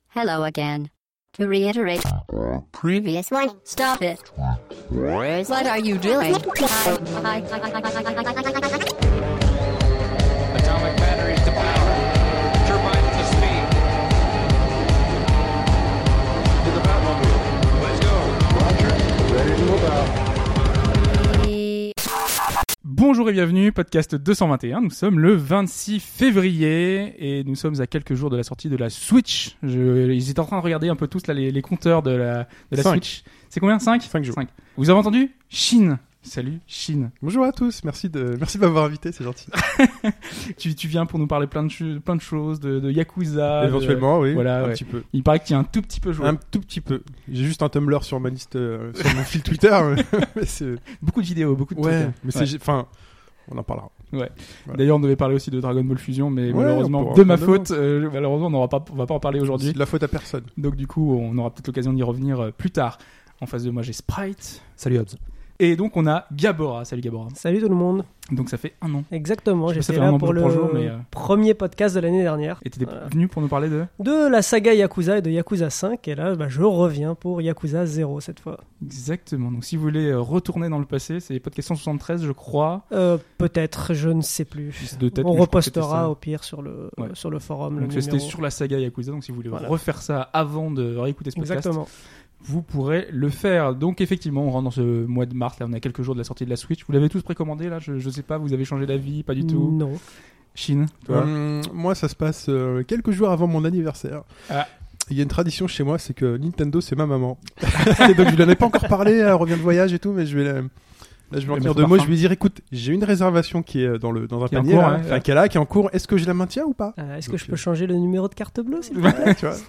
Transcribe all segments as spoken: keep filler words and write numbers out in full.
Hello again. To reiterate, previous one, stop it. What are you doing? Atomic batteries to power. Turbines to speed. To the Batmobile. Let's go. Roger. Ready to move out. Bonjour et bienvenue, podcast deux cent vingt et un. Nous sommes le vingt-six février et nous sommes à quelques jours de la sortie de la Switch. Je, ils étaient en train de regarder un peu tous là, les, les compteurs de la, de la Switch. C'est combien? cinq cinq jours. cinq. Vous avez entendu? Chine. Salut, Chine. Bonjour à tous, merci de, merci de m'avoir invité, c'est gentil. tu, tu viens pour nous parler plein de, ch- plein de choses, de, de Yakuza. Éventuellement, de... oui, voilà, un ouais. petit peu. Il paraît que tu es un tout petit peu joué. Un tout petit peu. J'ai juste un Tumblr sur ma liste, euh, sur mon fil Twitter. mais c'est... Beaucoup de vidéos, beaucoup de Ouais, trucs. mais Ouais. c'est... Enfin, on en parlera. Ouais. Voilà. D'ailleurs, on devait parler aussi de Dragon Ball Fusion, mais Ouais, malheureusement, on pourra de en ma parler faute, euh, malheureusement, on n'aura pas, on va pas en parler aujourd'hui. C'est de la faute à personne. Donc du coup, on aura peut-être l'occasion d'y revenir euh, plus tard. En face de moi, j'ai Sprite. Salut Hobbs. Et donc, on a Gabora. Salut Gabora. Salut tout le monde. Donc ça fait un an. Exactement, Je sais pas, ça j'étais fait un là an pour pour le trois jours, mais, euh, premier podcast de l'année dernière. Et t'étais Voilà. venu pour nous parler de... De la saga Yakuza et de Yakuza cinq, et là bah, je reviens pour Yakuza zéro cette fois. Exactement. Donc si vous voulez euh, retourner dans le passé, c'est podcast cent soixante-treize, je crois. Euh, peut-être, je ne sais plus. De tête, On mais je crois que c'était repostera ça. au pire sur le, Ouais. sur le forum. Donc le c'était numéro. sur la saga Yakuza. Donc si vous voulez Voilà. refaire ça avant de réécouter ce podcast, Exactement. vous pourrez le faire. Donc effectivement, on rentre dans ce mois de mars. Là, on a quelques jours de la sortie de la Switch. Vous l'avez tous précommandé là? Je, je sais pas. Vous avez changé d'avis? Pas du tout. Non. Chine, toi. Hum, moi, ça se passe euh, quelques jours avant mon anniversaire. Ah. Il y a une tradition chez moi, c'est que Nintendo, c'est ma maman. Et donc, je lui en ai pas encore parlé, elle revient de voyage et tout, mais je vais la... Là, je vais en Et tenir mettre deux mots, parfum. je vais lui dire, écoute, j'ai une réservation qui est dans, le, dans un Qui est en panier, cours, là, ouais, enfin, ouais. qui est là, qui est en cours. Est-ce que je la maintiens ou pas? Euh, Est-ce que Donc, je peux euh, changer le numéro de carte bleue s'il vous plaît? Ouais, tu vois.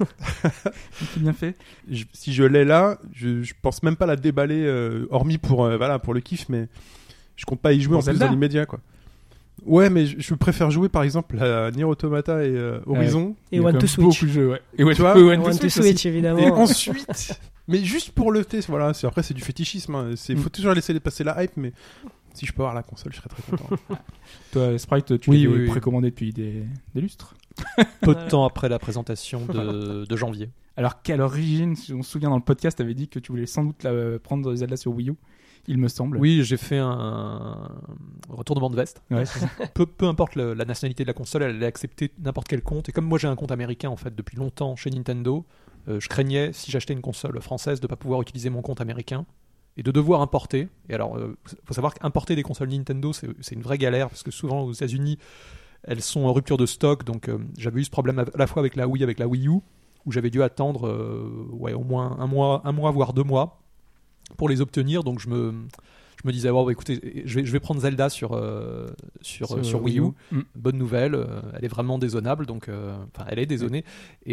C'est bien fait. Je- si je l'ai là, je, je pense même pas la déballer, euh, hormis pour, euh, voilà, pour le kiff, mais je compte pas y jouer Pour en plus Zelda. dans l'immédiat, quoi. Ouais, mais je, je préfère jouer par exemple à Nier Automata et euh, Horizon. Et Il y a One quand to même Switch. Beaucoup de jeux, ouais. Et ouais, Tu vois, One, One to to Switch, Switch, aussi. évidemment. Et ensuite, mais juste pour le test, voilà, c'est, après c'est du fétichisme, hein. C'est, faut Mm. toujours laisser passer la hype, mais si je peux avoir la console, je serais très content. Toi, Sprite, tu Oui, l'avais oui, oui. précommandé depuis des, des lustres. Peu de temps après la présentation de, de janvier. Alors qu'à l'origine, si on se souvient dans le podcast, tu avais dit que tu voulais sans doute la, prendre Zelda sur Wii U, il me semble. Oui, j'ai fait un retournement de veste. Ouais, c'est ça. Peu, peu importe le- la nationalité de la console, elle allait accepter n'importe quel compte. Et comme moi j'ai un compte américain en fait depuis longtemps chez Nintendo, euh, je craignais si j'achetais une console française de pas pouvoir utiliser mon compte américain et de devoir importer. Et alors, il faut savoir qu'importer des consoles Nintendo, c'est, c'est une vraie galère parce que souvent aux États-Unis, elles sont en rupture de stock. Donc euh, j'avais eu ce problème à la fois avec la Wii, avec la Wii U, où j'avais dû attendre euh, ouais, au moins un mois, un mois voire deux mois pour les obtenir. Donc je me je me disais, oh, bah, écoutez, je vais, je vais prendre Zelda sur, euh, sur, Sur, sur, euh, Wii U. Wii U. Mm. Bonne nouvelle, euh, elle est vraiment dézonable, donc euh, enfin elle est dézonée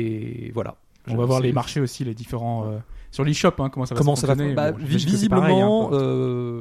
et voilà. On Je- va voir c'est- les marchés aussi, les différents... euh, sur l'eShop, hein, comment ça va Comment se ça va fonctionner. bah, Bon, vi- j'imagine que c'est pareil, Visiblement, hein, pour- euh,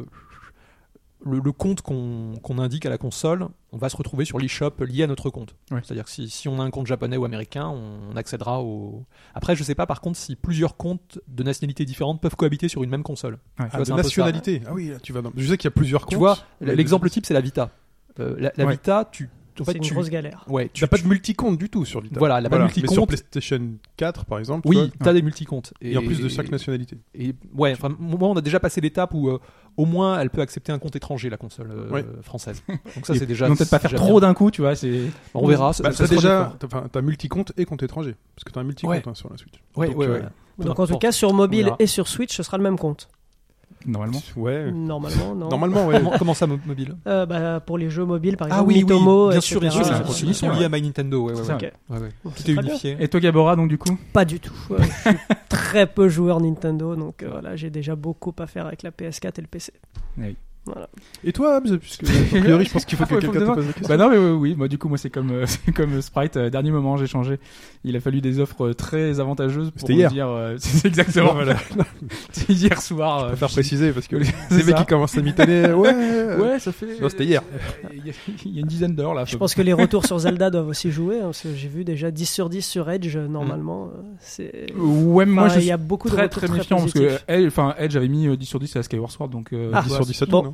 le, le compte qu'on, qu'on indique à la console, on va se retrouver sur l'eShop lié à notre compte. Ouais. C'est-à-dire que si, si on a un compte japonais ou américain, on, on accédera au... Après, je sais pas par contre si plusieurs comptes de nationalités différentes peuvent cohabiter sur une même console. Ouais. Ah, vois, c'est de un peu ça. nationalité. Ah oui, là, tu vas dans... Je sais qu'il y a plusieurs comptes. Tu vois, mais l'exemple type, c'est la Vita. Euh, la la Ouais. Vita, tu... En fait, C'est une tu... grosse galère. Ouais, Tu n'as pas de multi-compte du tout sur Vita. Voilà, elle a pas de Mais multi-compte. sur PlayStation quatre, par exemple, tu Oui, vois, t'as des multicomptes. et en plus de chaque nationalité. Et ouais, enfin, moi, on a déjà passé l'étape où euh, au moins elle peut accepter un compte étranger, la console euh, Ouais. française. Donc ça, Et c'est déjà. ils vont peut-être pas faire déjà trop bien. d'un coup, tu vois. C'est... On verra. ça- Bah, ça t'as se déjà, refait. t'as, enfin, t'as multi-compte et compte étranger. Parce que t'as un multi-compte Ouais. hein, sur la Switch. Ouais, Donc, ouais, euh, ouais. Donc Peu en tout importe. cas, sur On mobile verra. et sur Switch, ce sera le même compte. Normalement. Ouais. Normalement, non. Normalement, ouais. Comment, comment ça, mo- mobile Euh, bah, pour les jeux mobiles, par Ah exemple, oui, oui, Mitomo, bien et sûr, bien sûr. cetera. Ils sont, ils sont Ouais. liés à My Nintendo. Ouais, ouais, C'est ouais. ça. Ok. Ouais, ouais. Bon, Tout c'est est très bien. unifié. Et toi, Gabora, donc du coup Pas du tout. Euh, je suis très peu joueur Nintendo, donc euh, voilà, j'ai déjà beaucoup à faire avec la P S quatre et le P C. Oui. Voilà. Et toi, Hobbs, puisque a priori, je pense qu'il faut que Faut- faut quelqu'un te me pose la question. Bah non, mais oui, oui. Moi, du coup, moi, c'est comme, euh, c'est comme Sprite. Euh, dernier moment, j'ai changé. Il a fallu des offres euh, très avantageuses pour C'était me hier. dire. euh, c'est exactement. Voilà. C'est hier soir. Je euh, préfère préciser parce que C'est les mecs ça. qui commencent à m'étonner. Ouais. Ouais, ça fait. Non, c'était hier. euh, Il y, a- il y a une dizaine d'heures là. Je pense que les retours sur Zelda doivent aussi jouer, hein, parce que j'ai vu déjà dix sur dix sur Edge, euh, normalement. euh, C'est... Ouais, moi, Enfin, je il y suis a beaucoup de très retours très très méfiant parce que positifs. Edge, enfin Edge avait mis euh, dix sur dix à Skyward Sword, donc. euh, Ah, dix tu sur vois, dix-sept, Bon, non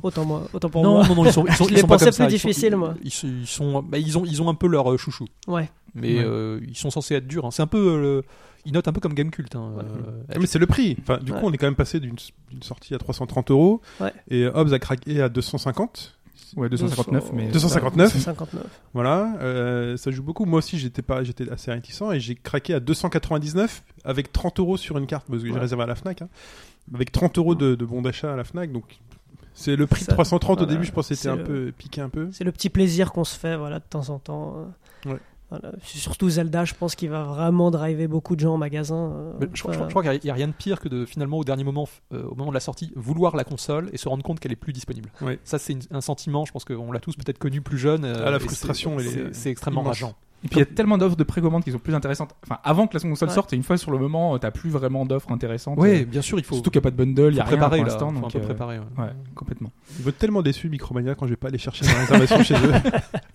autant moi, autant pour non, moi. non, non, ils sont, ils sont, Je ils les sont pas pensais comme ça. plus Ils sont- difficiles, moi. Ils, sont- ils sont, bah, ils ont, ils ont un peu leur euh, chouchou. Ouais. Mais Ouais. euh, ils sont censés être durs. hein. C'est un peu, euh, le- ils notent un peu comme Gamecult. Hein. Ouais. Euh, Ah, mais c'est le prix. Enfin, du Ouais. coup, on est quand même passé d'une d'une sortie à trois cent trente euros Ouais. et Hobbs a craqué à deux cent cinquante. Ouais, deux cent cinquante-neuf, mais. deux cent cinquante-neuf. deux cent cinquanteneuf. Voilà, euh, ça joue beaucoup. Moi aussi, j'étais pas, j'étais assez réticent et j'ai craqué à deux cent quatre-vingt-dix-neuf avec trente euros sur une carte parce que j'ai Ouais. réservé à la Fnac. Hein, avec trente euros de, de bon d'achat à la Fnac, donc c'est le prix Ça, de trois cent trente au voilà, début. Je pense que c'était c'est un le- peu piqué un peu. C'est le petit plaisir qu'on se fait, voilà, de temps en temps. euh. Ouais. Voilà. C'est surtout Zelda, je pense qu'il va vraiment driver beaucoup de gens en magasin. euh, Mais je, je- voilà. je crois qu'il n'y a, rien de pire que de finalement au dernier moment, euh, au moment de la sortie, vouloir la console et se rendre compte qu'elle est plus disponible. Ouais. Ça, c'est une- un sentiment. Je pense qu'on l'a tous peut-être connu plus jeune. euh, Ah, la et frustration, c'est- elle est c'est c'est extrêmement immense. rageant. Et puis il y a tellement d'offres de précommande qui sont plus intéressantes. Enfin, avant que la console Ouais. sorte, et une fois sur le moment, t'as plus vraiment d'offres intéressantes. Oui, Euh, bien sûr, il faut, Surtout qu'il n'y a pas de bundle, il y faut a rien préparer pour là. l'instant. Faut un donc, peu euh, préparer. ouais. Ouais, complètement. Je vais être tellement déçu Micromania quand je vais pas aller chercher ma réservation chez eux.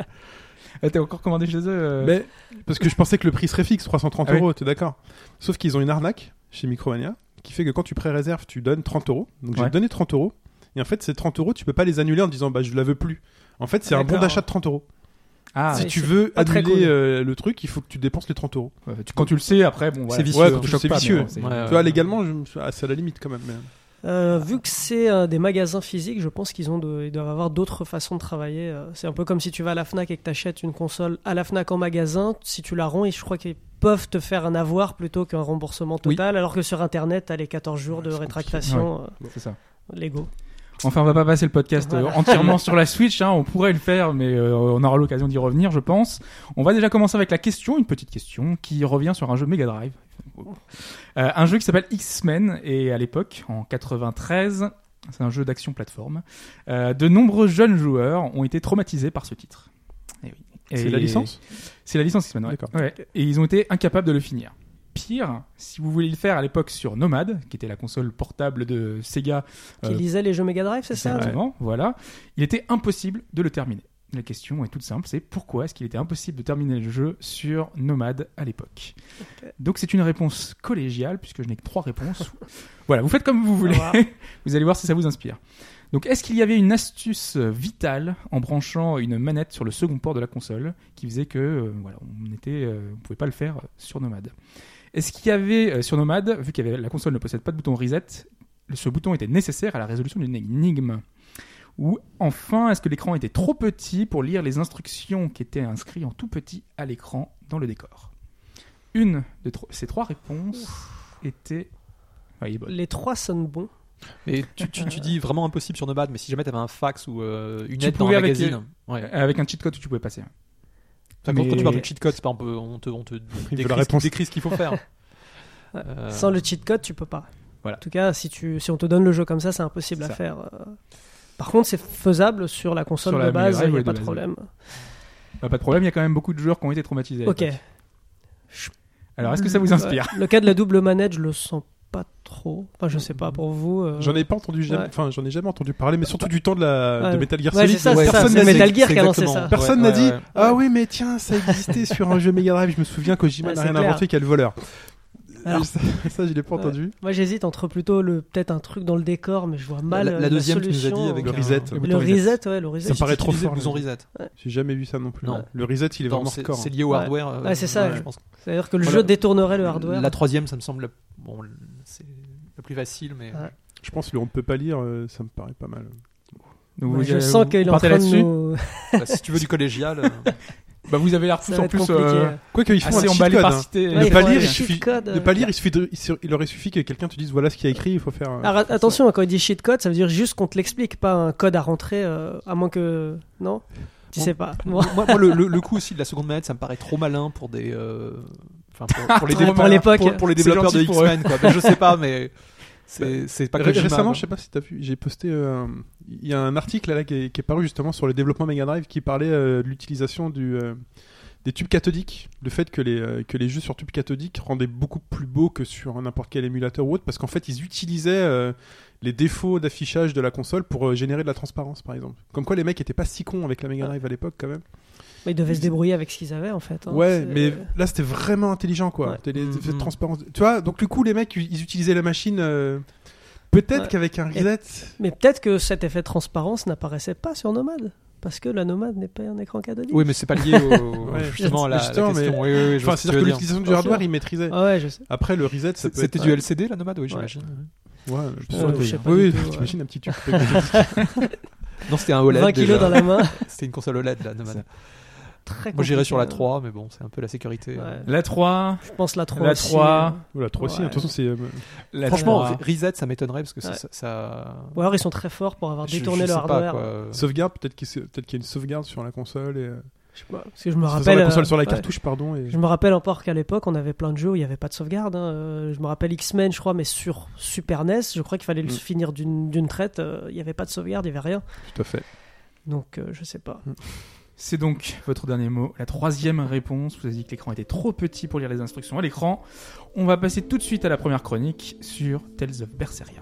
Ah, t'as encore commandé chez eux euh, Mais parce que je pensais que le prix serait fixe, trois cent trente Ah oui. euros, t'es d'accord? Sauf qu'ils ont une arnaque chez Micromania qui fait que quand tu pré-réserves, tu donnes trente euros. Donc Ouais. j'ai donné trente euros. Et en fait, ces trente euros, tu peux pas les annuler en disant bah je la veux plus. En fait, c'est un bon D'accord. d'achat de trente euros. Ah, si oui, tu c'est veux pas très annuler cool. euh, le truc, il faut que tu dépenses les trente euros. ouais, tu- quand tu le sais, après, bon, voilà. C'est vicieux, Ouais, hein. ça te choque C'est pas, mais vicieux. bon, c'est- Ouais, Tu vois, légalement, je me suis... ah, c'est à la limite quand même. mais- Euh, vu que c'est euh, des magasins physiques, je pense qu'ils ont de- ils doivent avoir d'autres façons de travailler. euh. C'est un peu comme si tu vas à la Fnac et que tu achètes une console à la Fnac en magasin. Si tu la rends, et je crois qu'ils peuvent te faire un avoir plutôt qu'un remboursement total, alors que sur Internet, tu as les quatorze jours de c'est rétractation C'est ça. euh, légaux. Enfin, on va pas passer le podcast euh, Voilà. entièrement sur la Switch. Hein, on pourrait le faire, mais euh, on aura l'occasion d'y revenir, je pense. On va déjà commencer avec la question, une petite question qui revient sur un jeu Mega Drive. Euh, un jeu qui s'appelle X-Men, et à l'époque, en quatre-vingt-treize, c'est un jeu d'action plateforme. Euh, de nombreux jeunes joueurs ont été traumatisés par ce titre. Eh oui. C'est Et- la licence? C'est la licence X-Men, ouais. D'accord. Ouais. Et ils ont été incapables de le finir. Pire, si vous voulez le faire à l'époque sur Nomad, qui était la console portable de Sega, Qui euh, lisait les jeux Mega Drive, c'est ça? exactement, voilà, il était impossible de le terminer. La question est toute simple, c'est pourquoi est-ce qu'il était impossible de terminer le jeu sur Nomad à l'époque? Ok. Donc c'est une réponse collégiale, puisque je n'ai que trois réponses. Voilà, vous faites comme vous voulez. Voilà. Vous allez voir si ça vous inspire. Donc, est-ce qu'il y avait une astuce vitale en branchant une manette sur le second port de la console qui faisait que, euh, voilà, on était, euh, on pouvait pas le faire sur Nomad? Est-ce qu'il y avait euh, sur Nomad, vu que la console ne possède pas de bouton reset, ce bouton était nécessaire à la résolution d'une énigme? Ou enfin, est-ce que l'écran était trop petit pour lire les instructions qui étaient inscrites en tout petit à l'écran dans le décor? Une de tro- ces trois réponses était... Ah, il est bon. Les trois sonnent bons. Mais tu, tu, tu dis vraiment impossible sur Nomad, mais si jamais tu avais un fax ou euh, une Tu aide dans un pouvais avec magazine. Ouais. Avec un cheat code, tu pouvais passer. Enfin, quand, mais- quand tu parles de cheat code, c'est pas un peu, on te, on te veut décrit, la réponse. décrit ce qu'il faut faire. Ouais. Euh, Sans le cheat code, tu peux pas. Voilà. En tout cas, si, tu, si on te donne le jeu comme ça, c'est impossible C'est à ça. faire. euh. Par contre, c'est faisable sur la console Sur la de base, Mega Drive, il n'y ouais, a pas de de base. problème. Bah, pas de problème, il y a quand même beaucoup de joueurs qui ont été traumatisés. à Ok. l'époque. Alors, est-ce que ça vous inspire? Ouais. Le cas de la double manette, je le sens pas trop. Enfin, je sais pas pour vous. euh. J'en ai pas entendu, jamais... Ouais. enfin j'en ai jamais entendu parler, mais surtout du temps de la Ouais. de Metal Gear Ouais, Solid. c'est ça, ouais, c'est ça. personne C'est n'a dit- Metal Gear c'est qui a lancé exactement. ça. Personne Ouais, n'a ouais, dit ouais. ah oui mais tiens ça existait sur un jeu Mega Drive. Je me souviens Kojima Ouais, n'a c'est rien clair. inventé qu'à le voleur. Alors- ça, ça, je l'ai pas Ouais. entendu. Moi, j'hésite entre plutôt le peut-être un truc dans le décor, mais je vois mal. La- euh, la deuxième, tu nous as solution. dit avec Le un- reset. Le Le bouton reset, ouais, le reset. Ça me paraît trop Utiliser fort, le bouton le- reset. J'ai jamais vu ça non plus. Non. Le reset il est Non, vraiment c'est, hardcore. c'est lié au Ouais. hardware. euh, Ouais, c'est ça. je pense. C'est-à-dire que le Voilà. jeu détournerait le hardware. La troisième, ça me semble la- bon, c'est le plus facile, mais Ouais. Je pense que le on ne peut pas lire, euh, ça me paraît pas mal. Donc, Ouais, vous- je vous- sens vous qu'il est en partez train de là-dessus. nous. bah, si tu veux du collégial, euh, Bah, vous avez l'air tous Ça va en être plus compliqué. euh, Quoique ils font assez un cheat emballés code. par hein. citer. Ouais, Ne il pas faut lire, un il cheat suffit code, de euh, pas lire, il suffit de- il il leur suffit que quelqu'un te dise voilà ce qui est écrit, il faut faire. un- Alors, attention, quand il dit cheat code, ça veut dire juste qu'on te l'explique, pas un code à rentrer, euh, à moins que. Non? Tu Bon. sais pas. Bon. moi, moi, le, le, le coup aussi de la seconde manette, ça me paraît trop malin pour des, euh, enfin pour, pour les Trop dé- pour l'époque. pour, pour les C'est développeurs de gentil pour eux. X-Men, quoi. Ben, je sais pas, mais c'est, c'est pas Ré- Kojima, Récemment, quoi. je sais pas si t'as vu, j'ai posté. euh, Il y a un article là qui est, qui est paru justement sur le développement Mega Drive qui parlait euh, de l'utilisation du euh, des tubes cathodiques, le fait que les euh, que les jeux sur tubes cathodiques rendaient beaucoup plus beaux que sur n'importe quel émulateur ou autre, parce qu'en fait ils utilisaient euh, les défauts d'affichage de la console pour euh, générer de la transparence, par exemple. Comme quoi les mecs étaient pas si cons avec la Mega Drive à l'époque quand même. Ils devaient se débrouiller avec ce qu'ils avaient, en fait. hein. Ouais, C'est- mais là c'était vraiment intelligent quoi. Ouais. T'as les Mhm. effets de transparence. Tu vois, donc du coup les mecs ils utilisaient la machine euh, Peut-être Ouais. qu'avec un reset. Mais peut-être que cet effet de transparence n'apparaissait pas sur Nomad. Parce que la Nomad n'est pas un écran cathodique. Oui, mais c'est pas lié au, Ouais, justement à la, la justement, mais- question. Oui, oui, oui, je vois Enfin, ce que tu c'est-à-dire veux que dire. l'utilisation du Bien hardware, sûr. il maîtrisait. Ah ouais, je sais. Après, le reset, ça peut C'était être. du L C D, la Nomad, oui, j'imagine. Ouais, je suis Euh, sûr que- je sais pas Oui, du oui, tout, ouais. t'imagines un petit tube. Non, c'était un O L E D. vingt kilos déjà. dans la main. C'était une console O L E D, la Nomad. Très Moi, j'irais sur la compliqué. trois, mais bon, c'est un peu la sécurité. Ouais. La trois, Je pense la trois La aussi, trois. euh. Voilà, trois aussi. Ouais. De toute façon, c'est. euh, la Franchement, trois. Reset, ça m'étonnerait parce que ça. Ouais. ça- ça- Ou alors ils sont très forts pour avoir je- détourné je le sais pas, hardware. quoi. Sauvegarde, peut-être qu'il y a- peut-être qu'il y a une sauvegarde sur la console. Et... euh, Je sais pas, parce que je me sur rappelle. la console, euh, sur la ouais. cartouche, pardon. Et... Je me rappelle encore qu'à l'époque, on avait plein de jeux où il n'y avait pas de sauvegarde. hein. Euh, Je me rappelle X-Men, je crois, mais sur Super N E S, je crois qu'il fallait le Mm. finir d'une d'une traite. euh, Il n'y avait pas de sauvegarde, il n'y avait rien. Tout à fait. Donc, euh, je sais pas. C'est donc votre dernier mot, la troisième réponse. Vous avez dit que l'écran était trop petit pour lire les instructions à l'écran. On va passer tout de suite à la première chronique sur Tales of Berseria.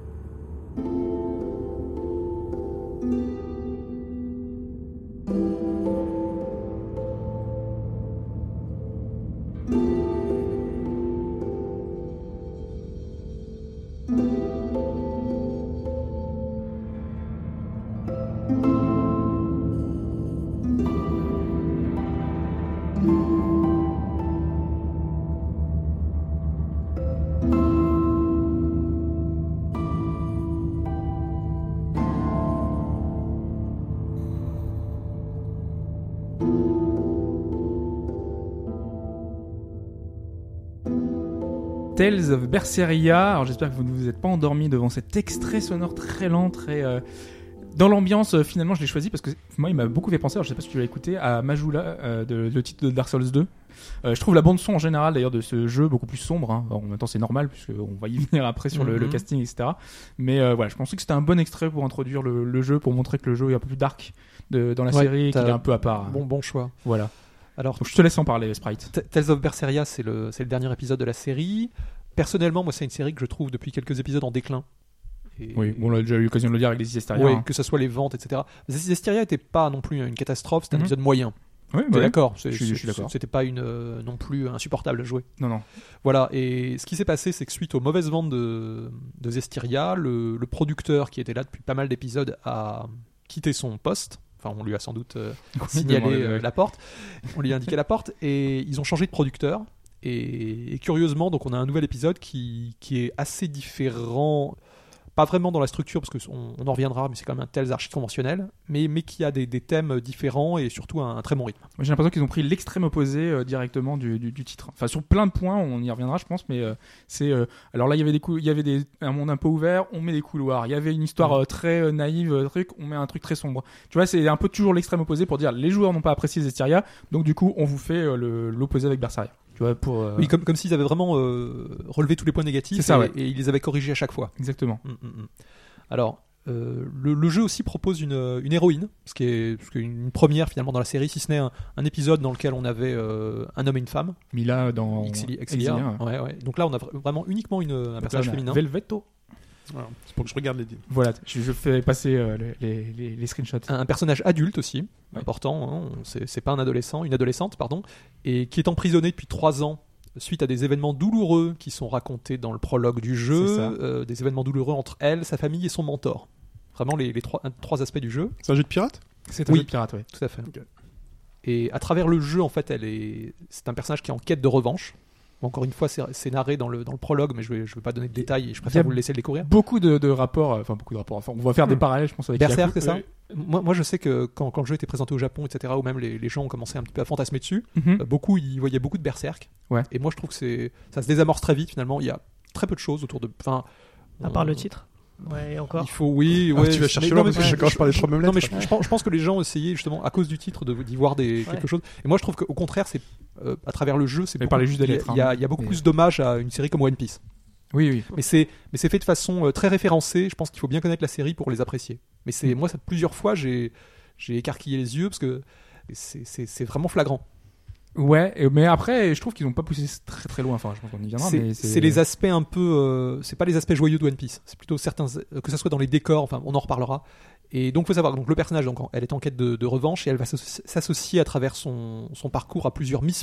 Tales of Berseria. Alors j'espère que vous ne vous êtes pas endormis devant cet extrait sonore très lent, très euh, dans l'ambiance. euh, finalement, je l'ai choisi parce que moi, il m'a beaucoup fait penser. Alors je sais pas si tu l'as écouté à Majula, euh, de, le titre de Dark Souls deux. Euh, je trouve la bande son en général d'ailleurs de ce jeu beaucoup plus sombre. Hein. Alors, en même temps, c'est normal puisque on va y venir après sur le, Mhm. le casting, et cetera. Mais euh, voilà, je pensais que c'était un bon extrait pour introduire le, le jeu, pour montrer que le jeu est un peu plus dark de, dans la Ouais, série, qu'il t'as- est un peu à part. Bon, bon choix. Voilà. Alors, Donc je te laisse en parler, Sprite. T- Tales of Berseria, c'est le, c'est le dernier épisode de la série. Personnellement, moi, c'est une série que je trouve depuis quelques épisodes en déclin. Et- Oui, bon, on a déjà eu l'occasion de le dire avec les Hysteria. Ouais, hein. que ce soit les ventes, et cetera. Zestiria n'était pas non plus une catastrophe, c'était Mhm. un épisode moyen. Oui, T'es ouais. d'accord c'est- Je suis- je c'est- suis d'accord. C'était pas une, euh, non plus insupportable à jouer. Non, non. Voilà, et ce qui s'est passé, c'est que suite aux mauvaises ventes de, de Zestiria, le, le producteur qui était là depuis pas mal d'épisodes a quitté son poste. Enfin, on lui a sans doute euh, signalé Demandez, euh, ouais. la porte. On lui a indiqué la porte, et ils ont changé de producteur. Et, et curieusement, donc on a un nouvel épisode qui, qui est assez différent. Pas vraiment dans la structure, parce qu'on on en reviendra, mais c'est quand même un tel archi conventionnel, mais, mais qui a des, des thèmes différents et surtout un, un très bon rythme. Moi, j'ai l'impression qu'ils ont pris l'extrême opposé euh, directement du, du, du titre. Enfin, sur plein de points, on y reviendra, je pense, mais euh, c'est. euh, alors là, il y avait des cou- il y avait des, un monde un peu ouvert, on met des couloirs. Il y avait une histoire euh, très euh, naïve, euh, truc, on met un truc très sombre. Tu vois, c'est un peu toujours l'extrême opposé pour dire les joueurs n'ont pas apprécié Zestiria, donc du coup, on vous fait euh, le- l'opposé avec Berseria. Tu vois, pour. euh, Oui, comme, comme s'ils avaient vraiment euh, relevé tous les points négatifs C'est ça, et, ouais. et ils les avaient corrigés à chaque fois. Exactement. Mm, mm, mm. Alors, euh, le, le jeu aussi propose une, une héroïne, ce qui est, ce qui est une première finalement dans la série, si ce n'est un, un épisode dans lequel on avait euh, un homme et une femme. Mila dans. Exili- Exilia. Exilia, ouais. Ouais, ouais. Donc là, on a vra- vraiment uniquement une, un Donc là, personnage on a féminin. Velvetto. Voilà. C'est pour que je regarde les. Voilà, je, je fais passer euh, les, les, les, les screenshots. Un, un personnage adulte aussi, Ouais. important. Hein, on- c'est, c'est pas un adolescent, une adolescente, pardon, et qui est emprisonnée depuis trois ans suite à des événements douloureux qui sont racontés dans le prologue du jeu, C'est ça. euh, des événements douloureux entre elle, sa famille et son mentor. Vraiment les, les trois, un- trois aspects du jeu. C'est un jeu de pirate C'est un Oui. jeu de pirate, ouais. Tout à fait. Ok. Et à travers le jeu, en fait, elle est, c'est un personnage qui est en quête de revanche. Bon, encore une fois, c'est, c'est narré dans le, dans le prologue, mais je vais, je vais pas donner de détails et je préfère Il y a vous le laisser le découvrir. Beaucoup de, de rapports, euh, enfin beaucoup de rapports. Enfin, on va faire des Hmm. parallèles, je pense, avec Berserk, Yaku- c'est ça euh, moi, moi, je sais que quand, quand le jeu était présenté au Japon, et cetera, ou même les, les gens ont commencé un petit peu à fantasmer dessus, mhm. euh, beaucoup ils voyaient beaucoup de Berserk. Ouais. Et moi, je trouve que c'est, ça se désamorce très vite finalement. Il y a très peu de choses autour de. Enfin, À part on- le titre. Ouais, et encore. Il faut, oui, Ah, ouais. tu vas mais chercher non, loin mais parce que je- je commence par les trois mêmes Non, mais lettres. je, je pense, je pense que les gens ont essayé justement à cause du titre de, d'y voir des, quelque Ouais. chose. Et moi, je trouve qu'au contraire, c'est euh, à travers le jeu, c'est Mais beaucoup- parlez juste des il y a- lettres, hein. Il y a, il y a beaucoup Mais- plus d'hommages à une série comme One Piece. Oui, oui. Mais c'est, mais c'est fait de façon euh, très référencée. Je pense qu'il faut bien connaître la série pour les apprécier. Mais c'est, Mm. moi, ça, plusieurs fois, j'ai, j'ai écarquillé les yeux parce que c'est, c'est, c'est vraiment flagrant. Ouais, et- mais après, je trouve qu'ils n'ont pas poussé très très loin. Enfin, je pense qu'on y viendra. C'est, mais c'est les aspects un peu, euh, c'est pas les aspects joyeux de One Piece. C'est plutôt certains, euh, que ça soit dans les décors. Enfin, on en reparlera. Et donc, faut savoir. Donc, le personnage, donc, elle est en quête de, de revanche et elle va s'asso- s'associer à travers son, son parcours à plusieurs misfits.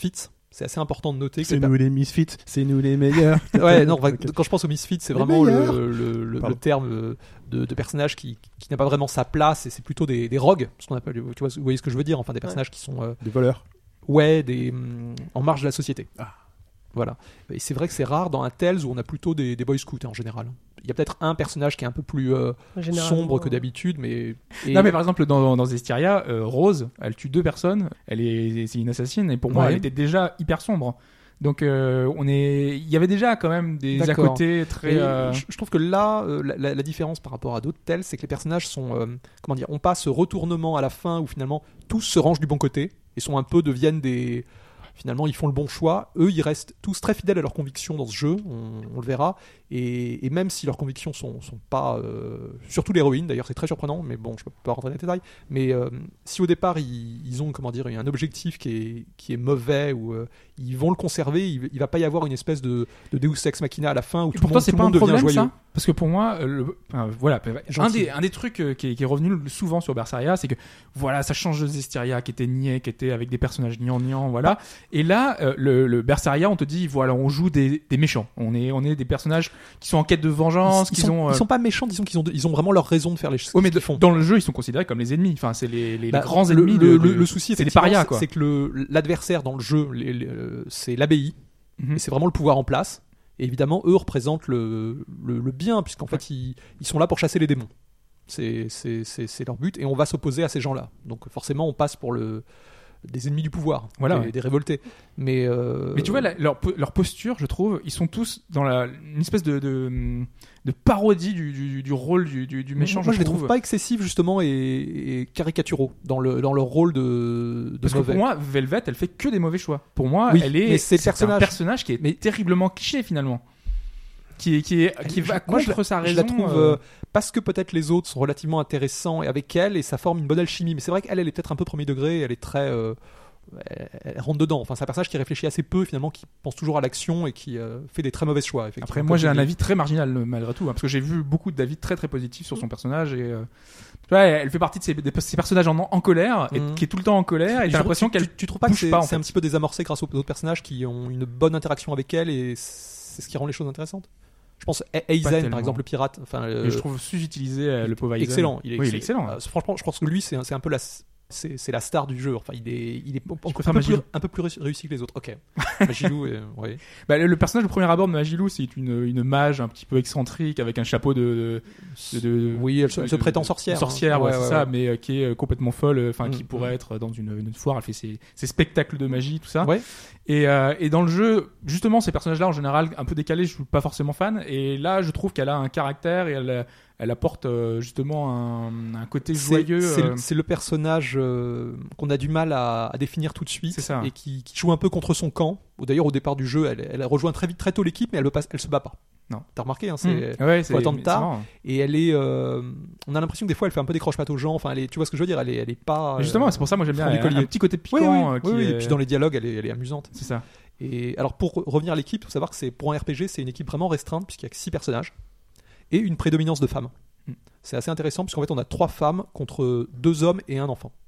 C'est assez important de noter que C'est les nous les misfits, c'est nous les meilleurs. per- ouais, non, enfin, Ok. quand je pense aux misfits, c'est Les vraiment meilleurs. le, le, le, Pardon. le terme de, de personnage qui, qui n'a pas vraiment sa place et c'est plutôt des, des rogues, ce qu'on appelle, tu vois, vous voyez ce que je veux dire, enfin des personnages qui sont euh, Des voleurs. ouais, des hum, en marge de la société. Ah. Voilà. Et c'est vrai que c'est rare dans un Tales où on a plutôt des, des boy scouts hein, en général. Il y a peut-être un personnage qui est un peu plus euh, Généralement, sombre que ouais. d'habitude, mais et- Non mais par exemple dans, dans Zestiria, euh, Rose, elle tue deux personnes, elle est c'est une assassine et pour moi Ouais. elle était déjà hyper sombre. Donc euh, on est, il y avait déjà quand même des à D'accord. côté très. Et euh, je, je trouve que là, euh, la, la- la différence par rapport à d'autres Tales, c'est que les personnages sont, euh, comment dire, on passe ce retournement à la fin où finalement tous se rangent du bon côté et sont un peu deviennent des, finalement ils font le bon choix. Eux, ils restent tous très fidèles à leurs convictions dans ce jeu, on, on le verra. Et, et même si leurs convictions sont, sont pas, euh, surtout l'héroïne d'ailleurs, c'est très surprenant, mais bon, je peux pas rentrer dans les détails. Mais euh, si au départ ils, ils ont, comment dire, un objectif qui est, qui est mauvais ou euh, ils vont le conserver, il, il va pas y avoir une espèce de, de Deus Ex Machina à la fin où Et tout le pourtant monde, c'est tout le pas un monde devient problème joyeux. ça, parce que pour moi, euh, le, enfin, voilà, un Gentil. des un des trucs euh, qui est, qui est revenu souvent sur Berseria, c'est que voilà, ça change de Zestiria qui était niais, qui était avec des personnages gnangnang, voilà. Et là, euh, le, le Berseria, on te dit voilà, on joue des, des méchants, on est on est des personnages qui sont en quête de vengeance, Ils, qui sont, sont. euh, ils sont pas méchants, disons qu'ils ont, ils ont vraiment leur raison de faire les choses. Oui, mais qu'ils font. dans le jeu, ils sont considérés comme les ennemis. Enfin, c'est les, les, Bah, les grands le, ennemis. le, de, le- de- le souci, c'est des effectivement, parias, c'est- quoi. c'est que le- l'adversaire dans le jeu, les- les- euh, c'est l'abbaye, Mhm. et c'est vraiment le pouvoir en place. Et évidemment, eux représentent le, le, le bien, puisqu'en fait, ils, ils sont là pour chasser les démons. C'est c'est- c'est- c'est leur but, et on va s'opposer à ces gens-là. Donc forcément, on passe pour le, des ennemis du pouvoir, Voilà, des, ouais. des révoltés. Mais, euh, Mais tu vois, la- leur, po- leur posture, je trouve, ils sont tous dans la, une espèce de, de, de parodie du, du, du rôle du, du, du méchant. moi, je les trouve. trouve pas excessifs justement et, et caricaturaux dans, le, dans leur rôle de, de Parce que mauvais. pour moi, Velvet, elle fait que des mauvais choix. Pour moi, Oui, elle est, mais c'est le un personnage. personnage qui est Mais- terriblement cliché finalement. Qui, est, qui, est, qui va Moi, je contre la- sa Je raison. la trouve euh, euh, parce que peut-être les autres sont relativement intéressants et avec elle et ça forme une bonne alchimie. Mais c'est vrai qu'elle, elle est peut-être un peu premier degré. Elle est très, euh, elle, elle rentre dedans. Enfin, c'est un personnage qui réfléchit assez peu finalement, qui pense toujours à l'action et qui euh, fait des très mauvais choix. Effectivement. Après, moi, j'ai Comme un tu dis. avis très marginal euh, malgré tout, hein, parce que j'ai vu beaucoup d'avis très très positifs sur son personnage et. euh, tu vois, elle fait partie de ces, des- ces personnages en, en colère, et Mhm. qui est tout le temps en colère, et Tu t'as trouves- l'impression tu- qu'elle tu, tu trouves pas que bouge c'est pas, en c'est un fait. petit peu désamorcé grâce aux autres personnages qui ont une bonne interaction avec elle et c'est ce qui rend les choses intéressantes. Je pense à Aizen tellement. par exemple, le pirate. Enfin, Et euh, je trouve sous-utilisé euh, le pauvre Aizen. excellent. Il est, oui, il est excellent. excellent. Euh, franchement, je pense que lui, c'est un, c'est un peu la, c'est, c'est la star du jeu. Enfin, il est, il est un, peu préfère plus, Magilou. un peu plus réussi- réussi que les autres. Ok. Magilou, euh, ouais. Bah, le, le personnage de premier abord de Magilou, c'est une, une mage un petit peu excentrique avec un chapeau de. de, de- Oui, elle se, elle se de- prétend sorcière. de sorcière, hein. ouais, Ouais, c'est ouais, ça, ouais. mais euh, qui est euh, complètement folle, euh, enfin Mm, qui pourrait mm. être dans une, une foire. Elle fait ses, ses spectacles de magie, tout ça. Ouais. Et, euh, et dans le jeu, justement, ces personnages-là, en général, un peu décalés, je suis pas forcément fan. Et là, je trouve qu'elle a un caractère et elle, elle apporte euh, justement un, un côté C'est- joyeux. C'est, euh, le- c'est le personnage euh, qu'on a du mal à, à définir tout de suite C'est ça. et qui, qui joue un peu contre son camp. Ou D'ailleurs, au départ du jeu, elle, elle rejoint très vite, très tôt l'équipe, mais elle, veut pas, elle se bat pas. Non. T'as remarqué, hein, c'est, Mm. Ouais, c'est, attendre c'est tard. marrant. et elle est. euh, on a l'impression que des fois, elle fait un peu des croche-pattes aux gens. Enfin, elle est, tu vois ce que je veux dire Elle est, elle est pas. Mais justement, euh, c'est pour ça, moi j'aime bien. fond Elle a d'écolier. un petit côté piquant. Oui, oui, euh, qui oui, oui, est- et puis dans les dialogues, elle est, elle est amusante. C'est ça. Et alors pour re- revenir à l'équipe, il faut savoir que c'est pour un R P G, c'est une équipe vraiment restreinte puisqu'il y a que six personnages et une prédominance de femmes. Mm. C'est assez intéressant puisqu'en fait on a trois femmes contre deux hommes et un enfant.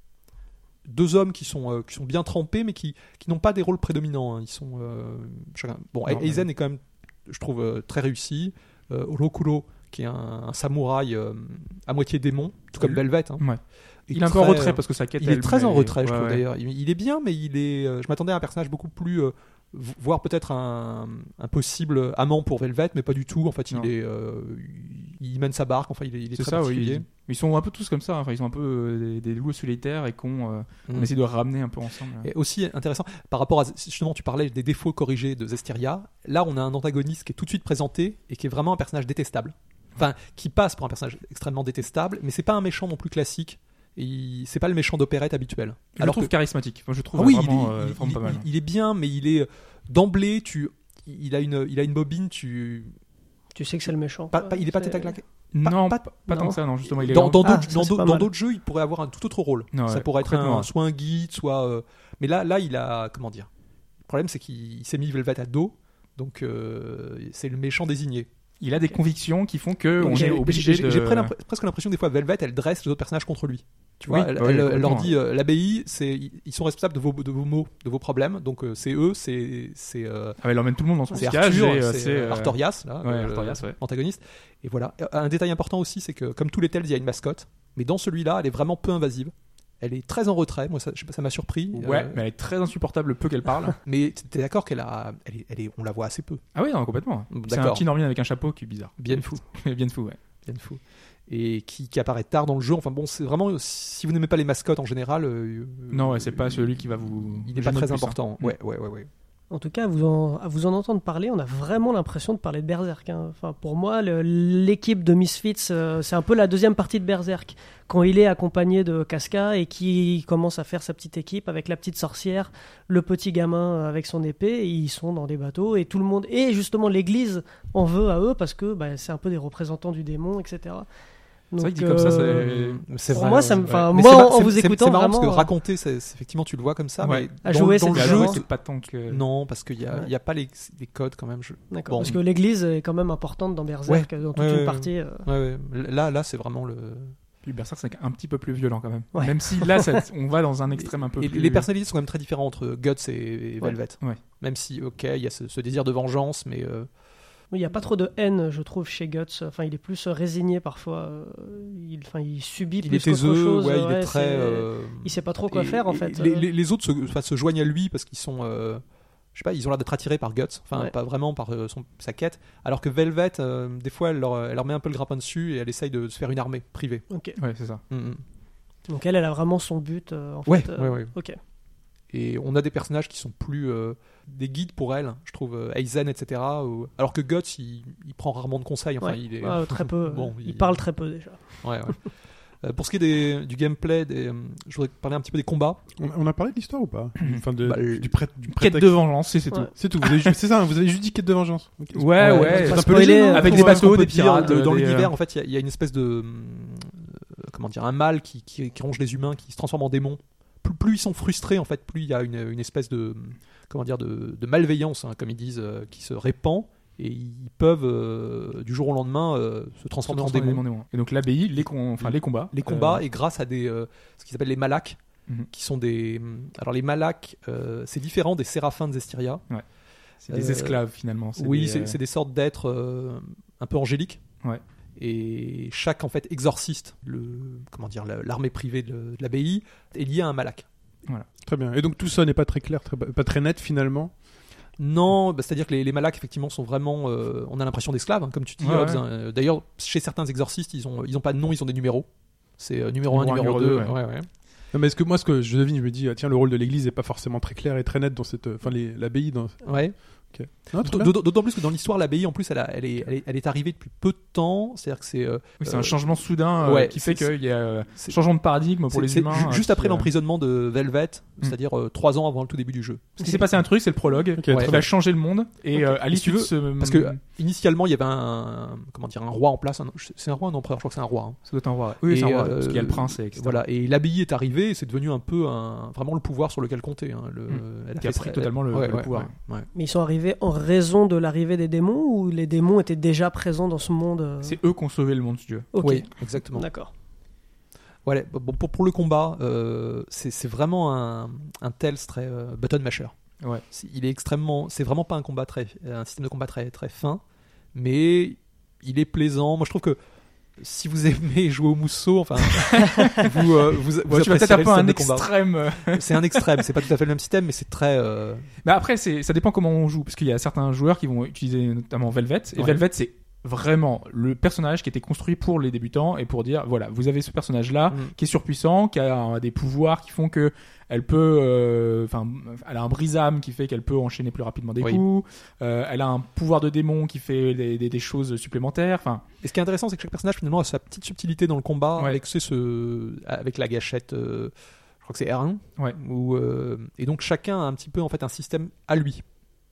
Deux hommes qui sont euh, qui sont bien trempés mais qui qui n'ont pas des rôles prédominants. hein. Ils sont euh, chacun. Bon, Non, Aizen est quand même, je trouve, euh, très réussi. Euh, Rokuro qui est un, un samouraï euh, à moitié démon, tout comme Oui. Velvet. hein. Ouais. Et Il est un peu en très, retrait euh, parce que sa quête. il est elle- très en elle- retrait, je ouais, trouve ouais. d'ailleurs. Il, il est bien, mais il est. euh, je m'attendais à un personnage beaucoup plus, euh, vo- voire peut-être un, un possible amant pour Velvet, mais pas du tout. En fait, il Non. est, euh, il, il mène sa barque. Enfin, il est, il est C'est très ça, oui. particulier. Ils, ils sont un peu tous comme ça. Enfin, ils sont un peu euh, des, des loups solitaires et qu'on euh, on Mm. essaie de ramener un peu ensemble. Et aussi intéressant par rapport à justement, tu parlais des défauts corrigés de Zestiria. Là, on a un antagoniste qui est tout de suite présenté et qui est vraiment un personnage détestable. Enfin, qui passe pour un personnage extrêmement détestable, mais c'est pas un méchant non plus classique. Et il- c'est pas le méchant d'opérette habituel. Je le trouve charismatique. Moi, je le trouve Ah oui, vraiment, il, est, euh, il- vraiment il- pas mal. il- il est bien, mais il est d'emblée, tu, il a une, il a une bobine, tu, Tu sais que c'est le méchant. pas, quoi. pas- il est pas C'est- tête à claquer. Non, pas- pas, pas tant non. que ça, non, justement. Il est Dans, dans Ah, d'autres, ça, dans c'est d'autres- pas dans mal. d'autres jeux, il pourrait avoir un tout autre rôle. Non, ça ouais, pourrait être complètement, un, ouais. soit un guide, soit. euh, Mais là, là, il a, comment dire. Le problème, c'est qu'il il s'est mis Velvet à dos, donc euh, c'est le méchant désigné. Il a des convictions qui font que Donc, on j'ai- est obligé j'ai- de. J'ai pre- l'imp- presque l'impression que des fois, Velvet, elle dresse les autres personnages contre lui. Tu vois, Oui, elle, oui, elle- elle leur complètement. dit euh, l'abbaye, c'est ils sont responsables de vos de vos maux, de vos problèmes. Donc euh, c'est eux, c'est c'est euh, Ah, ouais, il emmène tout le monde dans son c'est village. Arthur, et, euh, c'est euh, Artorias là, Ouais, euh, Artorias, ouais. l'antagoniste. Et voilà. Euh, Un détail important aussi, c'est que comme tous les Tales, il y a une mascotte, mais dans celui-là, elle est vraiment peu invasive. Elle est très en retrait. Moi, ça, je sais pas, ça m'a surpris. Ouais, Euh, mais elle est très insupportable le peu qu'elle parle. mais t'es d'accord qu'elle a, elle est, elle est, on la voit assez peu. Ah oui, non, complètement. C'est un D'accord. petit Normin avec un chapeau qui est bizarre. Bien fou. Bien fou, ouais. Bien fou. Et qui, qui apparaît tard dans le jeu. Enfin bon, c'est vraiment, si vous n'aimez pas les mascottes en général, euh, Non, ouais, c'est pas celui qui va vous. il n'est pas gêner très le plus, hein. important. Ouais, ouais, ouais, ouais. En tout cas, à vous en, à vous en entendre parler, on a vraiment l'impression de parler de Berserk. hein. Enfin, pour moi, le- l'équipe de Misfits, euh, c'est un peu la deuxième partie de Berserk. Quand il est accompagné de Casca et qui commence à faire sa petite équipe avec la petite sorcière, le petit gamin avec son épée, et ils sont dans des bateaux et tout le monde. Et justement, l'église en veut à eux parce que bah, c'est un peu des représentants du démon, et cetera. C'est vrai que Donc, dit comme ça, euh, c'est. C'est pour vrai, moi, ça me- ouais. enfin, Mais moi, c'est en- mar- en c'est- vous c'est- écoutant, c'est marrant parce que vraiment, raconter, c'est, c'est- effectivement, tu le vois comme ça, Ouais. mais À dans, jouer, dans le c'est jeu, différent. c'est pas tant que. non, parce qu'il y a, Ouais. il y a pas les, les codes quand même. Je... D'accord. Bon. Parce que l'église est quand même importante dans Berserk, dans toute Ouais, une ouais, partie. euh, Ouais, ouais. Là, là, c'est vraiment le. Puis Berserk, c'est un petit peu plus violent quand même. Ouais. Même si là, ça- on va dans un extrême un peu Et plus. les personnalités sont quand même très différentes entre Guts et, et Velvet. Ouais. Même si, ok, il y a ce, ce désir de vengeance, mais euh, Il n'y a pas trop de haine, je trouve, chez Guts. Enfin, il est plus euh, résigné parfois. euh, Il, enfin, il subit il plus est qu'autre taiseux, chose. ouais, il ouais, est très. c'est- euh, Il sait pas trop quoi et- faire, en et fait. Les, euh. les- les autres se, enfin, se joignent à lui parce qu'ils sont. euh, je sais pas, ils ont l'air d'être attirés par Guts, enfin Ouais. pas vraiment par euh, son, sa quête, alors que Velvet, euh, des fois, elle leur, elle leur met un peu le grappin dessus et elle essaye de se faire une armée privée. Ok. Ouais, c'est ça. Mm, mm. Donc elle, elle a vraiment son but. euh, en Ouais, fait, euh, ouais, ouais. Ok. Et on a des personnages qui sont plus euh, des guides pour elle, je trouve, euh, Aizen, et cetera. ou- Alors que Guts, il, il prend rarement de conseils. Enfin, Ouais. il est. Ouais, très peu. Bon, il... il- parle très peu déjà. Ouais, ouais. Euh, pour ce qui est des, du gameplay, des, euh, je voudrais parler un petit peu des combats. On, on a parlé de l'histoire ou pas Enfin, de, Bah, le- du prêt, du Quête prétexte. de vengeance, c'est c'est Ouais. tout. C'est tout. Vous avez ju- c'est ça. Vous avez juste dit quête de vengeance. Ok. Ouais, Ouais, ouais. faut c'est pas un peu spoiler, léger, euh, avec faut des voir bateaux, On peut des dire, pirates. de- dans des, euh, l'univers, en fait, il y a- il y, a une espèce de. euh, comment dire, un mal qui, qui, qui ronge les humains, qui se transforme en démon. Plus, plus ils sont frustrés, en fait, plus il y a une, une espèce de. Comment dire, de, de malveillance, hein, comme ils disent, euh, qui se répand. Et ils peuvent, euh, du jour au lendemain, euh, se transformer en transformer démons. en démons. Et donc l'abbaye, les, com- enfin, les combats. Les combats, Euh, et grâce à des, euh, ce qu'ils appellent les malaks, Mhm. qui sont des. Alors, les malaks, euh, c'est différent des séraphins de Zestiria. c'est des euh, esclaves finalement. c'est Oui, des, c'est euh, c'est des sortes d'êtres euh, un peu angéliques. Ouais. Et chaque en fait exorciste, le comment dire, la- l'armée privée de, de l'abbaye est liée à un malak. Très bien. Et donc tout ça n'est pas très clair, très- pas très net finalement. Non, bah, c'est-à-dire que les, les malaks effectivement sont vraiment, euh, on a l'impression d'esclaves, hein, comme tu dis. Ouais, Hobbes, ouais. hein. Euh, D'ailleurs, chez certains exorcistes, ils ont ils ont pas de nom, ils ont des numéros. C'est euh, numéro un, Numéro un, numéro numéro deux. deux, ouais. ouais, ouais. Non, mais est-ce que moi, ce que je devine, je me dis, ah, tiens, le rôle de l'Église n'est pas forcément très clair et très net dans cette, euh, enfin, les- l'abbaye dans. Ouais. Non, très bien. D'autant d'autant plus que dans l'histoire, l'abbaye, en plus, elle, a- elle, est, elle, est, elle est arrivée depuis peu de temps. C'est-à-dire que c'est. euh, Oui, c'est euh, un changement soudain euh, ouais, qui fait c'est- qu'il y a euh, c'est- changement de paradigme pour c'est- les c'est humains. ju- euh, juste qui, après euh, l'emprisonnement de Velvet, c'est-à-dire euh, trois ans avant le tout début du jeu. Il s'est passé un truc, c'est le prologue, Ok, qui très va bien. changer le monde. Et Ok. euh, à Et si tu l'issue de veux, ce. Parce que initialement, il y avait un, comment dire, un roi en place. un- c'est un roi ou un empereur? Je crois que c'est un roi. hein. Ça doit être un roi. Oui, Et, c'est un roi. euh, Parce qu'il y a le prince, et et cetera. Voilà. Et l'abbaye est arrivée et c'est devenu un peu un, vraiment le pouvoir sur lequel compter. hein. Le, Mm. elle Qui a fait- pris elle- totalement le- ouais, le ouais, pouvoir. ouais, ouais. Mais ils sont arrivés en raison de l'arrivée des démons ou les démons étaient déjà présents dans ce monde euh, C'est eux qui ont sauvé le monde, si tu veux. Ok. Oui, exactement. D'accord. Voilà. Bon, pour, pour le combat, euh, c'est c'est vraiment un, un Tales très euh, button masher. Ouais. C'est- Il est extrêmement, c'est vraiment pas un combat très, un système de combat très très fin, mais il est plaisant. Moi, je trouve que si vous aimez jouer au mousseau, enfin, vous, euh, vous, vous Ouais, tu vas peut-être apprécierez un le peu un système de combat. extrême. euh. C'est un extrême, c'est pas tout à fait le même système, mais c'est très. euh, Mais après, c'est, ça dépend comment on joue. Parce qu'il y a certains joueurs qui vont utiliser notamment Velvet. Et Ouais. Velvet, c'est vraiment le personnage qui était construit pour les débutants et pour dire voilà, vous avez ce personnage-là Mm. qui est surpuissant, qui a euh, des pouvoirs qui font que elle peut, euh, enfin, elle a un brisame qui fait qu'elle peut enchaîner plus rapidement des Oui. coups. Euh, elle a un pouvoir de démon qui fait des, des, des choses supplémentaires. Enfin, Et ce qui est intéressant, c'est que chaque personnage finalement a sa petite subtilité dans le combat, Ouais. avec c'est ce, avec la gâchette. euh, je crois que c'est R un. Ouais. Où, euh, et donc chacun a un petit peu en fait un système à lui.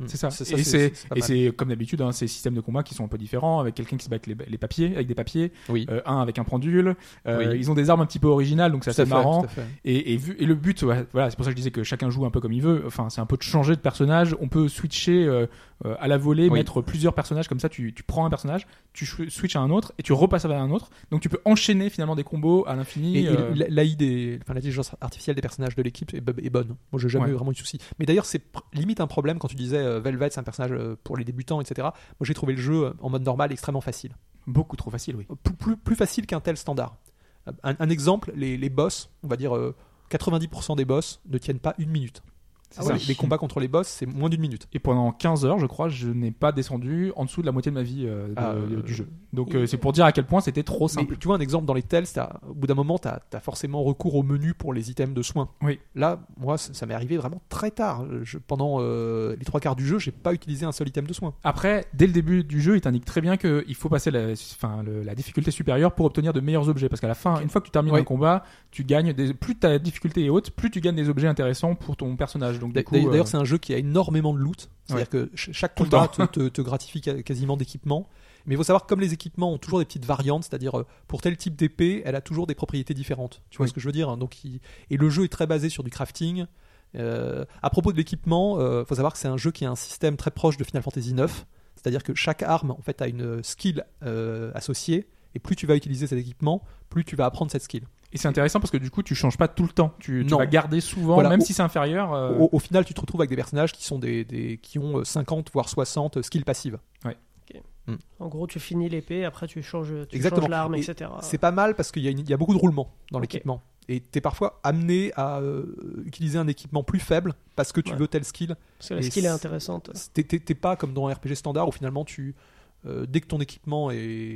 C'est ça. C'est ça, et c'est- c'est, c'est pas et mal. c'est comme d'habitude, hein, ces systèmes de combat qui sont un peu différents, avec quelqu'un qui se bat avec les, les papiers, avec des papiers, Oui. euh, un avec un pendule. Euh, Oui. Ils ont des armes un petit peu originales, donc c'est Tout à assez fait, marrant. tout à fait. Et, et, vu, et le but, ouais, voilà, c'est pour ça que je disais que chacun joue un peu comme il veut. Enfin, c'est un peu de changer de personnage. On peut switcher euh, euh, à la volée, Oui. mettre plusieurs personnages comme ça. Tu, tu prends un personnage, tu ch- switches à un autre et tu repasses à un autre. Donc tu peux enchaîner finalement des combos à l'infini. Et, et euh, l'A I des, enfin l'intelligence artificielle des personnages de l'équipe est, est bonne. Moi, j'ai jamais Ouais. eu vraiment eu de souci. Mais d'ailleurs, c'est pr- limite un problème quand tu disais euh, Velvet, c'est un personnage euh, pour les débutants, et cetera. Moi, j'ai trouvé le jeu euh, en mode normal extrêmement facile, Beaucoup trop facile, oui. plus, plus, plus facile qu'un tel standard. Un, un exemple, les, les boss, on va dire euh, quatre-vingt-dix pour cent des boss ne tiennent pas une minute. C'est Ah ça. ouais, les combats contre les boss, c'est moins d'une minute. Et pendant quinze heures, je crois, je n'ai pas descendu en dessous de la moitié de ma vie euh, de- Ah, de- euh, du jeu. Donc euh, c'est pour dire à quel point c'était trop Mais simple. tu vois un exemple dans les Tales, t'as- au bout d'un moment, tu as forcément recours au menu pour les items de soins. Oui. Là, moi, ça, ça m'est arrivé vraiment très tard. Je- pendant euh, les trois quarts du jeu, j'ai pas utilisé un seul item de soins. Après, dès le début du jeu, il t'indique très bien qu'il faut passer la, enfin, le- la difficulté supérieure pour obtenir de meilleurs objets. Parce qu'à la fin, une fois que tu termines Oui. un combat, tu gagnes des, plus ta difficulté est haute, plus tu gagnes des objets intéressants pour ton personnage. Donc, du coup, D'ailleurs, euh, c'est un jeu qui a énormément de loot. C'est-à-dire que ch- chaque Tout le combat temps. te, te- te gratifie ca- quasiment d'équipements. Mais il faut savoir que comme les équipements ont toujours des petites variantes, c'est-à-dire euh, pour tel type d'épée, elle a toujours des propriétés différentes. Tu vois Oui. ce que je veux dire, hein. Donc, il- et le jeu est très basé sur du crafting. Euh, à propos de l'équipement, il faut savoir que c'est un jeu qui a un système très proche de Final Fantasy neuf. C'est-à-dire que chaque arme en fait, a une skill euh, associée. Et plus tu vas utiliser cet équipement, plus tu vas apprendre cette skill. et c'est intéressant parce que du coup, tu changes pas tout le temps. Tu, tu Non. vas garder souvent, Voilà. même Au- si c'est inférieur. euh, Au, au final, tu te retrouves avec des personnages qui, sont des, des- qui ont euh, cinquante voire soixante skills passives. En gros, tu finis l'épée, après tu changes, tu Exactement. changes l'arme, Et et cetera. C'est pas mal parce qu'il y, a une- il y a beaucoup de roulements dans Ok. l'équipement. Et tu es parfois amené à euh, utiliser un équipement plus faible parce que tu Ouais. veux tel skill. Parce que la et skill est c'est- intéressante. T'es- T'es t'es pas comme dans un R P G standard où finalement tu. euh, dès que ton équipement est,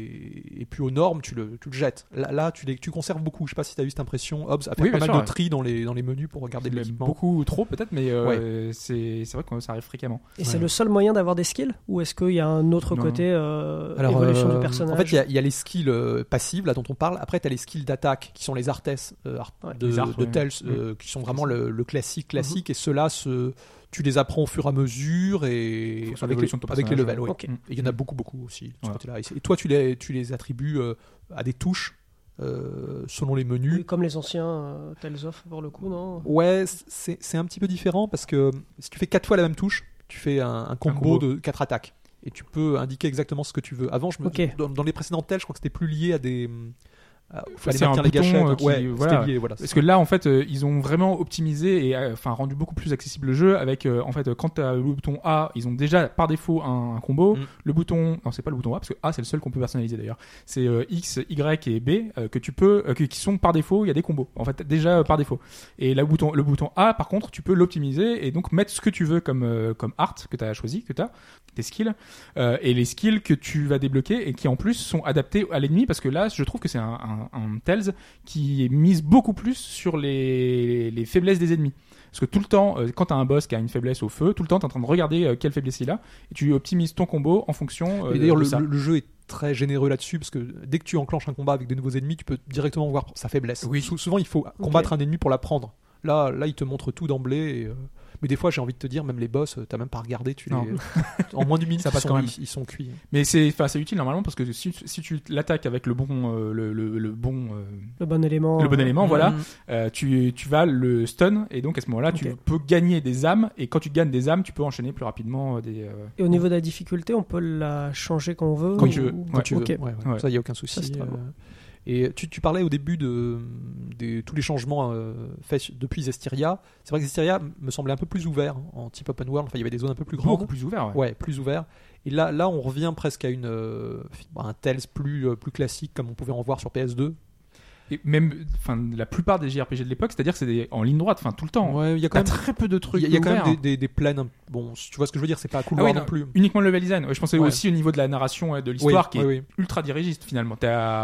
est plus aux normes, tu le, tu le jettes. Là, là tu, les- tu conserves beaucoup. Je sais pas si tu as eu cette impression, Hobbs, à faire Oui, pas bien mal sûr, de ouais. tri dans les, dans les menus pour regarder Même l'équipement. beaucoup trop peut-être, mais euh, c'est, c'est vrai que ça arrive fréquemment. Et c'est Ouais. le seul moyen d'avoir des skills? Ou est-ce qu'il y a un autre Non. côté euh, Alors, évolution euh, du personnage? En fait, il y a- il y, a les skills euh, passives là dont on parle. Après, tu as les skills d'attaque qui sont les artes euh, art- Ouais. de, Les arts, de ouais. Tales, euh, qui sont vraiment le, le classique classique. Et ceux-là, se, tu les apprends au fur et à mesure et Fonction avec, les, d'évolution de ton avec les personnage, levels. ouais. oui. Ok. Et il y en a beaucoup, beaucoup aussi. de ce Voilà. côté-là. Et, et toi, tu les, tu les attribues euh, à des touches euh, selon les menus. Oui, comme les anciens euh, Tales of, pour le coup, non? Ouais, c'est c'est un petit peu différent parce que si tu fais quatre fois la même touche, tu fais un, un combo, combo. de quatre attaques. Et tu peux indiquer exactement ce que tu veux. Avant, je me, Ok. dans, dans les précédentes telles, je crois que c'était plus lié à des. À, fallait c'est un maintenir les bouton, gâchettes. euh, qui- ouais, voilà. c'était lié, voilà. Parce que là, en fait, euh, ils ont vraiment optimisé et euh, enfin rendu beaucoup plus accessible le jeu avec, euh, en fait, euh, quand tu as le bouton A, ils ont déjà par défaut un, un combo. Mm. Le bouton, non, c'est pas le bouton A parce que A c'est le seul qu'on peut personnaliser d'ailleurs. C'est euh, X, Y et B euh, que tu peux, euh, que- qui sont par défaut. Il y a des combos. En fait, déjà euh, par défaut. Et le bouton, le bouton A, par contre, tu peux l'optimiser et donc mettre ce que tu veux comme euh, comme art que tu as choisi, que tu as tes skills euh, et les skills que tu vas débloquer et qui en plus sont adaptés à l'ennemi parce que là, je trouve que c'est un, un, un Tales qui mise beaucoup plus sur les, les faiblesses des ennemis. Parce que tout le temps, euh, quand tu as un boss qui a une faiblesse au feu, tout le temps tu es en train de regarder euh, quelle faiblesse il a et tu optimises ton combo en fonction euh, Et d'ailleurs, de le, ça. le- le jeu est très généreux là-dessus parce que dès que tu enclenches un combat avec des nouveaux ennemis, tu peux directement voir sa faiblesse. Oui. Sou- souvent, il faut combattre un ennemi pour l'apprendre. Là, là, il te montre tout d'emblée. et, euh, Mais des fois, j'ai envie de te dire, même les boss, euh, t'as même pas regardé. Tu les... Non. En moins d'une minute, Ça ils passe sont, quand même. Ils, ils sont cuits. Mais c'est, enfin, c'est utile normalement parce que si, si tu l'attaques avec le bon, euh, le, le, le bon, euh, Le bon élément. le bon euh, élément, voilà, Mhm. euh, tu, tu vas le stun et donc à ce moment-là, tu Ok. peux gagner des âmes et quand tu gagnes des âmes, tu peux enchaîner plus rapidement euh, des. euh, Et au niveau de la difficulté, on peut la changer quand on veut? Quand ou- tu veux. ou- Quand tu veux. Ok. Ouais, ouais. Ouais. Ça, il n'y a aucun souci. Ça, c'est très euh, bon. Et tu, tu parlais au début de, de tous les changements euh, faits depuis Zestiria. C'est vrai que Zestiria me semblait un peu plus ouvert en type open world. Enfin, il y avait des zones un peu plus grandes. beaucoup plus ouvert. Ouais. Ouais, plus ouvert. Et là, là, on revient presque à une, euh, un Tales plus, euh, plus classique comme on pouvait en voir sur P S deux. Et même, enfin, la plupart des J R P G de l'époque, c'est-à-dire que c'est des- en ligne droite, enfin tout le temps. Ouais, il y a T'as quand même, très peu de trucs. il y a, il y a quand ouverts. même des, des, des plaines. un- Bon, tu vois ce que je veux dire, c'est pas cool Ah oui, non, non, plus. Uniquement le level design. Ouais, je pensais Ouais. aussi au niveau de la narration et de l'histoire Oui, qui est oui, oui. ultra dirigiste finalement. T'as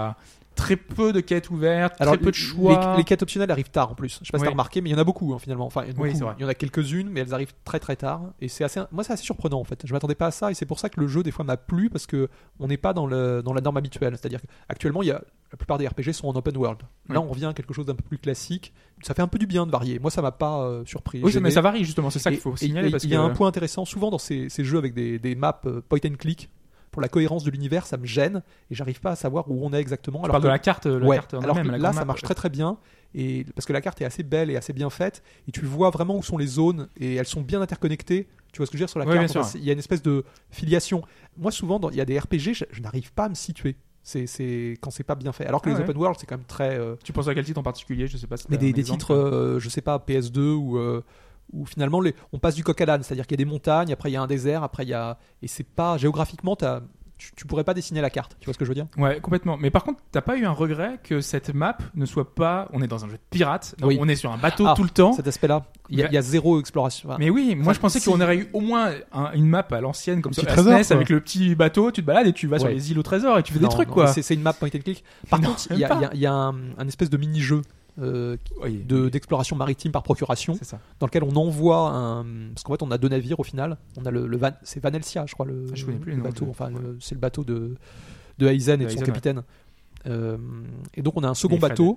très peu de quêtes ouvertes, Alors, très peu de les- choix. Les, les quêtes optionnelles arrivent tard en plus. Je sais pas si Oui. t'as remarqué, mais il y en a beaucoup hein, finalement. Enfin, il y en a Oui, beaucoup. c'est vrai. Il y en a quelques-unes, mais elles arrivent très très tard. Et c'est assez, moi, c'est assez surprenant en fait. Je m'attendais pas à ça, et c'est pour ça que le jeu des fois m'a plu parce que on n'est pas dans le dans la norme habituelle. C'est-à-dire qu'actuellement, il y a la plupart des R P G sont en open world. Là, Oui. on revient à quelque chose d'un peu plus classique. Ça fait un peu du bien de varier. Moi, ça m'a pas euh, surpris. Oui, J'ai mais aimé. ça varie justement, c'est ça Et- qu'il faut et- signaler et parce il que y a un point intéressant souvent dans ces, ces jeux avec des, des maps euh, point and click. Pour la cohérence de l'univers, ça me gêne et j'arrive pas à savoir où on est exactement. tu Alors parles que- de la carte, la ouais, carte en alors elle-même, que la là, grande ça map. marche très très bien et parce que la carte est assez belle et assez bien faite et tu vois vraiment où sont les zones et elles sont bien interconnectées. Tu vois ce que je veux dire sur la Oui, bien carte. sûr. Enfin, c'est- il y a une espèce de filiation. Moi, souvent, dans- il y a des R P G, je, je n'arrive pas à me situer. C'est, c'est quand c'est pas bien fait. Alors que Ah les ouais. open world, c'est quand même très. euh, Tu penses à quel titre en particulier? Je sais pas si mais t'as des, un des exemple. titres, euh, je sais pas, P S deux ou. euh, où finalement les, on passe du coq à l'âne, c'est-à-dire qu'il y a des montagnes, après il y a un désert, après il y a et c'est pas géographiquement t'as, tu, tu pourrais pas dessiner la carte, tu vois ce que je veux dire? Ouais, complètement. Mais par contre, t'as pas eu un regret que cette map ne soit pas. On est dans un jeu de pirate, donc Oui. on est sur un bateau Ah, tout le temps. Cet aspect-là, il y, a- Bah- il y a zéro exploration. Enfin, Mais oui, moi Enfin, je pensais si- qu'on aurait eu au moins un- une map à l'ancienne comme Un sur petit S N E S trésor, quoi. avec le petit bateau, tu te balades et tu vas sur Ouais. les îles au trésor et tu fais non, des trucs non, quoi. C'est, c'est une map point and click. Par Non, contre, il y, a- même il y a- il y a un, un espèce de mini-jeu euh, qui- Oui, de, oui, d'exploration maritime par procuration, c'est ça. dans lequel on envoie un. Parce qu'en fait, on a deux navires au final. On a le, le Van- c'est Vanelsia, je crois, le, Ah, je connais plus le le nom bateau. de- Enfin, le- c'est le bateau de, de Aizen et De de son Aizen, capitaine. Euh, et donc, on a un second Et Fred. bateau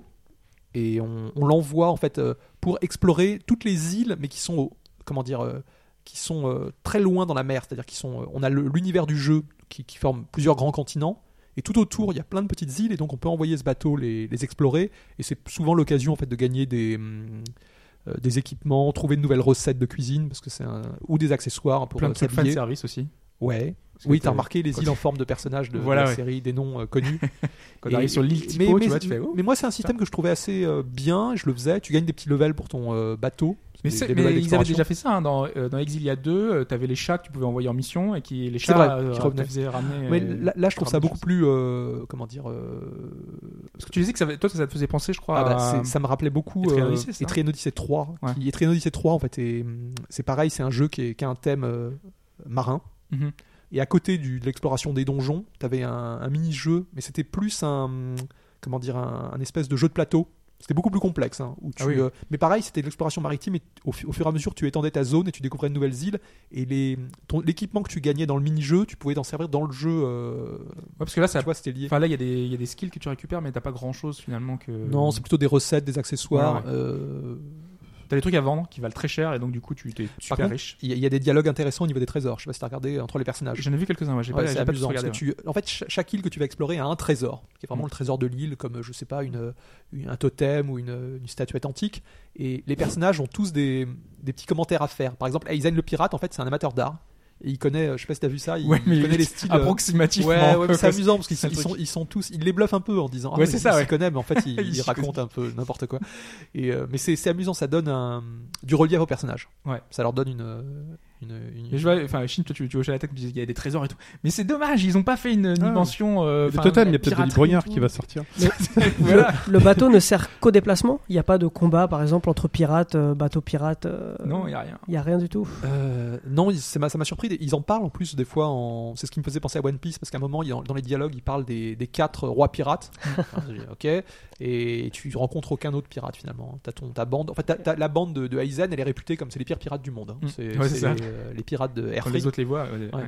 et on, on l'envoie en fait euh, pour explorer toutes les îles, mais qui sont, au- comment dire, euh, qui sont euh, très loin dans la mer. C'est-à-dire qu'ils sont, euh, on a le- l'univers du jeu qui, qui forme plusieurs grands continents. Et tout autour, il y a plein de petites îles, et donc on peut envoyer ce bateau les, les explorer. Et c'est souvent l'occasion en fait de gagner des, hum, euh, des équipements, trouver de nouvelles recettes de cuisine, parce que c'est un, ou des accessoires pour Plein euh, de trucs fan s'habiller. service aussi. Ouais. Parce que Oui, t'as- t'as remarqué les quand îles tu- en forme de personnages de, de Voilà, la ouais. série, des noms euh, connus. Quand Et- t'arrives sur l'île mais, Tipo, mais, tu vois, tu fais oh. mais moi, c'est un système que je trouvais assez euh, bien. Je le faisais. Tu gagnes des petits levels pour ton euh, bateau. Mais, Des- c'est- des mais levels ils avaient d'exploration. déjà fait ça hein, dans, euh, dans Exilia deux, euh, t'avais les chats que tu pouvais envoyer en mission et qui les C'est chats vrai, euh, qui te revenaient. faisaient ramener. Mais euh, là, là, je trouve ça ramener beaucoup des choses. plus, euh, comment dire, euh, Parce que tu disais que ça, toi ça te faisait penser, je crois. ah bah, à- c'est- ça me rappelait beaucoup Etrian euh, Odyssey, c'est ça Etrian Odyssey trois. Ouais. Qui, Etrian Odyssey trois, en fait, est, hum, c'est pareil, c'est un jeu qui, est, qui a un thème euh, marin. Mhm. Et à côté du, de l'exploration des donjons, t'avais un, un mini-jeu, mais c'était plus un, comment dire, un, un espèce de jeu de plateau. C'était beaucoup plus complexe. Hein, où tu, Ah oui. euh, mais pareil, c'était de l'exploration maritime. Et au, fu- au fur et à mesure, tu étendais ta zone et tu découvrais de nouvelles îles. Et les, ton- l'équipement que tu gagnais dans le mini-jeu, tu pouvais t'en servir dans le jeu. euh, Ouais, parce que là, ça. tu vois, c'était lié. Enfin là, il y, a des- il y a des skills que tu récupères, mais t'as pas grand chose finalement que. Non, c'est plutôt des recettes, des accessoires. Ouais, ouais. euh, T'as des trucs à vendre qui valent très cher et donc du coup tu t'es super contre, riche. Il y, a- il y a des dialogues intéressants au niveau des trésors. Je sais pas si t'as regardé entre les personnages. J'en ai vu quelques-uns, ouais, j'ai Ouais, pas, c'est j'ai pas tous amusant, regardé. parce que tu- en fait, ch- chaque île que tu vas explorer a un trésor, qui est vraiment Mm. le trésor de l'île, comme je sais pas une, une- un totem ou une, une statuette antique. Et les personnages ont tous des, des petits commentaires à faire. Par exemple, Aizen le pirate, en fait, c'est un amateur d'art. Et il connaît, euh, je sais pas si t'as vu ça, il, Ouais, mais il connaît les styles. euh, approximativement. Ouais, ouais, mais c'est Ouais, amusant parce qu'ils c'est ils le sont, truc. ils sont tous, ils les bluffent un peu en disant, ah, Ouais, mais c'est il- ça, il ouais. s'y connaît, mais en fait, il, Il il s'y raconte un peu n'importe quoi. Et euh, mais c'est, c'est amusant, ça donne un, du relief aux personnages. Ouais. Ça leur donne une, euh, une, une- Mais je vois, enfin, Chine, toi, tu, tu hochais la tête, tu disais qu'il y a des trésors et tout. Mais c'est dommage, ils ont pas fait une, une Ah. dimension. euh, Le enfin, totem, il y a peut-être piraterie des brognards et tout. qui va sortir. Voilà. Le, le bateau ne sert qu'au déplacement. Il n'y a pas de combat, par exemple, entre pirates, euh, bateaux pirates. euh, Non, il y a rien. Il n'y a rien du tout. Euh, non, il- ça m'a, ça m'a surpris. Ils en parlent en plus des fois. En... C'est ce qui me faisait penser à One Piece parce qu'à un moment, il- dans les dialogues, ils parlent des, des quatre rois pirates. Enfin, j'ai dit, ok. Et tu rencontres aucun autre pirate finalement. T'as ton ta bande. En fait, t'as, t'as la bande de, de Aizen, elle est réputée comme c'est les pires pirates du monde. hein. Mm. C'est, Ouais, c'est c'est ça. les, euh, les pirates de Air Quand Free. les autres les voient. ouais, Ouais. ouais.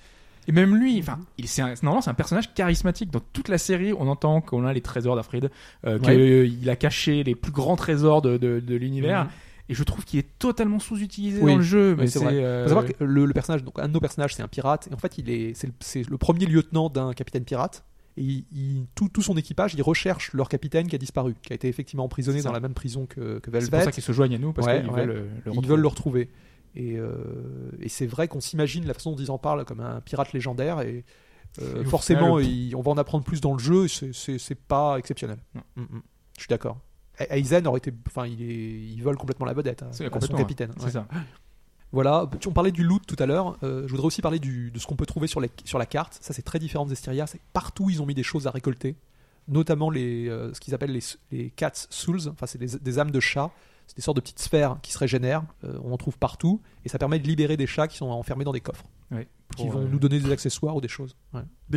Et même lui, enfin, il c'est un, normalement c'est un personnage charismatique. Dans toute la série, on entend qu'on a les trésors d'Afrid, euh, Ouais. qu'il a caché les plus grands trésors de, de, de l'univers. Mhm. Et je trouve qu'il est totalement sous-utilisé Oui, dans le jeu. oui, Mais c'est c'est, vrai. euh, Faut savoir que le, le personnage, donc un de nos personnages, c'est un pirate. Et en fait, il est, c'est le, c'est le premier lieutenant d'un capitaine pirate. Et il, il- tout, tout son équipage, il recherche leur capitaine qui a disparu, qui a été effectivement emprisonné C'est ça. dans la même prison que, que c'est pour Velvet. ça qu'ils se joignent à nous parce Ouais, qu'ils ouais. veulent euh, le Ils retrouver. veulent le retrouver. Et, euh, et c'est vrai qu'on s'imagine la façon dont ils en parlent comme un pirate légendaire. Et, euh, Et au forcément, final, il- on va en apprendre plus dans le jeu. Et c'est, c'est, c'est pas exceptionnel. Non. Mm, mm. Je suis d'accord. A- Aizen aurait été, enfin, il, est, il vole complètement la vedette. hein, C'est à son complètement, capitaine. C'est Ouais. ça. Voilà, tu- on parlait du loot tout à l'heure. Euh, je voudrais aussi parler du, de ce qu'on peut trouver sur, les, sur la carte. Ça, c'est très différent de Zestiria. C'est que partout, ils ont mis des choses à récolter, notamment les, euh, ce qu'ils appellent les, les Cat's Souls. Enfin, c'est des, des âmes de chats. C'est des sortes de petites sphères qui se régénèrent. Euh, on en trouve partout. Et ça permet de libérer des chats qui sont enfermés dans des coffres, Ouais, qui pour, vont euh, nous donner des accessoires ou des choses. Ouais. Des chats.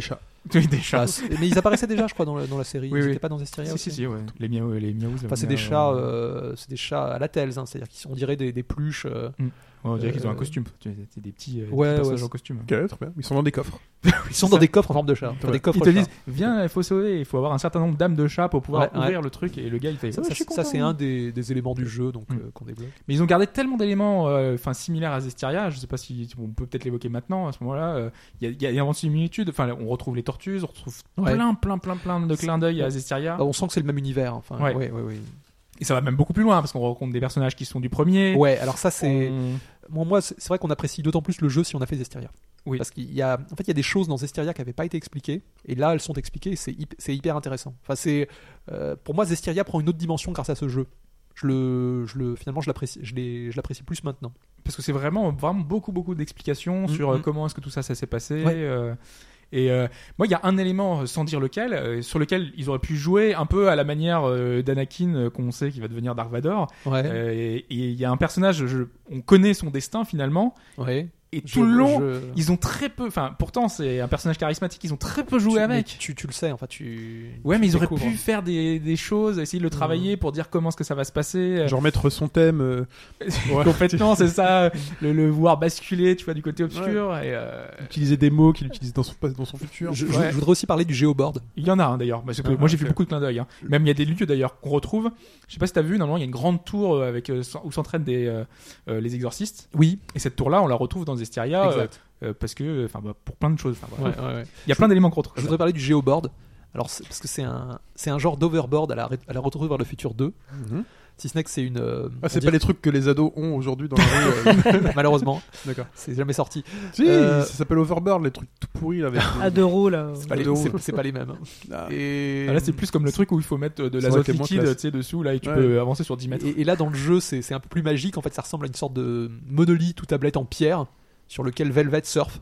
Oui, des chats. Enfin, c'est- mais ils apparaissaient déjà, je crois, dans, le- dans la série. Oui, ils oui. n'étaient pas dans Zestiria Si, aussi. si, si, ouais. Les miaou, les miaou. Enfin, c'est des chats, euh, c'est des chats à la Tales, hein, c'est-à-dire qu'on dirait des, des pluches. euh, Ouais, on dirait qu'ils ont un euh, costume. Tu sais, C'est des petits, euh, des Ouais, petits personnages ouais, en costume. Ok, très bien. Ils sont dans des coffres. Ils sont dans des coffres en forme de chat. Enfin, Ouais. des coffres Ils te chats. disent, viens, il faut sauver, il faut avoir un certain nombre d'âmes de chat pour pouvoir Ouais, ouvrir le truc. Et le gars, il fait, Ça, ouais, ça, je suis ça, content. c'est un des, des éléments du jeu donc Mm. euh, qu'on débloque. Mais ils ont gardé tellement d'éléments euh, enfin similaires à Zestiria, je sais pas si on peut peut-être l'évoquer maintenant à ce moment-là. euh, Il y a- il y a énormément de similitudes. Enfin, on retrouve les tortues, on retrouve Ouais. plein, plein, plein, plein de clins d'œil à Zestiria. Ah, on sent que c'est le même univers. Enfin, Ouais. ouais, ouais, ouais. Et ça va même beaucoup plus loin parce qu'on rencontre des personnages qui sont du premier. Ouais, alors ça c'est. On- Moi, moi, c'est c'est vrai qu'on apprécie d'autant plus le jeu si on a fait Zestiria. Oui. Parce qu'il y a, en fait, il y a des choses dans Zestiria qui n'avaient pas été expliquées, et là, elles sont expliquées. Et c'est hyp- c'est hyper intéressant. Enfin, c'est euh, pour moi, Zestiria prend une autre dimension grâce à ce jeu. Je le, je le, finalement, je l'apprécie, je l'ai- je l'apprécie plus maintenant. Parce que c'est vraiment, vraiment beaucoup, beaucoup d'explications sur euh, Mhm. comment est-ce que tout ça, ça s'est passé. Ouais. euh, et euh, moi, il y a un élément, euh, sans dire lequel, euh, sur lequel ils auraient pu jouer un peu à la manière euh, d'Anakin, euh, qu'on sait qui va devenir Dark Vador. Ouais. Euh, et et il y a un personnage, je- on connaît son destin finalement, ouais. et Je- tout le long, je- ils ont très peu. Enfin, pourtant, c'est un personnage charismatique, ils ont très peu joué tu, avec. mais Tu, tu le sais, enfin, tu. Ouais, tu mais ils auraient découvres. pu faire des, des choses, essayer de le travailler pour dire comment est-ce que ça va se passer. Genre mettre son thème. euh, ouais. Complètement, c'est ça. Le, le voir basculer, tu vois, du côté obscur. Et euh, Utiliser des mots qu'il utilise dans son, dans son futur. Je, je- Ouais. je voudrais aussi parler du Geoboard. il y en a un d'ailleurs. Parce que Ah, moi, j'ai ok. vu beaucoup de clins d'œil. Hein. Même il y a des lieux d'ailleurs qu'on retrouve. Je sais pas si t'as vu. Normalement, il y a une grande tour euh, avec euh, où s'entraînent des euh, euh, les exorcistes. Oui, Et cette tour-là, on la retrouve dans Zestiria. euh, exact. euh, parce que, enfin, bah, pour plein de choses. Enfin, voilà. Ouais, ouais, ouais. Il y a plein d'éléments qu'on retrouve. Je voudrais parler du Geoboard. Alors, c'est- parce que c'est un, c'est un genre d'overboard à la, à la Retour vers le futur deux. Mhm. Si ce n'est que c'est une. euh, Ah, c'est on pas les trucs que les ados ont aujourd'hui dans la rue. euh. dirait- Malheureusement, D'accord. c'est jamais sorti. Si, Euh, ça s'appelle Overboard, les trucs tout pourris là, avec. À deux roues, là. C'est pas, les, deux roues. c'est- c'est pas les mêmes. Ah. Et, Ah, là, c'est plus comme le truc où il faut mettre euh, de Ça aurait l'azote été moins liquide, classe. tu sais, dessous, là, et tu Ouais. peux avancer sur dix mètres. et, et là, dans le jeu, c'est c'est un peu plus magique. En fait, ça ressemble à une sorte de monolithe ou tablette en pierre sur lequel Velvet surfe.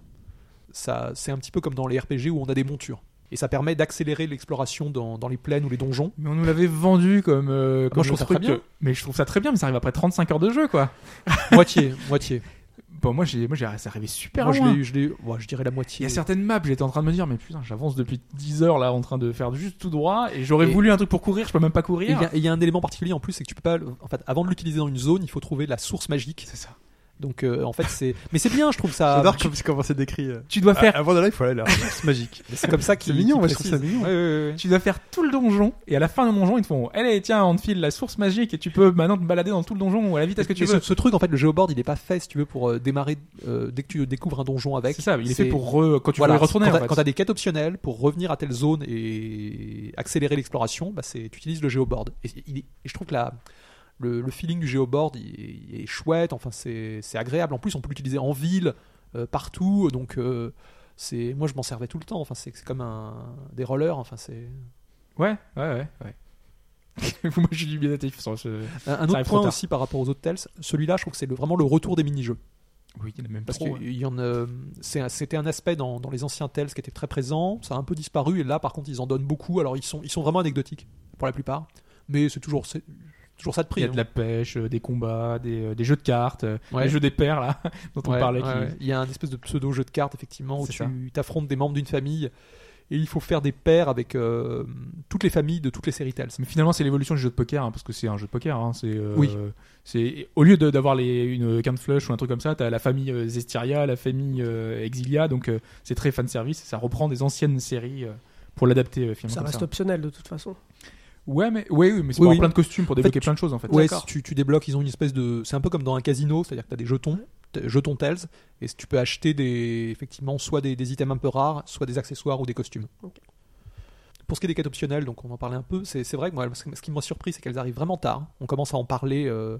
Ça, c'est un petit peu comme dans les R P G où on a des montures. Et ça permet d'accélérer l'exploration dans, dans les plaines ou les donjons. Mais on nous l'avait vendu comme, euh, comme Moi, je le trouve ça truc très bien. que- Mais je trouve ça très bien, mais ça arrive après trente-cinq heures de jeu, quoi. moitié, moitié. Bon, moi, j'ai, moi, j'ai, ça arrivait super Moi, je loin. l'ai, je l'ai, ouais, je dirais la Il moitié. y a certaines maps, j'étais en train de me dire, mais putain, j'avance depuis dix heures là, en train de faire juste tout droit, et j'aurais Et- voulu un truc pour courir, je peux même pas Et il courir. y, a- et il y a un élément particulier en plus, c'est que tu peux pas. le- En fait, avant de l'utiliser dans une zone, il faut trouver la source magique. C'est ça. Donc, euh, en fait, c'est. Mais c'est bien, je trouve ça. J'adore comme- comment c'est décrit. euh. Tu dois faire, Ah, Avant d'aller, il faut aller là. C'est magique. C'est comme ça qu'il. C'est mignon, qu'il ouais, je trouve ça précise. mignon. Ouais, ouais, ouais. tu dois faire tout le donjon, et à la fin du donjon, ils te font, allez, tiens, on te file la source magique, et tu peux maintenant te balader dans tout le donjon ou à la vitesse que tu Mais veux. ce, ce truc, en fait, le Geoboard, il est pas fait, si tu veux, pour euh, démarrer euh, dès que tu découvres un donjon avec. C'est ça, il est C'est- fait pour re- quand tu Voilà, veux y retourner. quand en t'as fait. quand t'as des quêtes optionnelles pour revenir à telle zone et accélérer l'exploration, bah c'est, tu utilises le Geoboard. Et, il est- et je trouve que la, le, le feeling du Geoboard il est, il est chouette, enfin c'est, c'est agréable. En plus, on peut l'utiliser en ville, euh, partout, donc euh, c'est, moi je m'en servais tout le temps. Enfin, c'est, c'est comme un, des rollers, enfin c'est. Ouais, ouais, ouais, ouais. Moi, je suis dubitatif sur ce. Un, un Ça autre arrive trop point tard. aussi par rapport aux autres Tales, celui-là, je trouve que c'est le- vraiment le retour des mini-jeux. Oui, il y en a même Parce trop. qu'il y en a, c'est un- c'était un aspect dans, dans les anciens Tales qui était très présent, ça a un peu disparu, et là par contre ils en donnent beaucoup, alors ils sont, ils sont vraiment anecdotiques pour la plupart, mais c'est toujours, c'est toujours ça de Il prix. y a de hein. la pêche, euh, des combats, des, euh, des jeux de cartes, euh, Ouais. les jeux des pères là, dont on Ouais, parlait. ouais, qui- ouais. Il y a un espèce de pseudo jeu de cartes effectivement où C'est tu t'affrontes des membres d'une famille et il faut faire des paires avec euh, toutes les familles de toutes les séries Tales. Mais finalement, c'est l'évolution du jeu de poker, hein, parce que c'est un jeu de poker. Hein, c'est, euh, Oui. c'est au lieu de, d'avoir les, une carte flush ou un truc comme ça, t'as la famille euh, Zestiria, la famille euh, Exilia, donc euh, c'est très fan service. Ça reprend des anciennes séries euh, pour l'adapter euh, finalement. Ça comme reste ça. optionnel de toute façon. Ouais, mais ouais, oui, mais c'est Oui, pour oui. avoir plein de costumes pour En fait, débloquer tu- plein de choses en fait. Ouais, D'accord. si tu, tu débloques, ils ont une espèce de. C'est un peu comme dans un casino, c'est-à-dire que tu as des jetons, t- jetons Tales, et tu peux acheter des, effectivement soit des, des items un peu rares, soit des accessoires ou des costumes. Ok. Pour ce qui est des quêtes optionnelles, donc on en parlait un peu, c'est, c'est vrai que moi, ce ce qui m'a surpris, c'est qu'elles arrivent vraiment tard. On commence à en parler euh,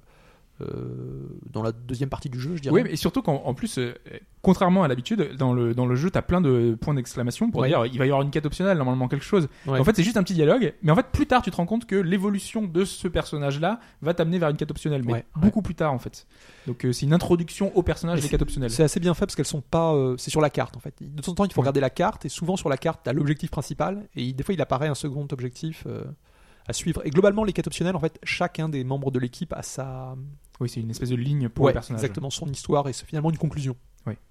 euh, dans la deuxième partie du jeu, je dirais. Oui, mais surtout qu'en en plus, euh, contrairement à l'habitude, dans le, dans le jeu, t'as plein de points d'exclamation pour Ouais. dire il va y avoir une quête optionnelle, normalement quelque chose. Ouais. En fait, c'est juste un petit dialogue, mais en fait, plus tard, tu te rends compte que l'évolution de ce personnage-là va t'amener vers une quête optionnelle, mais Ouais, beaucoup plus tard en fait. Donc, euh, c'est une introduction au personnage Mais des c'est- quêtes optionnelles. C'est assez bien fait parce qu'elles sont pas. euh, c'est sur la carte en fait. De temps en temps, il faut Ouais. regarder la carte et souvent sur la carte, t'as l'objectif principal et il- des fois il apparaît un second objectif euh, à suivre. Et globalement, les quêtes optionnelles, en fait, chacun des membres de l'équipe a sa. Oui, c'est une espèce de ligne pour Ouais, le personnage. exactement son histoire et c'est finalement une conclusion.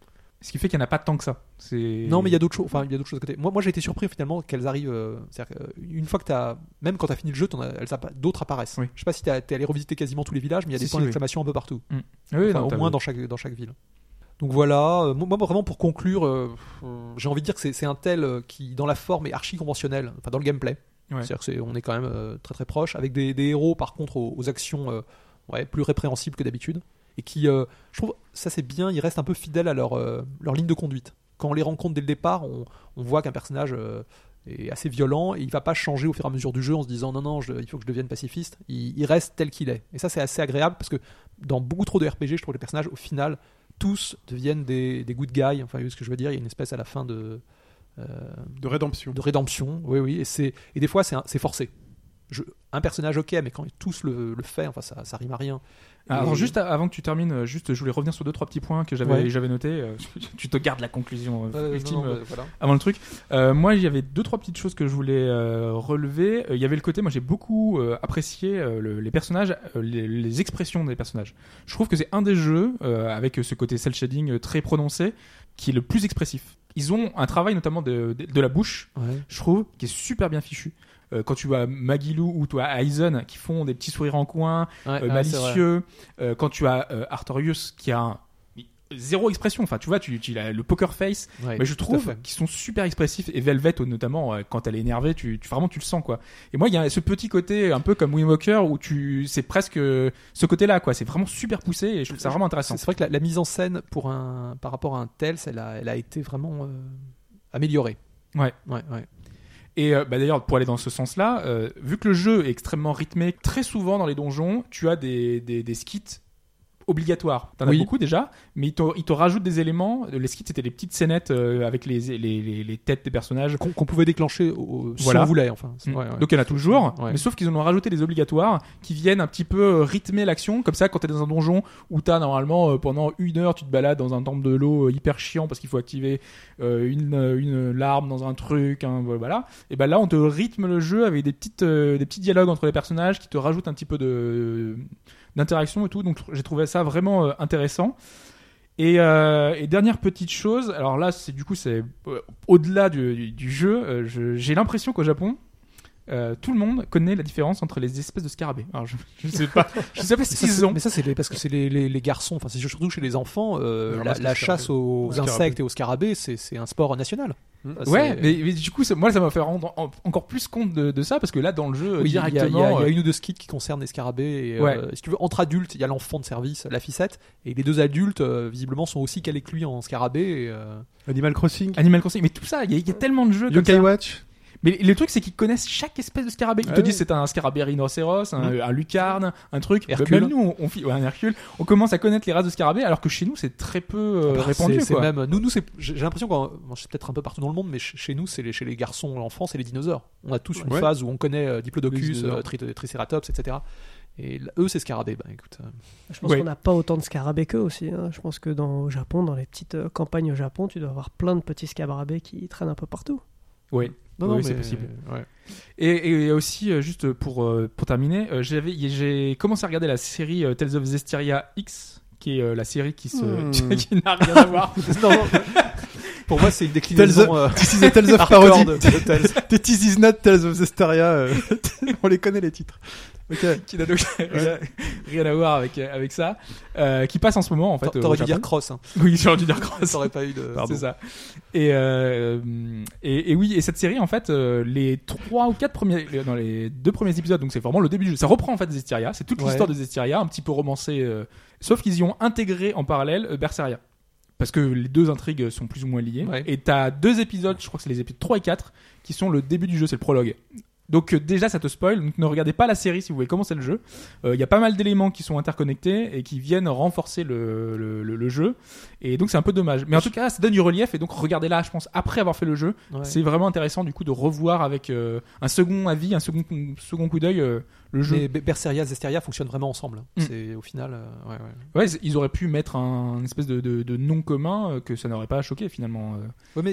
Ce qui fait qu'il n'y en a pas tant que ça. C'est... Non, mais il y a d'autres choses. Enfin, il y a d'autres choses à côté. Moi, moi, j'ai été surpris finalement qu'elles arrivent. Euh, c'est-à-dire qu'une fois que t'as, même quand t'as fini le jeu, t'en as- elles appa- d'autres apparaissent. Oui. Je sais pas si t'as- t'es allé revisiter quasiment tous les villages, mais il y a Si, des si, points oui. d'exclamation un peu partout. Mm. Oui, Enfin, non, au t'as- moins dans chaque dans chaque ville. Donc voilà. euh, moi, moi, vraiment pour conclure, euh, euh, j'ai envie de dire que c'est, c'est un tel euh, qui, dans la forme, est archi conventionnel. Enfin, dans le gameplay. Ouais. C'est-à-dire que c'est, on est quand même euh, très très proche, avec des, des héros par contre aux, aux actions euh, ouais, plus répréhensibles que d'habitude, et qui, euh, je trouve, ça c'est bien, ils restent un peu fidèles à leur, euh, leur ligne de conduite. Quand on les rencontre dès le départ, on, on voit qu'un personnage euh, est assez violent, et il va pas changer au fur et à mesure du jeu en se disant non non, je- il faut que je devienne pacifiste. Il, il reste tel qu'il est. Et ça c'est assez agréable parce que dans beaucoup trop de R P G, je trouve que les personnages au final tous deviennent des, des good guys. Enfin, vous voyez ce que je veux dire, il y a une espèce à la fin de euh, De rédemption. de rédemption, oui, oui, et, c'est, et des fois c'est, un- c'est forcé. Je, un personnage, ok, mais quand tous le, le fait, enfin, ça, ça rime à rien. Alors Et- juste a- avant que tu termines, euh, juste je voulais revenir sur deux trois petits points que j'avais Ouais. j'avais notés. euh, tu te gardes la conclusion euh, Euh, ultime non, non, euh, bah, voilà. avant le truc. Euh, moi, il y avait deux trois petites choses que je voulais euh, relever. Euh, Il y avait le côté, moi j'ai beaucoup euh, apprécié euh, le- les personnages, euh, les, les expressions des personnages. Je trouve que c'est un des jeux euh, avec ce côté cel shading euh, très prononcé qui est le plus expressif. Ils ont un travail notamment de, de, de la bouche, Ouais. je trouve, qui est super bien fichu. Euh, quand tu vois Magilou ou toi Aizen qui font des petits sourires en coin, Ouais, euh, ouais, c'est vrai. malicieux, euh, quand tu as euh, Artorius qui a un, zéro expression, enfin tu vois, tu, tu as le poker face, Ouais, mais je tout à trouve fait. qu'ils sont super expressifs, et Velvet notamment, euh, quand elle est énervée, tu, tu vraiment tu le sens quoi. Et moi il y a ce petit côté un peu comme Wind Walker où tu c'est presque euh, ce côté-là quoi, c'est vraiment super poussé et je trouve ça vraiment intéressant. C'est, c'est vrai que la, la mise en scène pour un, par rapport à un Tales, elle a, elle a été vraiment euh, améliorée. Ouais. Ouais, ouais. Et euh, bah d'ailleurs, pour aller dans ce sens-là, euh, vu que le jeu est extrêmement rythmé, très souvent dans les donjons, tu as des, des, des skits obligatoires. T'en Oui. as beaucoup déjà, mais ils te, ils te rajoutent des éléments. Les skits, c'était des petites scénettes euh, avec les, les, les, les têtes des personnages. Qu'on, qu'on pouvait déclencher au, si Voilà. on voulait, enfin. C'est- Mm. ouais, ouais. Donc il y en a toujours, Ouais. mais sauf qu'ils en ont rajouté des obligatoires qui viennent un petit peu euh, rythmer l'action. Comme ça, quand t'es dans un donjon où t'as normalement euh, pendant une heure, tu te balades dans un temple de l'eau euh, hyper chiant parce qu'il faut activer euh, une, euh, une larme dans un truc, hein, voilà. Et ben là, on te rythme le jeu avec des petites, euh, des petits dialogues entre les personnages qui te rajoutent un petit peu de d'interaction et tout. Donc j'ai trouvé ça vraiment euh, intéressant. Et, euh, et dernière petite chose, alors là, c'est du coup, c'est euh, au-delà du, du, du jeu. euh, je- j'ai l'impression qu'au Japon, euh, tout le monde connaît la différence entre les espèces de scarabées. Alors je, je sais pas, je sais pas Mais ce ça, qu'ils c'est, ont. mais ça, c'est les- parce que c'est les, les, les garçons, enfin, c'est surtout chez les enfants, euh, Alors, la, parce que la le chasse aux, Scarabée. insectes et aux scarabées, c'est, c'est un sport national. Ça, Ouais, c'est- mais, mais du coup, ça- moi, ça m'a fait rendre en- encore plus compte de, de ça parce que là, dans le jeu, Oui, il y, a- il y a- directement, il y a euh, une ou deux skits qui concernent les scarabées. Et, Ouais. euh, si tu veux, entre adultes, il y a l'enfant de service, la ficette, et les deux adultes, euh, visiblement, sont aussi calés que lui en scarabée. Et, euh, Animal Crossing. Animal Crossing, mais tout ça, il y, a- il y a tellement de jeux comme Yokai ça. Watch. Mais le truc, c'est qu'ils connaissent chaque espèce de scarabée. Ils Ah te oui. disent c'est un scarabée rhinocéros, un, Mhm. un lucarne, un truc. Hercule. Même nous, on, on, fi- ouais, un Hercule, on commence à connaître les races de scarabées, alors que chez nous, c'est très peu euh, bah, répandu. c'est, c'est quoi. même, nous, nous c'est, j'ai j'ai l'impression qu'on, bon, c'est peut-être un peu partout dans le monde, mais chez, chez nous, c'est les, chez les garçons, l'enfant, c'est les dinosaures. On a tous une Ouais. phase où on connaît euh, Les Diplodocus, dinosaures. euh, tri- Triceratops, et cetera. Et là, eux, c'est scarabée. Bah écoute, euh, Je pense Ouais. qu'on n'a pas autant de scarabées qu'eux aussi. hein. Je pense que dans, au Japon, dans les petites euh, campagnes au Japon, tu dois avoir plein de petits scarabées qui traînent un peu partout. Ouais. non, Oui, non, c'est mais- possible. ouais. Et, et aussi, euh, juste pour, euh, pour terminer, euh, j'avais, j'ai commencé à regarder la série euh, Tales of Zestiria X, qui est euh, la série qui, se, Hmm. qui n'a rien à voir. Non, non, pour moi, c'est une déclinaison. euh, This is a Tales of hardcore Parody. de- de Tales. This is not Tales of Zestiria. euh, On les connaît les titres. Ok. qui n'a donc rien, rien à voir avec, euh, avec ça, euh, qui passe en ce moment en fait. T'a- euh, T'aurais au dû dire Japon. cross. Hein. Oui, j'aurais dû dire cross. Ça aurait pas eu de. C'est ça. Et, euh, et, et oui, et cette série, en fait, euh, les trois ou quatre premiers, les- dans les deux premiers épisodes, donc c'est vraiment le début du jeu. Ça reprend en fait Zestiria, c'est toute Ouais. l'histoire de Zestiria, un petit peu romancée, euh, sauf qu'ils y ont intégré en parallèle euh, Berseria. Parce que les deux intrigues sont plus ou moins liées. Ouais. Et t'as deux épisodes, je crois que c'est les épisodes trois et quatre, qui sont le début du jeu, c'est le prologue. Donc euh, déjà ça te spoil, donc ne regardez pas la série si vous voulez commencer le jeu. Il y a pas mal d'éléments qui sont interconnectés et qui viennent renforcer le, le, le, le jeu. Et donc c'est un peu dommage. Mais en tout cas ça donne du relief et donc regardez-la je pense après avoir fait le jeu. Ouais. C'est vraiment intéressant du coup de revoir avec euh, un second avis, un second, second coup d'œil euh, le jeu. Mais Be- Berseria, Zestiria fonctionnent vraiment ensemble. Mm. C'est au final. euh, ouais, ouais. Ouais, c'est- ils auraient pu mettre un, une espèce de, de, de nom commun euh, que ça n'aurait pas choqué finalement. euh. Ouais, mais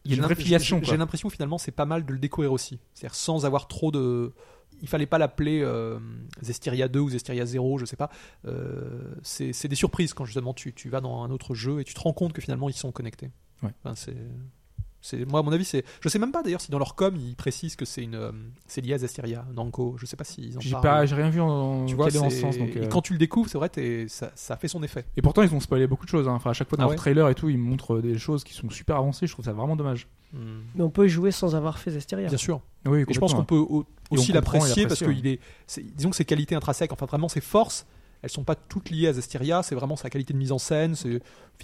Il y a une J'ai vraie l'imp- filiation, J'ai, quoi. j'ai l'impression finalement c'est pas mal de le découvrir aussi. C'est-à-dire sans avoir trop de. Il fallait pas l'appeler euh, Zestiria deux ou Zestiria zéro, je sais pas. Euh, c'est, c'est des surprises quand justement tu, tu vas dans un autre jeu et tu te rends compte que finalement ils sont connectés. Ouais. Enfin, c'est, c'est, moi à mon avis c'est. Je sais même pas d'ailleurs si dans leur com ils précisent que c'est une, euh, c'est lié à Zestiria, Namco. Je sais pas s'ils en J'ai parlent. pas, j'ai rien vu en, Tu qui vois, allait en ce c'est- sens. Donc, et euh, quand tu le découvres, c'est vrai, t'es- ça, ça fait son effet. Et pourtant, ils ont spoilé beaucoup de choses. Hein. Enfin, à chaque fois dans Ah leur ouais trailer et tout, ils montrent des choses qui sont super avancées. Je trouve ça vraiment dommage. Mais on peut y jouer sans avoir fait Zestiria. Bien sûr. Oui, Et je pense qu'on peut au- Et aussi on comprend et l'apprécier parce l'apprécier, que il est, c'est- disons que ses qualités intrinsèques, enfin vraiment ses forces, elles sont pas toutes liées à Zestiria. C'est vraiment sa qualité de mise en scène. C'est,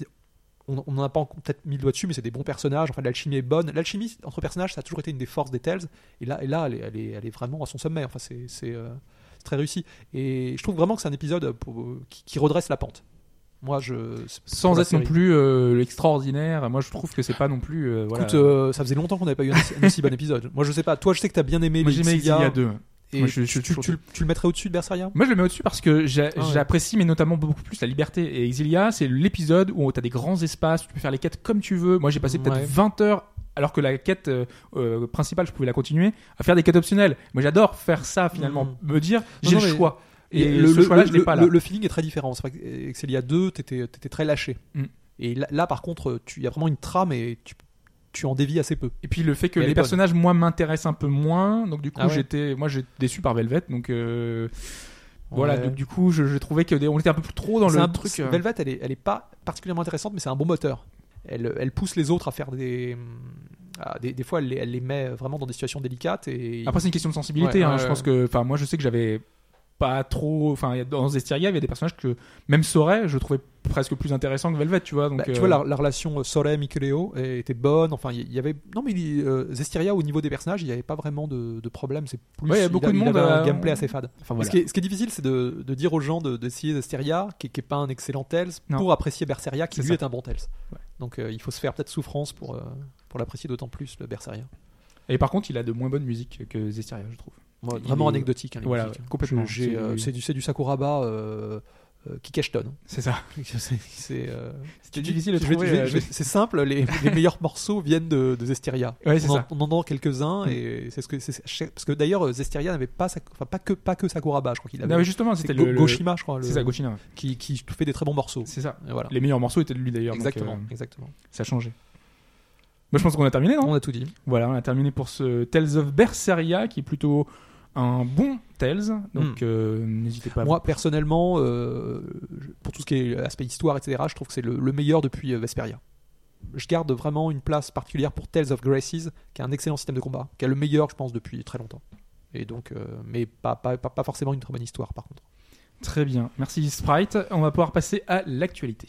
on n'en a pas encore peut-être mis le doigt dessus, mais c'est des bons personnages. Enfin, l'alchimie est bonne. L'alchimie entre personnages, ça a toujours été une des forces des Tales. Et là, et là, elle est, elle est, elle est vraiment à son sommet. Enfin, c'est, c'est, euh, c'est très réussi. Et je trouve vraiment que c'est un épisode pour- qui, qui redresse la pente. Moi, je Sans pour la être non série. plus euh, extraordinaire. Moi, je trouve que c'est pas non plus. euh, voilà. Écoute, euh, ça faisait longtemps qu'on n'avait pas eu un, un aussi bon épisode. Moi, je sais pas. Toi, je sais que t'as bien aimé Moi, les j'aimais Exilia. Exilia deux. Et Moi, je- je- tu, tu- je- tu- tu le mettrais au-dessus de Berseria? Moi, je le mets au-dessus parce que j'a- Ah ouais. j'apprécie, mais notamment beaucoup plus la liberté. Et Exilia, c'est l'épisode où tu as des grands espaces, tu peux faire les quêtes comme tu veux. Moi, j'ai passé peut-être Ouais. vingt heures, alors que la quête euh, euh, principale, je pouvais la continuer, à faire des quêtes optionnelles. Moi, j'adore faire ça, finalement. Mm. Me dire, Non, j'ai non, le mais- choix. Et, Et ce choix-là, je l'ai pas là. le- le feeling est très différent. C'est vrai que Excelia deux, t'étais, t'étais très lâché. Mm. Et là, là, par contre, il y a vraiment une trame et tu, tu en dévies assez peu. Et puis le fait que Et elle les est bonne. personnages, moi, m'intéressent un peu moins. Donc, du coup, Ah ouais. j'étais, moi, j'étais déçu par Velvet. Donc, euh, voilà. Ouais. Donc, du coup, je, je trouvais que des- on était un peu plus trop dans C'est le un- truc. euh, Velvet, elle est, elle est pas particulièrement intéressante, mais c'est un bon moteur. Elle, elle pousse les autres à faire des. à des, des fois, elle les, elle les met vraiment dans des situations délicates. Et Après, c'est une question de sensibilité. Ouais, hein. ouais, je ouais. pense que, enfin, moi, je sais que j'avais pas trop. Enfin, il y a- dans Zestiria, il y a des personnages que même Soray, je trouvais presque plus intéressant que Velvet, tu vois. Donc, Bah, tu euh, vois, la, la relation Soray Mikeleo était bonne. Enfin, il y avait. Non, mais il- euh, Zestiria, au niveau des personnages, il n'y avait pas vraiment de, de problème. C'est plus. Ouais, il y a beaucoup de il monde, avait un euh, gameplay assez fade. Enfin, Mais voilà. Ce, qui est, ce qui est difficile, c'est de, de dire aux gens de- d'essayer Zestiria, qui n'est pas un excellent Tales, Non. pour apprécier Berseria, qui C'est lui ça. est un bon Tales. Ouais. Donc euh, il faut se faire peut-être souffrance pour, euh, pour l'apprécier d'autant plus, le Berseria. Et par contre, il a de moins bonne musique que Zestiria, je trouve. Moi, Il vraiment est- anecdotique. Hein, les Voilà, musiques. ouais, complètement. Je- j'ai, C'est euh, du- C'est du, c'est du Sakuraba euh, euh, Kikeshton. C'est ça. C'est c'est, euh, C'était difficile de je vais- trouver. je vais- euh, je vais- C'est simple, les, les meilleurs morceaux viennent de, de Zestiria. Ouais, c'est on, en, ça. on en entend quelques-uns et c'est ce que c'est- c'est- parce que d'ailleurs Zestiria n'avait pas, Sak- enfin pas que pas que Sakuraba, je crois qu'il avait. Non, mais justement, c'est c'était Go- le. le- Goshima, je crois, le- C'est ça, Goshima. qui, qui fait des très bons morceaux. C'est ça. Et voilà. Les meilleurs morceaux étaient de lui d'ailleurs. donc, Exactement, euh, exactement. ça a changé. Moi, je pense qu'on a terminé, non On a tout dit. Voilà, on a terminé pour ce Tales of Berseria qui est plutôt un bon Tales. Donc, euh, n'hésitez pas. à- Moi, personnellement, euh, je- pour tout ce qui est aspect histoire, et cetera, je trouve que c'est le, le meilleur depuis euh, Vesperia. Je garde vraiment une place particulière pour Tales of Graces, qui a un excellent système de combat, qui a le meilleur, je pense, depuis très longtemps. Et donc, euh, mais pas, pas, pas, pas forcément une très bonne histoire, par contre. Très bien. Merci Sprite. On va pouvoir passer à l'actualité.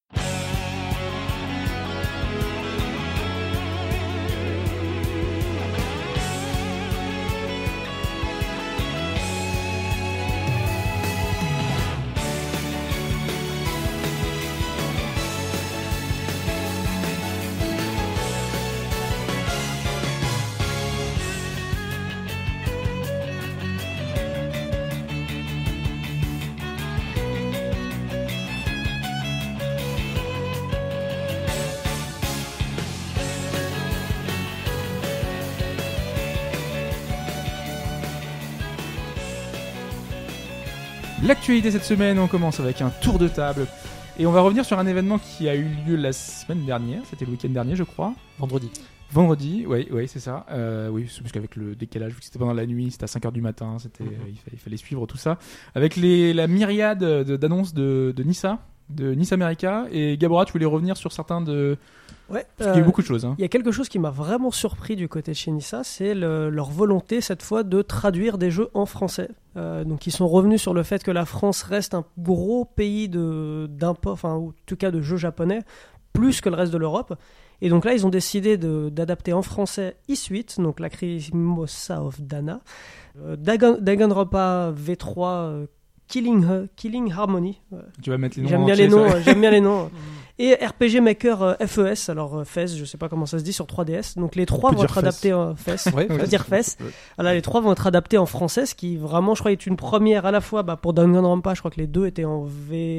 L'actualité cette semaine, on commence avec un tour de table. Et on va revenir sur un événement qui a eu lieu la semaine dernière. C'était le week-end dernier, je crois. Vendredi. Vendredi, oui, oui, c'est ça. Euh, oui, c'est parce qu'avec le décalage, vu que c'était pendant la nuit, c'était à cinq heures du matin, c'était, Mhm. euh, il, fallait, il fallait suivre tout ça. Avec les, la myriade de- d'annonces de, de Nissa, de Nice America. Et Gabora, tu voulais revenir sur certains de. Ouais, Parce qu'il y a eu euh, beaucoup de choses. Hein. Il y a quelque chose qui m'a vraiment surpris du côté de chez Nissa, c'est le- leur volonté cette fois de traduire des jeux en français. Euh, donc ils sont revenus sur le fait que la France reste un gros pays de, d'import, enfin ou en tout cas de jeux japonais, plus que le reste de l'Europe. Et donc là ils ont décidé de, d'adapter en français Isuit, donc Lacrimosa of Dana, euh, Dagon, Danganronpa V trois, euh, Killing, Killing Harmony. Ouais. Tu vas mettre les noms J'aime en bien entier, les noms, ça. euh, j'aime bien les noms. et R P G Maker euh, F E S, alors euh, F E S, je sais pas comment ça se dit sur trois D S. Donc les trois peut vont dire être F E S. adaptés en F E S. Ouais, On peut F E S. dire F E S. Ouais. Voilà, les trois vont être adaptés en français, ce qui vraiment, je crois, est une première à la fois bah, pour Danganronpa. Je crois que les deux étaient en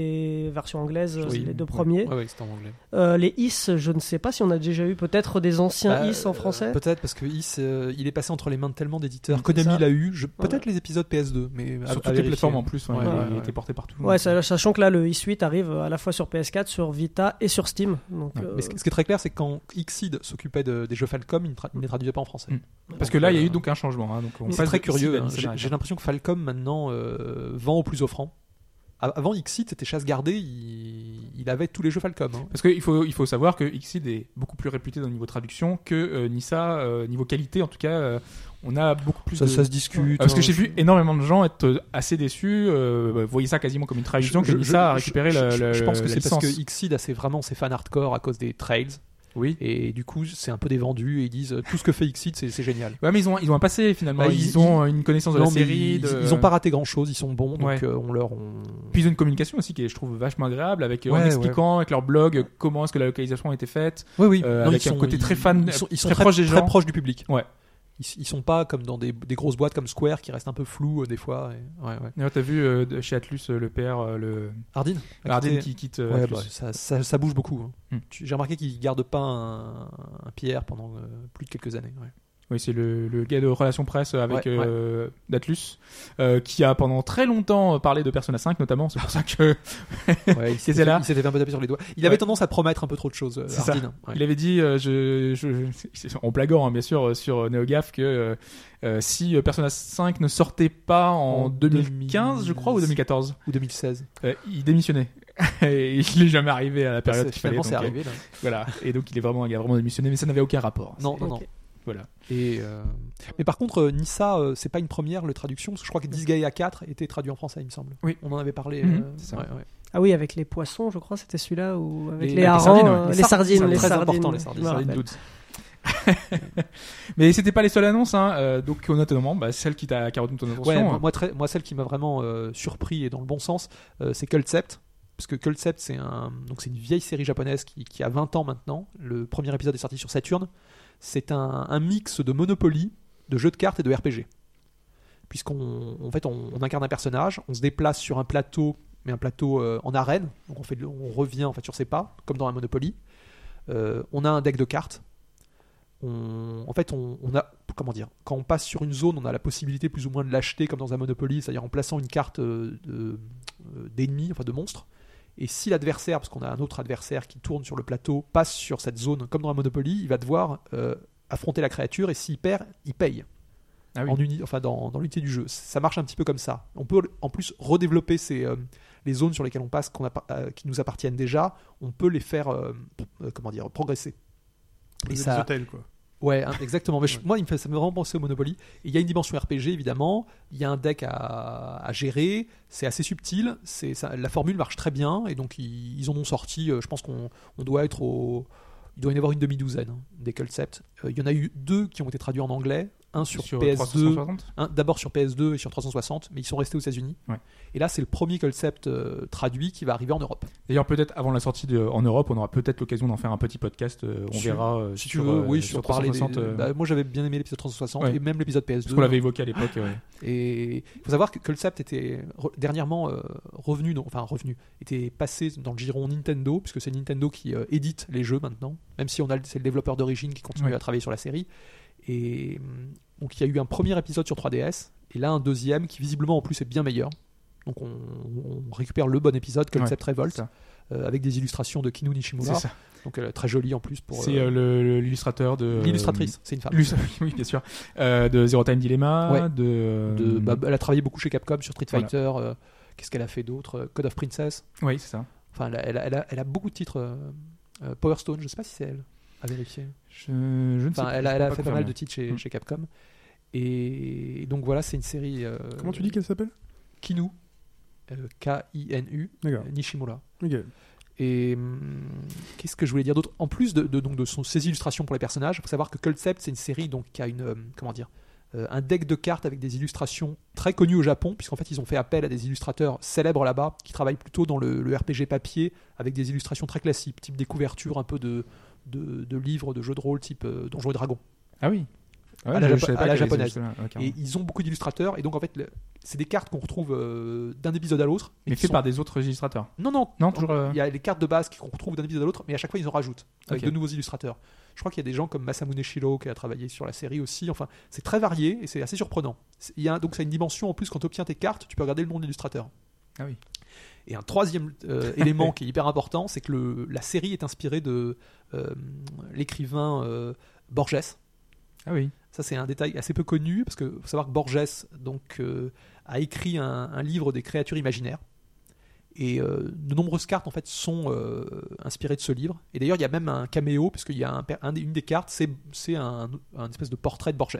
V version anglaise, Oui. les deux premiers. Ouais, ouais, c'était en anglais. Euh, les I S, je ne sais pas si on a déjà eu peut-être des anciens Bah, I S en français. euh, Peut-être parce que I S, euh, il est passé entre les mains de tellement d'éditeurs. C'est Konami ça. l'a eu. Je... Peut-être Voilà. les épisodes P S deux, mais à- Sur à toutes les vérifier. plateformes en plus, ouais, Ouais, il ouais, il ouais. était porté partout. Ouais, ça- sachant que là, le I S huit arrive à la fois sur P S quatre, sur Vita et sur Steam. Donc, Ouais, euh, Mais ce, ce qui est très clair, c'est que quand Xseed s'occupait de- des jeux Falcom, il ne, tra- il ne les traduisait pas en français. Mm. Parce que là, il y a eu euh, donc un changement. Hein, donc on C'est passe très de curieux. Xseed à hein. Nissan J'ai, Arcade. j'ai l'impression que Falcom maintenant euh, vend au plus offrant. A- Avant Xseed, c'était chasse gardée, il, il avait tous les jeux Falcom. hein. Parce qu'il faut, il faut savoir que Xseed est beaucoup plus réputé dans le niveau traduction que euh, Nissa, euh, niveau qualité en tout cas, euh, on a beaucoup plus Ça, de... ça se discute. Ah, parce que hein. j'ai vu énormément de gens être euh, assez déçus, euh, bah, voyez ça quasiment comme une traduction Je- que je- Nissa a je- récupéré je, le, je- le- je pense que la c'est parce licence. que Xseed a c'est vraiment ses fans hardcore à cause des trails. Oui. Et du coup, c'est un peu des vendus et ils disent euh, tout ce que fait Xseed, c'est, c'est génial. Ouais, mais ils ont, ils ont un passé finalement. Bah, ils, ils- ont une connaissance de Non, la mais série. ils, de... ils ont pas raté grand chose, ils sont bons, donc Ouais. euh, on leur. On... Puis ils ont une communication aussi qui est, je trouve, vachement agréable, avec euh, en Ouais, expliquant avec leur blog comment est-ce que la localisation a été faite. Oui, oui. Euh, Non, avec ils un sont- côté ils- très fan, ils sont, ils sont très très, proche des très gens. proches du public. Ouais. Ils, ils sont pas comme dans des, des grosses boîtes comme Square qui restent un peu floues euh, des fois. Et... Ouais, ouais. D'ailleurs, t'as vu euh, de- chez Atlus euh, le père, euh, le Hardin a Hardin quitté- qui quitte. euh, Ouais, Atlus. bah, ça, ça, ça bouge beaucoup. hein. Hmm. Tu- J'ai remarqué qu'ils gardent pas un, un Pierre pendant euh, plus de quelques années. Ouais. Oui, c'est le, le gars de relations presse avec Ouais, euh, d'Atlus, euh, qui a pendant très longtemps parlé de Persona cinq notamment. C'est pour ça que Ouais, il C'était s'était là. il s'était fait un peu taper sur les doigts. Il Ouais. avait tendance à promettre un peu trop de choses, euh, C'est ça. Hardin. Ouais. il avait dit, euh, je, je, je- en blaguant hein, bien sûr, euh, sur NeoGAF que euh, euh, si euh, Persona cinq ne sortait pas en, En deux mille quinze, je crois, ou deux mille quatorze, Ou deux mille seize. euh, il démissionnait. Et il n'est jamais arrivé à la période C'est- qu'il fallait. Finalement, c'est donc, euh, arrivé. Là. Voilà. Et donc il est vraiment, il a vraiment démissionné, mais ça n'avait aucun rapport. Non, C'est- non, non. Ok. Voilà. Et euh, Mais par contre, euh, Nissa, euh, c'est pas une première, le traduction, parce que je crois que Disgaea quatre était traduit en français, il me semble. Oui. On en avait parlé. Mhm, euh, c'est ça. ouais, ouais. Ah oui, avec les poissons, je crois, c'était celui-là, ou avec Les- les, les harengs, sardines, ouais. euh, Les les sardines, sardines, c'est les très sardines. important, les je sardines. me Sardines rappelle. dudes. Mais c'était pas les seules annonces, hein. euh, donc notamment bah, celle qui t'a qui a retenu ton attention. Ouais, hein. moi, moi, très- moi, celle qui m'a vraiment euh, surpris et dans le bon sens, euh, c'est Cultsept. Parce que Cultsept, c'est, un, donc c'est une vieille série japonaise qui, qui a vingt ans maintenant. Le premier épisode est sorti sur Saturn. C'est un, un mix de Monopoly, de jeux de cartes et de R P G. Puisqu'on en fait, on, on incarne un personnage, on se déplace sur un plateau, mais un plateau euh, en arène. Donc on, fait, de- on revient en fait, sur ses pas, comme dans un Monopoly. Euh, on a un deck de cartes. On, en fait, on, on a, comment dire, quand on passe sur une zone, on a la possibilité plus ou moins de l'acheter comme dans un Monopoly, c'est-à-dire en plaçant une carte euh, de, euh, d'ennemi, enfin de monstre. Et si l'adversaire, parce qu'on a un autre adversaire qui tourne sur le plateau, passe sur cette zone comme dans un Monopoly, il va devoir euh, affronter la créature et s'il perd, il paye. Ah oui. En uni, enfin dans, dans l'unité du jeu. Ça marche un petit peu comme ça. On peut en plus redévelopper ces, euh, les zones sur lesquelles on passe, qu'on a, euh, qui nous appartiennent déjà, on peut les faire euh, euh, comment dire, progresser. Et Des ça, hôtels, quoi. Ouais, hein, exactement. Mais je- moi, il me fait, ça me fait vraiment penser au Monopoly. Et il y a une dimension R P G, évidemment. Il y a un deck à, à gérer. C'est assez subtil. C'est, ça- la formule marche très bien. Et donc, ils, ils en ont sorti. euh, je pense qu'on on doit être au. Il doit y en avoir une demi-douzaine hein, des Cultsept. Euh, il y en a eu deux qui ont été traduits en anglais. Un sur, P S deux. trois cent soixante. Un, d'abord sur P S deux et sur trois cent soixante. Mais ils sont restés aux États-Unis. Ouais. Et là, c'est le premier Cultsept euh, traduit qui va arriver en Europe. D'ailleurs, peut-être avant la sortie de, en Europe, on aura peut-être l'occasion d'en faire un petit podcast. euh, on Si- verra euh, Si tu sur, veux, euh, oui, sur sur parler des- trois cent soixante. euh, bah, moi, j'avais bien aimé l'épisode trois cent soixante Ouais. et même l'épisode P S deux. parce qu'on l'avait évoqué à l'époque. ouais. Et il faut savoir que Cultsept était re- dernièrement euh, revenu, non, enfin revenu, était passé dans le giron Nintendo, puisque c'est Nintendo qui euh, édite les jeux maintenant, même si on a le- c'est le développeur d'origine qui continue Ouais. à travailler sur la série. Et hum, donc il y a eu un premier épisode sur trois D S, et là un deuxième qui visiblement en plus est bien meilleur. Donc on, on récupère le bon épisode, Cultsept Ouais, Revolt, c'est ça. euh, avec des illustrations de Kinu Nishimura, C'est ça. donc euh, très jolie en plus pour C'est euh, euh, le- le- l'illustrateur de. l'illustratrice, c'est une femme. Illus- oui, bien sûr. Euh, de Zero Time Dilemma. Ouais. De. euh, De, bah, elle a travaillé beaucoup chez Capcom sur Street Voilà. Fighter. euh, qu'est-ce qu'elle a fait d'autre euh, Code of Princess. Oui, c'est ça. Enfin, elle a, elle a- elle a- elle a beaucoup de titres. euh, euh, Power Stone, je sais pas si c'est elle, à vérifier. Je, je ne sais Enfin, pas. elle je a, peux elle a pas fait pas confirmer. mal de titres chez, Mm. chez Capcom. Et donc voilà, c'est une série. euh, Comment tu dis qu'elle s'appelle Kinu, euh, K I N U, D'accord. Nishimura. Ok. Et hum, qu'est-ce que je voulais dire d'autre En plus de, de, donc, de son, ses illustrations pour les personnages, il faut savoir que Cultsept, c'est une série donc, qui a une. euh, comment dire euh, un deck de cartes avec des illustrations très connues au Japon, puisqu'en fait ils ont fait appel à des illustrateurs célèbres là-bas qui travaillent plutôt dans le, le R P G papier avec des illustrations très classiques, type des couvertures un peu de, de, de livres, de jeux de rôle type euh, Donjons et Dragons. Ah oui. Ouais, à la, je- Jap- je savais pas à la qu'il y avait japonaise. ces choses-là. Ouais, carrément. Et ils ont beaucoup d'illustrateurs, et donc en fait le- c'est des cartes qu'on retrouve euh, d'un épisode à l'autre. Mais qui fait sont- par des autres illustrateurs. Non, non, Non, toujours, euh, Il y a les cartes de base qu'on retrouve d'un épisode à l'autre, mais à chaque fois ils en rajoutent avec Ok. de nouveaux illustrateurs. Je crois qu'il y a des gens comme Masamune Shiro qui a travaillé sur la série aussi. Enfin, c'est très varié et c'est assez surprenant. C'est- Il y a, donc ça a une dimension en plus quand tu obtiens tes cartes, tu peux regarder le nom de l'illustrateur. Ah oui. Et un troisième euh, élément qui est hyper important, c'est que le, la série est inspirée de euh, l'écrivain euh, Borges. Ah oui. Ça, c'est un détail assez peu connu, parce qu'il faut savoir que Borges donc, euh, a écrit un, un livre des créatures imaginaires. Et euh, de nombreuses cartes en fait, sont euh, inspirées de ce livre. Et d'ailleurs, il y a même un caméo, puisqu'il y a un, per- un des- une des cartes, c'est, c'est un, un espèce de portrait de Borges.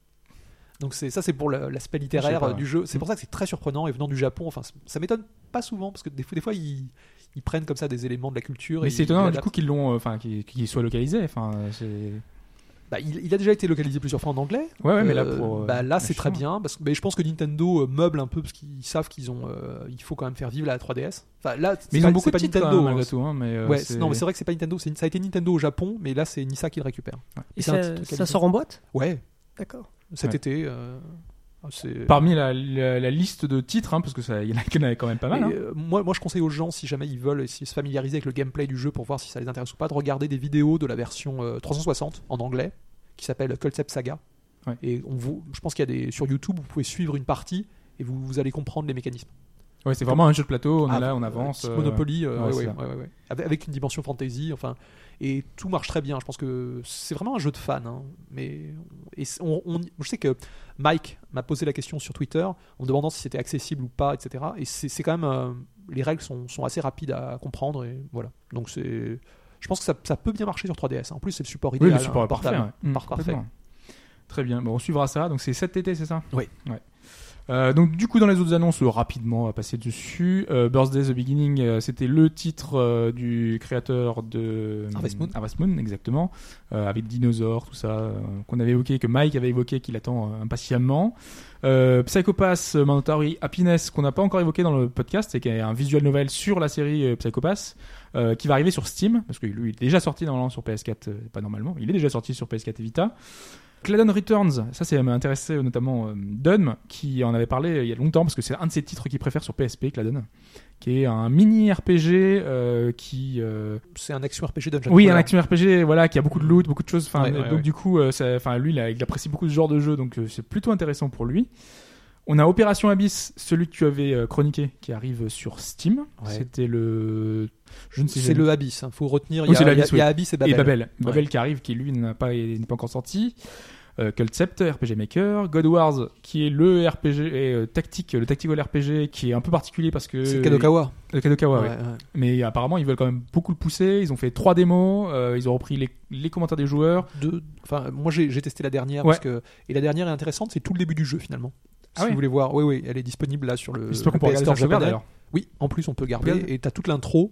Donc c'est, ça, c'est pour le- l'aspect Je sais littéraire pas, euh, ouais. du jeu. C'est pour ça que c'est très surprenant, et venant du Japon, enfin, c- ça m'étonne pas souvent, parce que des fois, des fois ils, ils prennent comme ça des éléments de la culture. Mais et c'est ils étonnant du l'adaptent. coup qu'ils l'ont, euh, enfin, qu'ils qu'ils soient localisés. Enfin, euh, c'est. Bah, il, il a déjà été localisé plusieurs fois en anglais. Ouais, ouais, mais là Euh, pour. euh, bah, là, c'est très justement. bien. Parce que, mais je pense que Nintendo euh, meuble un peu parce qu'ils savent qu'ils ont, euh, il faut quand même faire vivre la trois D S. Enfin, là, c'est Mais ils pas, ont beaucoup c'est de pas titres Nintendo. quand même, hein. malgré tout. Hein, mais euh, Ouais, c'est- non, mais c'est vrai que c'est pas Nintendo. C'est, ça a été Nintendo au Japon, mais là, c'est Nissa qui le récupère. Et c'est un ça, petit truc ça qualité. sort en boîte? Ouais, D'accord. cet Ouais. été. euh, c'est... Parmi la, la, la liste de titres, hein, parce que ça, il y en a qui en a quand même pas mal. Et, Hein. euh, moi, moi, je conseille aux gens, si jamais ils veulent essayer de se familiariser avec le gameplay du jeu pour voir si ça les intéresse ou pas, de regarder des vidéos de la version euh, trois cent soixante en anglais qui s'appelle Concept Saga. Ouais. Et on vous, je pense qu'il y a des sur YouTube, vous pouvez suivre une partie et vous, vous allez comprendre les mécanismes. Ouais, c'est vraiment un jeu de plateau. On Ah, est là, on euh, avance. type euh, Monopoly, euh, ouais, ouais, c'est ouais, ça. ouais, ouais, ouais. Avec, avec une dimension fantasy, enfin, et tout marche très bien. Je pense que c'est vraiment un jeu de fan. Hein. Mais et c'est- on, on- je sais que Mike m'a posé la question sur Twitter en me demandant si c'était accessible ou pas, et cetera. Et c'est, c'est quand même euh, les règles sont, sont assez rapides à comprendre et voilà. Donc c'est, je pense que ça, ça peut bien marcher sur trois D S. En plus, c'est le support Oui, idéal, le support hein, est parfait. portable. Ouais. Mm, Par- parfait. complètement. Très bien. Bon, on suivra ça. Donc c'est cet été, c'est ça? Oui. Ouais. Euh, donc du coup dans les autres annonces euh, rapidement on va passer dessus. Euh, Birthday the Beginning, euh, c'était le titre euh, du créateur de Harvest Moon. Harvest Moon, exactement, euh, avec dinosaures, tout ça euh, qu'on avait évoqué, que Mike avait évoqué, qu'il attend euh, impatiemment. Euh, Psycho Pass euh, Mandatory Happiness qu'on n'a pas encore évoqué dans le podcast, c'est qu'il y a un visual novel sur la série euh, Psycho Pass euh, qui va arriver sur Steam parce que lui il est déjà sorti normalement sur P S quatre, euh, pas normalement, il est déjà sorti sur P S quatre et Vita. Cladon Returns, ça ça m'a intéressé notamment euh, Dunn qui en avait parlé il y a longtemps parce que c'est un de ses titres qu'il préfère sur P S P, Cladon, qui est un mini R P G euh, qui euh, C'est un action R P G Dungeon oui, un Crawler. action R P G, voilà, qui a beaucoup de loot, beaucoup de choses. Enfin, Ouais, ouais, donc ouais. du coup, euh, ça- enfin, lui, il, a- il apprécie beaucoup ce genre de jeu, donc euh, c'est plutôt intéressant pour lui. On a Opération Abyss, celui que tu avais euh, chroniqué, qui arrive sur Steam. Ouais. C'était le, je ne sais C'est jamais. le Abyss. Il faut retenir. Il Oui, y a, c'est il y a- l'Abyss, il y a oui. Abyss et Babel. Et Babel, Ouais. Babel qui arrive, qui lui n'a pas, n'est pas encore sorti. Euh, Cultcept, R P G Maker, God Wars, qui est le R P G et, euh, tactique, le tactical R P G, qui est un peu particulier parce que C'est Kadokawa. Le Kadokawa, ouais. Ouais, ouais. Mais apparemment, ils veulent quand même beaucoup le pousser. Ils ont fait trois démos. euh, ils ont repris les, les commentaires des joueurs. Deux- enfin, moi j'ai, j'ai testé la dernière Ouais. parce que et la dernière est intéressante, c'est tout le début du jeu finalement. Ah si ouais. vous voulez voir, oui, oui, elle est disponible là sur le, J'espère qu'on le peut P S regarder Store sur le sauvegarde, japonais. d'ailleurs. Oui, en plus on peut garder Regarde. et t'as toute l'intro.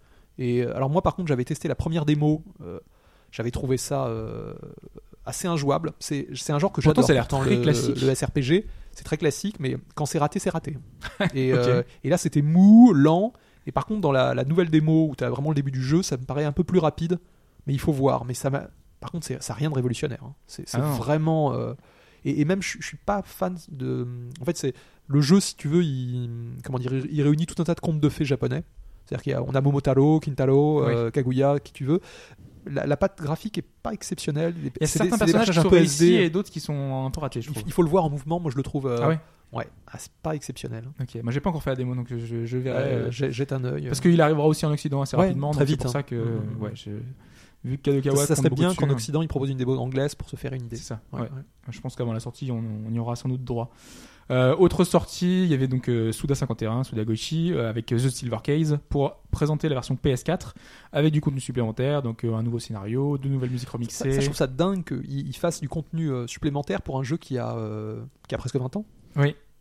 Et euh, alors moi par contre j'avais testé la première démo, euh, j'avais trouvé ça euh, assez injouable. C'est, c'est un genre que Pourtant, j'adore. ça a l'air pourtant, très le, classique. Le S R P G, c'est très classique, mais quand c'est raté, c'est raté. Et, Ok. euh, et là c'était mou, lent. Et par contre dans la, la nouvelle démo où t'as vraiment le début du jeu, ça me paraît un peu plus rapide. Mais il faut voir. Mais ça m'a... Par contre, c'est, ça n'a rien de révolutionnaire. hein. C'est, c'est Ah non. vraiment. euh, Et, et même, je, je suis pas fan de. En fait, c'est le jeu, si tu veux, il comment dire, il réunit tout un tas de contes de fées japonais. C'est-à-dire qu'on a Momotaro, Kintaro, euh, Kaguya, qui tu veux. La, la patte graphique est pas exceptionnelle. Il y a C'est certains des- c'est des personnages qui un sont peu réussis S D. et d'autres qui sont un peu ratés, je Il, trouve. il faut le voir en mouvement. Moi, je le trouve. euh, Ah ouais. Ouais. Ah, c'est pas exceptionnel. Ok. Moi, j'ai pas encore fait la démo, donc je, je verrai. Euh, euh, j'ai- Jette un œil. Parce qu'il arrivera aussi en Occident assez Ouais, rapidement. très donc vite, C'est pour hein. ça que, Mhm. ouais, j'ai vu que Kadokawa ça, ça compte serait beaucoup bien dessus, qu'en hein. Occident, ils proposent une démo anglaise pour se faire une idée. C'est ça. Ouais, ouais. ouais. Je pense qu'avant la sortie, on, on y aura sans doute droit. Euh, autre sortie, il y avait donc euh, Suda cinquante et un, Suda Goichi, euh, avec euh, The Silver Case, pour présenter la version P S quatre, avec du contenu supplémentaire, donc euh, un nouveau scénario, de nouvelles musiques Ça, remixées. ça, je trouve ça dingue qu'ils ils fassent du contenu euh, supplémentaire pour un jeu qui a, euh, qui a presque vingt ans. Oui.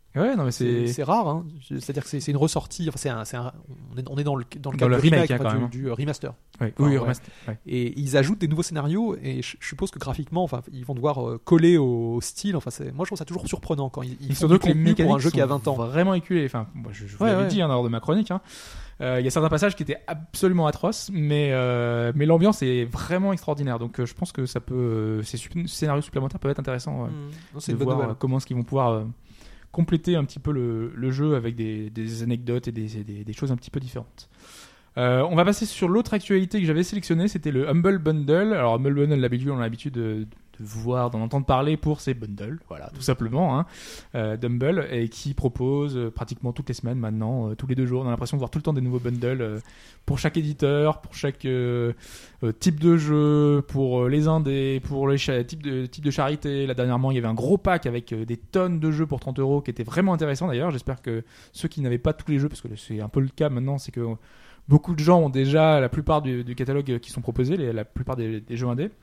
Ouais, non mais c'est C'est, c'est rare, hein. C'est-à-dire que c'est, c'est une ressortie. Enfin, c'est un, c'est un, on, est, on est dans le dans le Dans cadre le du remake, remake, hein, enfin, quand du, même. du, euh, remaster. ouais. Enfin, oui, ouais. remaster, ouais. Et ils ajoutent des nouveaux scénarios et je, je suppose que graphiquement, enfin, ils vont devoir euh, coller au, au style. Enfin, c'est, moi, je trouve ça toujours surprenant quand ils, ils Et font surtout du que les contenu mécaniques pour un jeu qui a sont vingt ans. vraiment éculées. Enfin, moi, je, je vous Ouais, l'avais ouais. dit hein, lors de ma chronique. Hein. Euh, Il y a certains passages qui étaient absolument atroces, mais euh, mais l'ambiance est vraiment extraordinaire. Donc, euh, je pense que ça peut, euh, ces sup- scénarios supplémentaires peuvent être intéressants. euh, Mmh. Non, c'est de une bonne voir nouvelle. euh, comment est-ce qu'ils vont pouvoir euh, compléter un petit peu le, le jeu avec des, des anecdotes et des, des, des choses un petit peu différentes. Euh, on va passer sur l'autre actualité que j'avais sélectionnée, c'était le Humble Bundle. Alors Humble Bundle, d'habitude, on a l'habitude de, de voir, d'en entendre parler pour ces bundles, voilà, tout simplement, hein, euh, d'Humble, et qui propose euh, pratiquement toutes les semaines maintenant, euh, tous les deux jours, on a l'impression de voir tout le temps des nouveaux bundles euh, pour chaque éditeur, pour chaque euh, euh, type de jeu, pour euh, les indés, pour les cha- types de, types de charité. Là, dernièrement, il y avait un gros pack avec euh, des tonnes de jeux pour trente euros qui était vraiment intéressant d'ailleurs. J'espère que ceux qui n'avaient pas tous les jeux, parce que c'est un peu le cas maintenant, c'est que beaucoup de gens ont déjà la plupart du, du catalogue qui sont proposés, les, la plupart des, des jeux indés.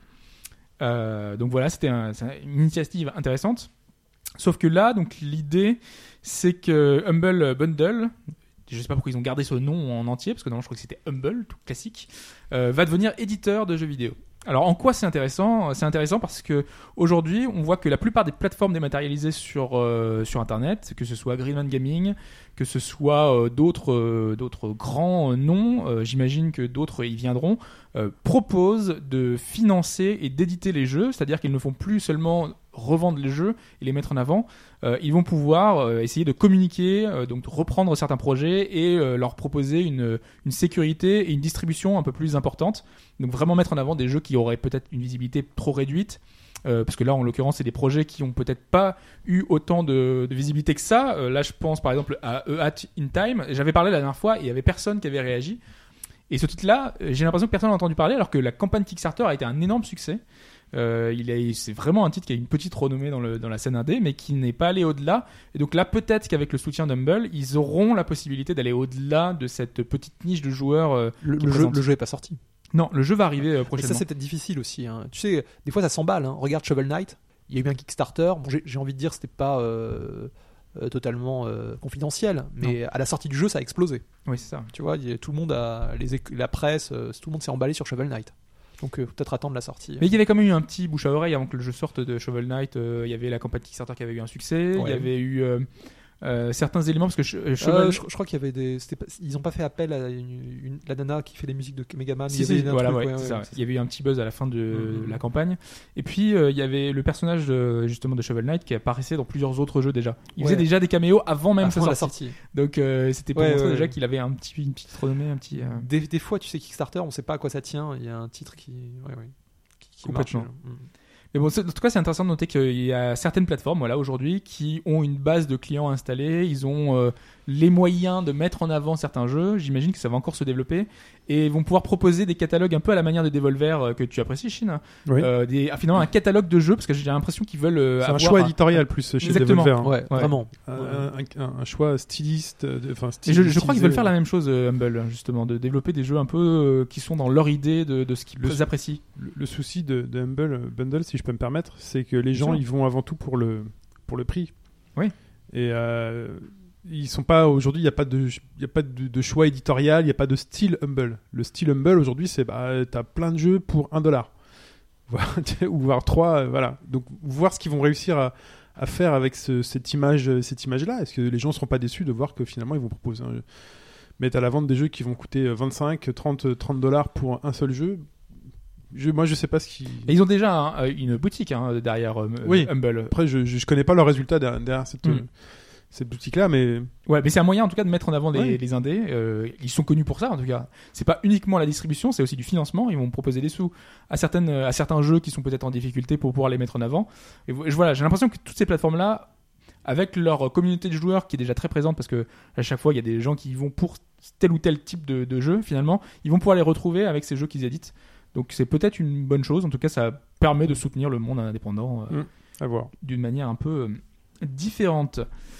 Euh, donc voilà, c'était un, c'est une initiative intéressante. Sauf que là, donc l'idée, c'est que Humble Bundle, je sais pas pourquoi ils ont gardé ce nom en entier, parce que normalement je crois que c'était Humble, tout classique, euh, va devenir éditeur de jeux vidéo. Alors en quoi c'est intéressant ? C'est intéressant parce que aujourd'hui, on voit que la plupart des plateformes dématérialisées sur euh, sur Internet, que ce soit Greenman Gaming, que ce soit euh, d'autres euh, d'autres grands euh, noms, euh, j'imagine que d'autres y viendront, euh, proposent de financer et d'éditer les jeux, c'est-à-dire qu'ils ne font plus seulement revendre les jeux et les mettre en avant, euh, ils vont pouvoir euh, essayer de communiquer, euh, donc de reprendre certains projets et euh, leur proposer une, une sécurité et une distribution un peu plus importante. Donc vraiment mettre en avant des jeux qui auraient peut-être une visibilité trop réduite, euh, parce que là en l'occurrence c'est des projets qui ont peut-être pas eu autant de, de visibilité que ça. Euh, là je pense par exemple à A Hat in Time, j'avais parlé la dernière fois et il y avait personne qui avait réagi. Et ce titre-là, j'ai l'impression que personne n'a entendu parler alors que la campagne Kickstarter a été un énorme succès. Euh, il est, c'est vraiment un titre qui a une petite renommée dans, le, dans la scène indé, mais qui n'est pas allé au-delà. Et donc là, peut-être qu'avec le soutien d'Humble, ils auront la possibilité d'aller au-delà de cette petite niche de joueurs. Euh, Le, qui le jeu, présente. le jeu est pas sorti. Non, le jeu va arriver euh, Mais prochainement. ça, c'est peut-être difficile aussi. Hein. Tu sais, des fois, ça s'emballe. Hein. Regarde Shovel Knight. Il y a eu un Kickstarter. Bon, j'ai, j'ai envie de dire que c'était pas euh, euh, totalement euh, confidentiel, mais à la sortie du jeu, ça a explosé. Oui, c'est ça. Tu vois, il y a- tout le monde a les éc- la presse, euh, tout le monde s'est emballé sur Shovel Knight. Donc, euh, faut peut-être attendre la sortie. Mais il y avait quand même eu un petit bouche à oreille avant que le jeu sorte de Shovel Knight. Euh, il y avait la campagne Kickstarter qui avait eu un succès. Il y Ouais. avait eu euh, euh, certains éléments parce que Ch- Shovel. Euh, je, je crois qu'il y avait des. c'était pas- ils ont pas fait appel à une, une- la nana qui fait les musiques de Megaman. Si, il y avait si, un voilà, truc, ouais, ouais, c'est ouais, ça, ouais. c'est Il y avait eu un petit buzz à la fin de Mhm. la campagne. Et puis, euh, il y avait le personnage de, justement de Shovel Knight qui apparaissait dans plusieurs autres jeux déjà. Il Ouais. faisait déjà des caméos avant même Avant sa la sortie. sortie. Donc, euh, c'était pour Ouais, montrer ouais, déjà ouais. qu'il avait un petit, une petite renommée, un petit. euh, Des, des fois, tu sais, Kickstarter, on sait pas à quoi ça tient. Il y a un titre qui. Ouais, ouais. Qui, qui Complètement. marche. Mm. Mais bon, c'est- en tout cas, c'est intéressant de noter qu'il y a certaines plateformes, voilà, aujourd'hui, qui ont une base de clients installés. Ils ont euh, les moyens de mettre en avant certains jeux. J'imagine que ça va encore se développer et vont pouvoir proposer des catalogues un peu à la manière de Devolver euh, que tu apprécies, Chine. Oui. Euh, des, ah, finalement, un catalogue de jeux parce que j'ai l'impression qu'ils veulent euh, C'est un avoir choix éditorial plus chez Exactement. Devolver. hein. Ouais, Ouais. vraiment. Un, un- un- un choix styliste, de- enfin Et je, je crois qu'ils veulent faire la stylisé. même chose, euh, Humble, justement, de développer des jeux un peu euh, qui sont dans leur idée de, de ce qu'ils Le- apprécient. Le, le souci de, de Humble Bundle, si je peux me permettre, c'est que les gens sûr. ils vont avant tout pour le pour le prix. Oui. Et euh, ils sont pas aujourd'hui, il y a pas de il y a pas de, de choix éditorial, il y a pas de style Humble. Le style Humble aujourd'hui, c'est bah t'as plein de jeux pour un dollar, Voire- ou voire trois, euh, voilà. Donc voir ce qu'ils vont réussir à à faire avec ce- cette image cette image là. Est-ce que les gens seront pas déçus de voir que finalement ils vont proposer un jeu, mettre à la vente des jeux qui vont coûter vingt-cinq, trente, trente dollars pour un seul jeu? Je, moi, je sais pas ce qui. Et ils ont déjà hein, euh, une boutique hein, derrière euh, Oui. Humble. Après, je, je, je connais pas leurs résultats derrière, derrière cette, Mm. euh, cette boutique-là, mais Ouais, mais c'est un moyen en tout cas de mettre en avant les, Ouais. les indés. Euh, ils sont connus pour ça en tout cas. C'est pas uniquement la distribution, c'est aussi du financement. Ils vont proposer des sous à certaines, à certains jeux qui sont peut-être en difficulté pour pouvoir les mettre en avant. Et vo- je- voilà, j'ai l'impression que toutes ces plateformes-là, avec leur communauté de joueurs qui est déjà très présente, parce que à chaque fois il y a des gens qui y vont pour tel ou tel type de, de jeu, finalement, ils vont pouvoir les retrouver avec ces jeux qu'ils éditent. Donc c'est peut-être une bonne chose. En tout cas, ça permet de soutenir le monde indépendant euh, Mm. à voir. d'une manière un peu euh, différente.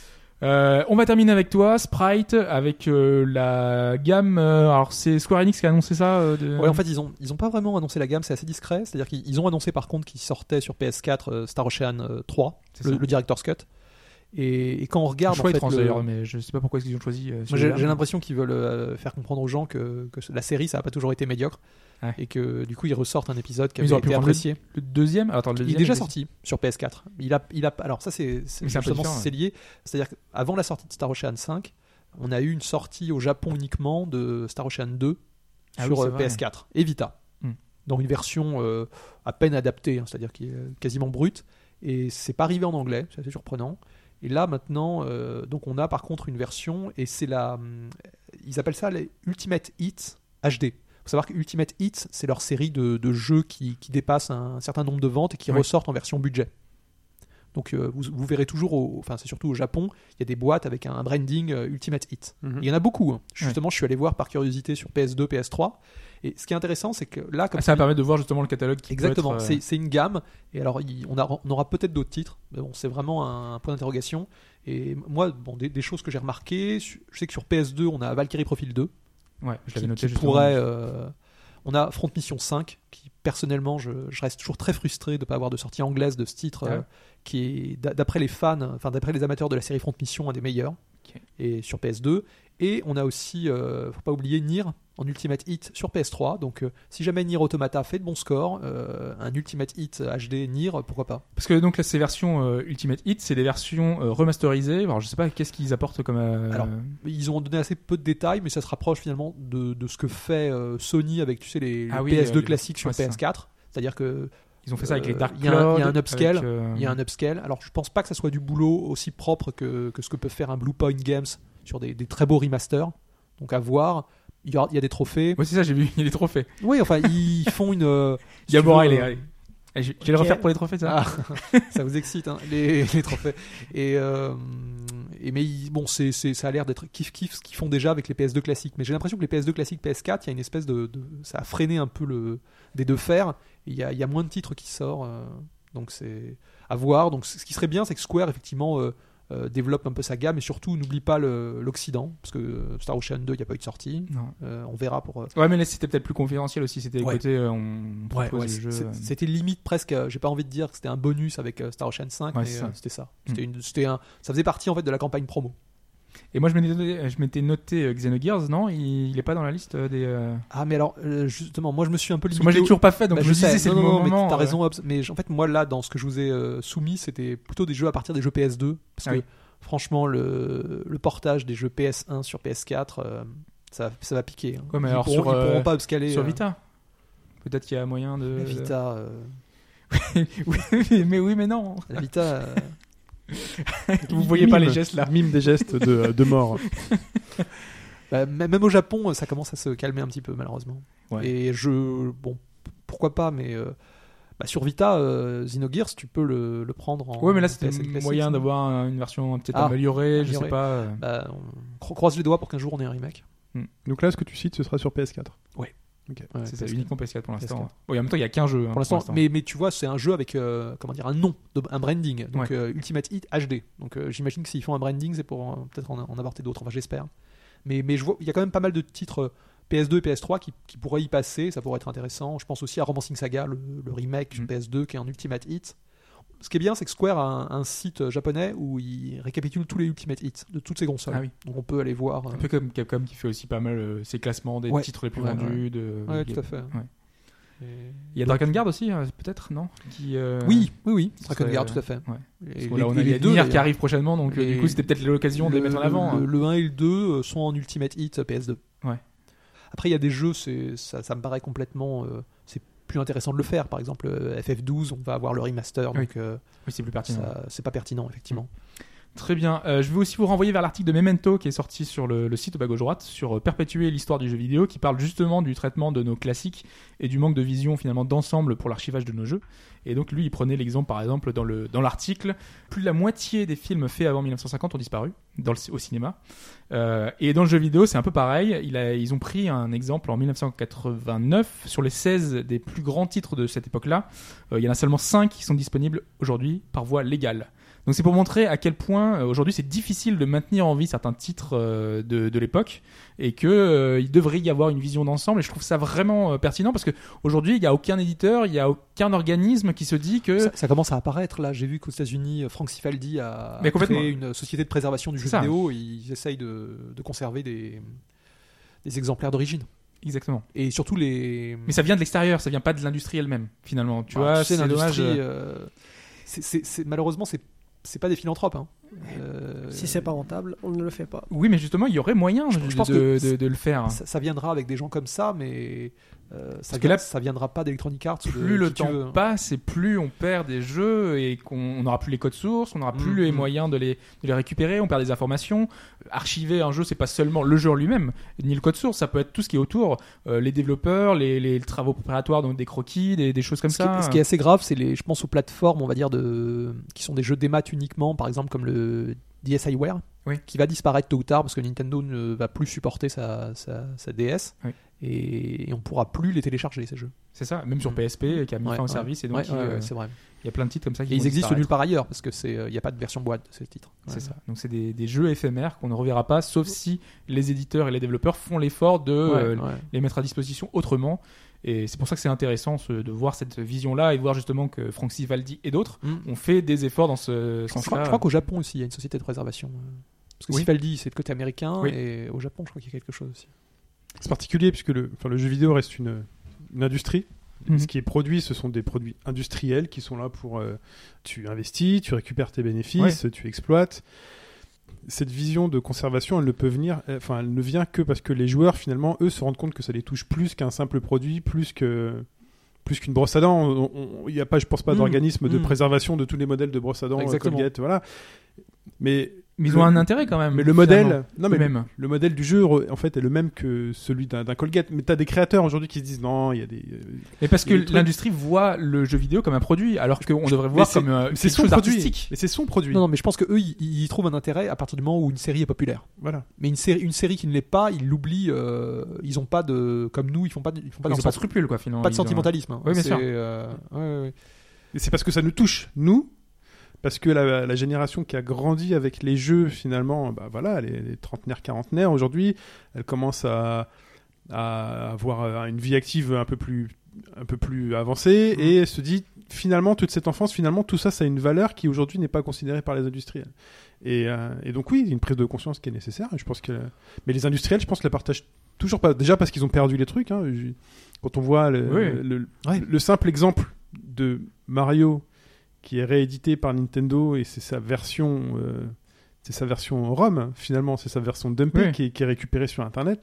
Euh, on va terminer avec toi, Sprite, avec euh, la gamme. euh, alors c'est Square Enix qui a annoncé ça. euh, de... Ouais, en fait, ils ont, ils ont pas vraiment annoncé la gamme, c'est assez discret. C'est-à-dire qu'ils ils ont annoncé par contre qu'ils sortaient sur P S quatre euh, Star Ocean euh, trois, C'est le, ça. le Director's Cut. Et, et quand on regarde Le choix en fait, étrange le- d'ailleurs, mais je sais pas pourquoi ils ont choisi. euh, Moi, celui-là. j'ai, j'ai l'impression qu'ils veulent euh, faire comprendre aux gens que, que la série ça n'a pas toujours été médiocre Ouais. et que du coup ils ressortent un épisode qui Ils avait auraient pu été prendre le- apprécié. Le deuxième, alors, attends, le Il est deuxième, déjà il- sorti sur P S quatre. Il a, il a, alors ça c'est, c'est Mais c'est un peu justement différent, c'est lié. C'est-à-dire qu'avant la sortie de Star Ocean cinq, on a eu une sortie au Japon uniquement de Star Ocean deux Ah sur oui, c'est euh, vrai. P S quatre et Vita, Hmm. dans une version euh, à peine adaptée, hein, c'est-à-dire qui est euh, quasiment brute. Et c'est pas arrivé en anglais, c'est assez surprenant. Et là maintenant, euh, donc on a par contre une version et c'est la, hum, ils appellent ça les Ultimate Hits H D. Il faut savoir que Ultimate Hits, c'est leur série de, de jeux qui, qui dépassent un, un certain nombre de ventes et qui Oui. ressortent en version budget. Donc euh, vous, vous verrez toujours, au, enfin c'est surtout au Japon, il y a des boîtes avec un branding euh, Ultimate Hit. Mhm. Il y en a beaucoup. Hein. Justement, je suis allé voir par curiosité sur P S deux, P S trois. Et ce qui est intéressant, c'est que là, comme Ah, ça tu dis- permet de voir justement le catalogue qui peut exactement, être, euh, c'est, c'est une gamme. Et alors, il- on, a- on aura peut-être d'autres titres. Mais bon, c'est vraiment un, un point d'interrogation. Et moi, bon, des, des choses que j'ai remarquées, je sais que sur P S deux, on a Valkyrie Profile deux. Ouais, je qui, l'avais noté qui justement. pourrait, euh, on a Front Mission cinq qui personnellement je, je reste toujours très frustré de ne pas avoir de sortie anglaise de ce titre Ah ouais. euh, qui est d'a- d'après les fans, enfin d'après les amateurs de la série Front Mission un des meilleurs. Ok. Et sur P S deux, et on a aussi euh, faut pas oublier Nier en Ultimate Hit sur P S trois. Donc euh, si jamais Nier Automata fait de bons scores, euh, un Ultimate Hit H D Nier, pourquoi pas. Parce que donc là, ces versions euh, Ultimate Hit, c'est des versions euh, remasterisées. Alors je sais pas qu'est-ce qu'ils apportent comme. euh, Alors, Ils ont donné assez peu de détails, mais ça se rapproche finalement de, de ce que fait euh, Sony avec tu sais les, Ah les oui, P S deux euh, classiques sur ouais, c'est P S quatre. C'est-à-dire que ils ont fait ça avec les euh, Dark il y a un- Cloud. il y a un upscale, avec, euh, il y a un upscale. Alors, je pense pas que ça soit du boulot aussi propre que, que ce que peut faire un Blue Point Games sur des, des très beaux remasters. Donc, à voir. Il y a, il y a des trophées. Ouais, c'est ça, j'ai vu, il y a des trophées. Oui, enfin, ils font une. euh, si Il y a tu Bora, veux, allez, euh, allez. Allez, Je je vais le Ok. refaire pour les trophées, ça. Ah, ça vous excite, hein, les, les trophées. Et, euh, et mais ils- bon, c'est, c'est, ça a l'air d'être kiff kiff ce qu'ils font déjà avec les P S deux classiques. Mais j'ai l'impression que les P S deux classiques, P S quatre, il y a une espèce de, de- ça a freiné un peu le des deux fers. Il y a, il y a moins de titres qui sortent, euh, donc c'est à voir. Donc ce qui serait bien, c'est que Square effectivement euh, euh, développe un peu sa gamme et surtout n'oublie pas le, l'Occident, parce que Star Ocean deux, il n'y a pas eu de sortie. Non. Euh, on verra pour. euh, Ouais, mais là, c'était peut-être plus confidentiel aussi. C'était Ouais. côté, euh, on propose Ouais, le c'est- jeu. c'est- euh, c'était limite presque. euh, J'ai pas envie de dire que c'était un bonus avec euh, Star Ocean cinq, Ouais, mais c'est ça. euh, c'était ça. C'était une, c'était un, ça faisait partie en fait de la campagne promo. Et moi, je m'étais noté, je m'étais noté euh, Xenogears, non il, il est pas dans la liste euh, des. euh, Ah, mais alors euh, justement, moi je me suis un peu Parce limité. que moi, je l'ai au- toujours pas fait, donc Bah, je me disais, sais. c'est non, le non, non, moment. mais t'as euh, raison, Hobbs. Mais en fait, moi là, dans ce que je vous ai euh, soumis, c'était plutôt des jeux à partir des jeux P S deux, parce Ah que oui. franchement, le, le portage des jeux P S un sur P S quatre, euh, ça, ça va piquer. hein. Ouais, mais ils, alors pourront, sur, ils pourront euh, pas upscaler. Sur euh, Vita. Peut-être qu'il y a moyen de. La Vita, euh, oui, mais oui, mais non. la Vita. euh, Vous voyez pas Mime. les gestes là. Mime des gestes de, de mort. bah, m- même au Japon, ça commence à se calmer un petit peu malheureusement. Ouais. Et je, bon, pourquoi pas, mais euh, bah, sur Vita, euh, Xenogears, tu peux le, le prendre en. Ouais, mais là, P c'était S N classique, moyen non d'avoir un- une version peut-être Ah, améliorée, je sais améliorée. pas. euh. Bah, on cro- croise les doigts pour qu'un jour on ait un remake. Donc là, ce que tu cites, ce sera sur P S quatre. Ouais, C'est ça, P S quatre. uniquement P S quatre pour l'instant. P S quatre. Oui, en même temps, il y a qu'un jeu. hein, Pour l'instant, mais, mais tu vois, c'est un jeu avec euh, comment dire, un nom, de- un branding. Donc Ouais. euh, Ultimate Hit H D. Donc euh, j'imagine que s'ils font un branding, c'est pour euh, peut-être en, en apporter d'autres. Enfin, j'espère. Mais, mais je vois, il y a quand même pas mal de titres euh, P S deux et P S trois qui, qui pourraient y passer. Ça pourrait être intéressant. Je pense aussi à Romancing Saga, le, le remake sur Mm. P S deux qui est en Ultimate Hit. Ce qui est bien, c'est que Square a un, un site japonais où il récapitule tous les Ultimate Hits de toutes ses consoles. Ah oui. Donc on peut aller voir. euh, Un peu comme Capcom qui fait aussi pas mal euh, ses classements des Ouais. titres les plus Ouais, vendus. De... Ouais, tout à fait. Ouais. Et- Il y a Dragon Guard aussi, euh, peut-être, non qui, euh, Oui, oui, oui. ce Dragon serait- Guard, tout à fait. Ouais. Et Parce que les- là, on et a les les deux, Nier qui d'ailleurs. arrive prochainement, donc euh, Les- du coup, c'était peut-être l'occasion de les Le- mettre en avant. Le, hein. le un et le deux euh, sont en Ultimate Hit P S deux. Ouais. Après, il y a des jeux, c'est, ça, ça me paraît complètement. euh, c'est plus intéressant de le faire. Par exemple, euh, F F douze, on va avoir le remaster, Oui. donc euh, Oui, c'est plus pertinent. ça, c'est pas pertinent, effectivement. Très bien. Euh, je vais aussi vous renvoyer vers l'article de Memento qui est sorti sur le, le site au bas gauche droite sur euh, perpétuer l'histoire du jeu vidéo, qui parle justement du traitement de nos classiques et du manque de vision finalement d'ensemble pour l'archivage de nos jeux. Et donc lui, il prenait l'exemple par exemple dans le dans l'article, plus de la moitié des films faits avant dix-neuf cent cinquante ont disparu dans le, au cinéma. Euh, et dans le jeu vidéo, c'est un peu pareil. Il a, ils ont pris un exemple en dix-neuf cent quatre-vingt-neuf sur les seize des plus grands titres de cette époque-là. Euh, il y en a seulement cinq qui sont disponibles aujourd'hui par voie légale. Donc c'est pour montrer à quel point euh, aujourd'hui c'est difficile de maintenir en vie certains titres euh, de, de l'époque et que euh, il devrait y avoir une vision d'ensemble. Et je trouve ça vraiment euh, pertinent parce que aujourd'hui il y a aucun éditeur, il y a aucun organisme qui se dit que Ça, ça commence à apparaître là. J'ai vu qu'aux États-Unis, Frank Cifaldi a Mais complètement. créé une société de préservation du C'est jeu ça. vidéo. Et ils essayent de, de conserver des, des exemplaires d'origine. exactement. Et surtout les. Mais ça vient de l'extérieur, ça vient pas de l'industrie elle-même finalement. Tu Bah, vois, tu sais, c'est dommage. l'industrie, euh, euh, c'est- c'est- c'est- malheureusement, c'est c'est pas des philanthropes. Hein. Euh, Si c'est pas rentable, on ne le fait pas. Oui, mais justement, il y aurait moyen Je- de, je pense de, que de- de le faire. ça, ça viendra avec des gens comme ça, mais euh, ça, Parce que vient- là, ça viendra pas d'Electronic Arts. ou de Plus le qui tu temps veux. passe et plus on perd des jeux et qu'on n'aura plus les codes sources, on n'aura plus Mhm. les moyens de les, de les récupérer, on perd des informations. Archiver un jeu, c'est pas seulement le jeu en lui-même, ni le code source, ça peut être tout ce qui est autour, euh, les développeurs, les, les travaux préparatoires, donc des croquis, des, des choses comme Ce qui, ça. est, ce qui est assez grave, c'est les, je pense aux plateformes, on va dire de, qui sont des jeux démat uniquement, par exemple comme le DSiWare, Oui. qui va disparaître tôt ou tard parce que Nintendo ne va plus supporter sa, sa, sa D S Oui. et, et on pourra plus les télécharger ces jeux. C'est ça, même sur P S P qui a mis Ouais, fin au ouais. service et donc Ouais, il ouais, euh, ouais, c'est vrai. il y a plein de titres comme ça qui Et ils vont existent disparaître. nulle part ailleurs parce que c'est, il n'y a pas de version boîte de ces titres. C'est Ouais. ça. Donc c'est des, des jeux éphémères qu'on ne reverra pas, sauf si les éditeurs et les développeurs font l'effort de Ouais, euh, ouais. les mettre à disposition autrement. Et c'est pour ça que c'est intéressant ce- de voir cette vision-là et de voir justement que Frank Cifaldi et d'autres Mm. ont fait des efforts dans ce Je crois, sens-là. je crois qu'au Japon aussi, il y a une société de préservation. euh, Parce que Oui. Cifaldi, c'est le côté américain, Oui. et au Japon, je crois qu'il y a quelque chose aussi. C'est particulier puisque le, enfin, le jeu vidéo reste une, une industrie. Mhm. Ce qui est produit, ce sont des produits industriels qui sont là pour... euh, tu investis, tu récupères tes bénéfices, tu exploites. Cette vision de conservation, elle ne peut venir, enfin, elle ne vient que parce que les joueurs, finalement, eux, se rendent compte que ça les touche plus qu'un simple produit, plus que plus qu'une brosse à dents. Il n'y a pas, je pense pas, Mmh. d'organisme de Mmh. préservation de tous les modèles de brosse à dents, Exactement. Colgate, voilà. Mais Mais ils le- ont un intérêt quand même. mais le finalement. modèle, non mais Eux-mêmes. le modèle du jeu re- en fait est le même que celui d'un, d'un Colgate. Mais t'as des créateurs aujourd'hui qui se disent non, il y a des. euh, Mais parce il que y a des trucs- l'industrie voit le jeu vidéo comme un produit, alors qu'on devrait Mais voir c'est- comme euh, c'est quelque son chose produit. d'artistique. Mais c'est son produit. Non, non, mais je pense que eux, ils, ils y trouvent un intérêt à partir du moment où une série est populaire. Voilà. Mais une série, une série qui ne l'est pas, ils l'oublient. euh, ils ont pas de, comme nous, ils font pas, de- ils font pas, Ils de ont pas de sens- scrupules quoi finalement. pas de Ils ont- sentimentalisme. hein. Oui, bien C'est, sûr. euh, ouais, ouais, ouais. Et c'est parce que ça nous touche nous. Parce que la, la génération qui a grandi avec les jeux, finalement, bah voilà, les, les trentenaires, quarantenaires, aujourd'hui, elle commence à, à avoir euh, une vie active un peu plus, un peu plus avancée Mmh. et elle se dit, finalement, toute cette enfance, finalement, tout ça, ça a une valeur qui aujourd'hui n'est pas considérée par les industriels. Et, euh, et donc, oui, il y a une prise de conscience qui est nécessaire. Et je pense que, mais les industriels, je pense, la partagent toujours pas. Déjà parce qu'ils ont perdu les trucs. Hein. Je- Quand on voit le, Oui. le, Ouais. le simple exemple de Mario qui est réédité par Nintendo et c'est sa version, euh, c'est sa version ROM finalement, c'est sa version dumpée Oui. qui, est, qui est récupérée sur Internet.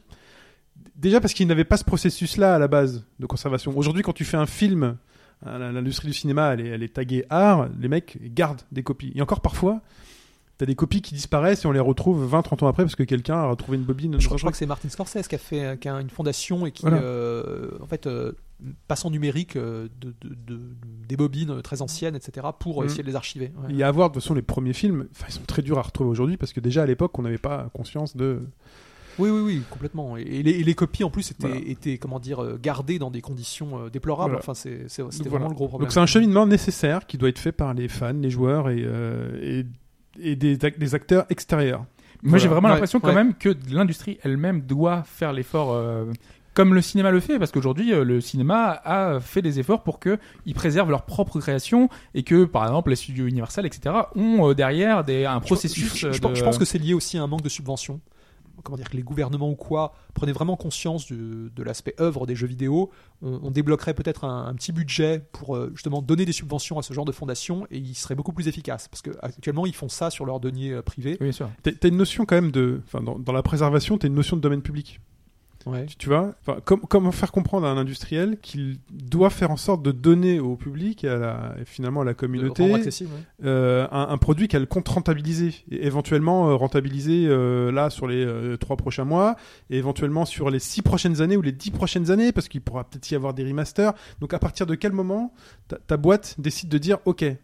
Déjà parce qu'il n'avait pas ce processus-là à la base de conservation. Aujourd'hui, quand tu fais un film, hein, l'industrie du cinéma, elle est, elle est taguée art, les mecs gardent des copies. Et encore parfois, t'as des copies qui disparaissent et on les retrouve vingt trente ans après parce que quelqu'un a retrouvé une bobine. Je, crois- je crois que c'est Martin Scorsese qui a fait qui a une fondation et qui, Voilà. euh, en fait, euh, passe en numérique euh, de, de- de- des bobines très anciennes, et cetera, pour Mhm. essayer de les archiver. Ouais. Il y a à voir, de toute façon, les premiers films, enfin, ils sont très durs à retrouver aujourd'hui parce que déjà à l'époque, on n'avait pas conscience de. Oui, oui, oui, complètement. Et, et les, et les copies en plus étaient, Voilà. étaient comment dire, euh, gardées dans des conditions euh, déplorables. Voilà. Enfin, c'est, c'est- c'était Donc, vraiment voilà. le gros problème. Donc c'est un cheminement nécessaire qui doit être fait par les fans, les joueurs et, euh, et, et des, ac- des acteurs extérieurs. Moi, Voilà. j'ai vraiment Ouais, l'impression quand ouais. même que l'industrie elle-même doit faire l'effort, euh, comme le cinéma le fait, parce qu'aujourd'hui, euh, le cinéma a fait des efforts pour qu'ils préservent leur propre création et que, par exemple, les studios Universal, et cetera, ont euh, derrière des, un Je- processus. je, je, je de- pense- je pense que c'est lié aussi à un manque de subventions. Comment dire que les gouvernements ou quoi prenaient vraiment conscience du- de l'aspect œuvre des jeux vidéo. On, on débloquerait peut-être un, un petit budget pour euh, justement donner des subventions à ce genre de fondation et ils seraient beaucoup plus efficaces parce que actuellement ils font ça sur leur denier euh, privé. Oui, bien sûr. T'as t'as une notion quand même de, enfin, dans, dans la préservation, t'as une notion de domaine public. Ouais. Tu, tu vois, enfin, com- comment faire comprendre à un industriel qu'il doit faire en sorte de donner au public et à la, et finalement à la De communauté rendre accessible, ouais. euh, un, un produit qu'elle compte rentabiliser et éventuellement euh, rentabiliser euh, là sur les euh, trois prochains mois et éventuellement sur les six prochaines années ou les dix prochaines années parce qu'il pourra peut-être y avoir des remasters. Donc à partir de quel moment ta, ta boîte décide de dire ok,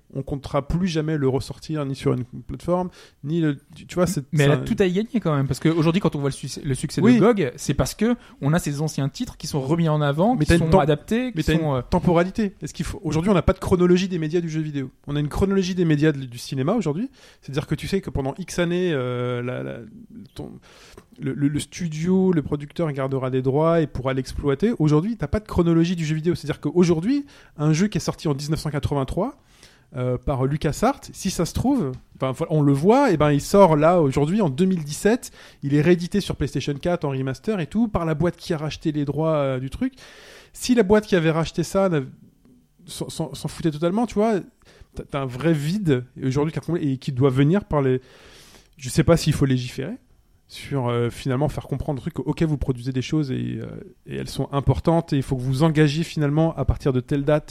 on comptera plus jamais le ressortir ni sur une plateforme, ni le, tu vois, c'est, mais c'est elle a un... tout à y gagner quand même, parce qu'aujourd'hui, quand on voit le, su- le succès Oui. de G O G, c'est parce que on a ces anciens titres qui sont remis en avant, Mais qui t'as une sont tem- adaptés, Mais qui t'as sont. une temporalité. Est-ce qu'il faut... Aujourd'hui, on n'a pas de chronologie des médias du jeu vidéo. On a une chronologie des médias de- du cinéma aujourd'hui. C'est-à-dire que tu sais que pendant X années, euh, la, la- ton- le, le- le studio, le producteur gardera des droits et pourra l'exploiter. Aujourd'hui, t'as pas de chronologie du jeu vidéo. C'est-à-dire qu'aujourd'hui, un jeu qui est sorti en dix-neuf cent quatre-vingt-trois euh, par LucasArts, si ça se trouve, enfin, voilà, on le voit, et ben il sort là aujourd'hui en deux mille dix-sept. Il est réédité sur PlayStation quatre en remaster et tout par la boîte qui a racheté les droits euh, du truc. Si la boîte qui avait racheté ça n'avait- s'en, s'en- s'en foutait totalement, tu vois, t'as, t'as un vrai vide aujourd'hui qui a comblé et qui doit venir par les. Je sais pas s'il faut légiférer sur euh, finalement faire comprendre le truc. Ok, vous produisez des choses et, euh, et elles sont importantes et il faut que vous engagiez finalement à partir de telle date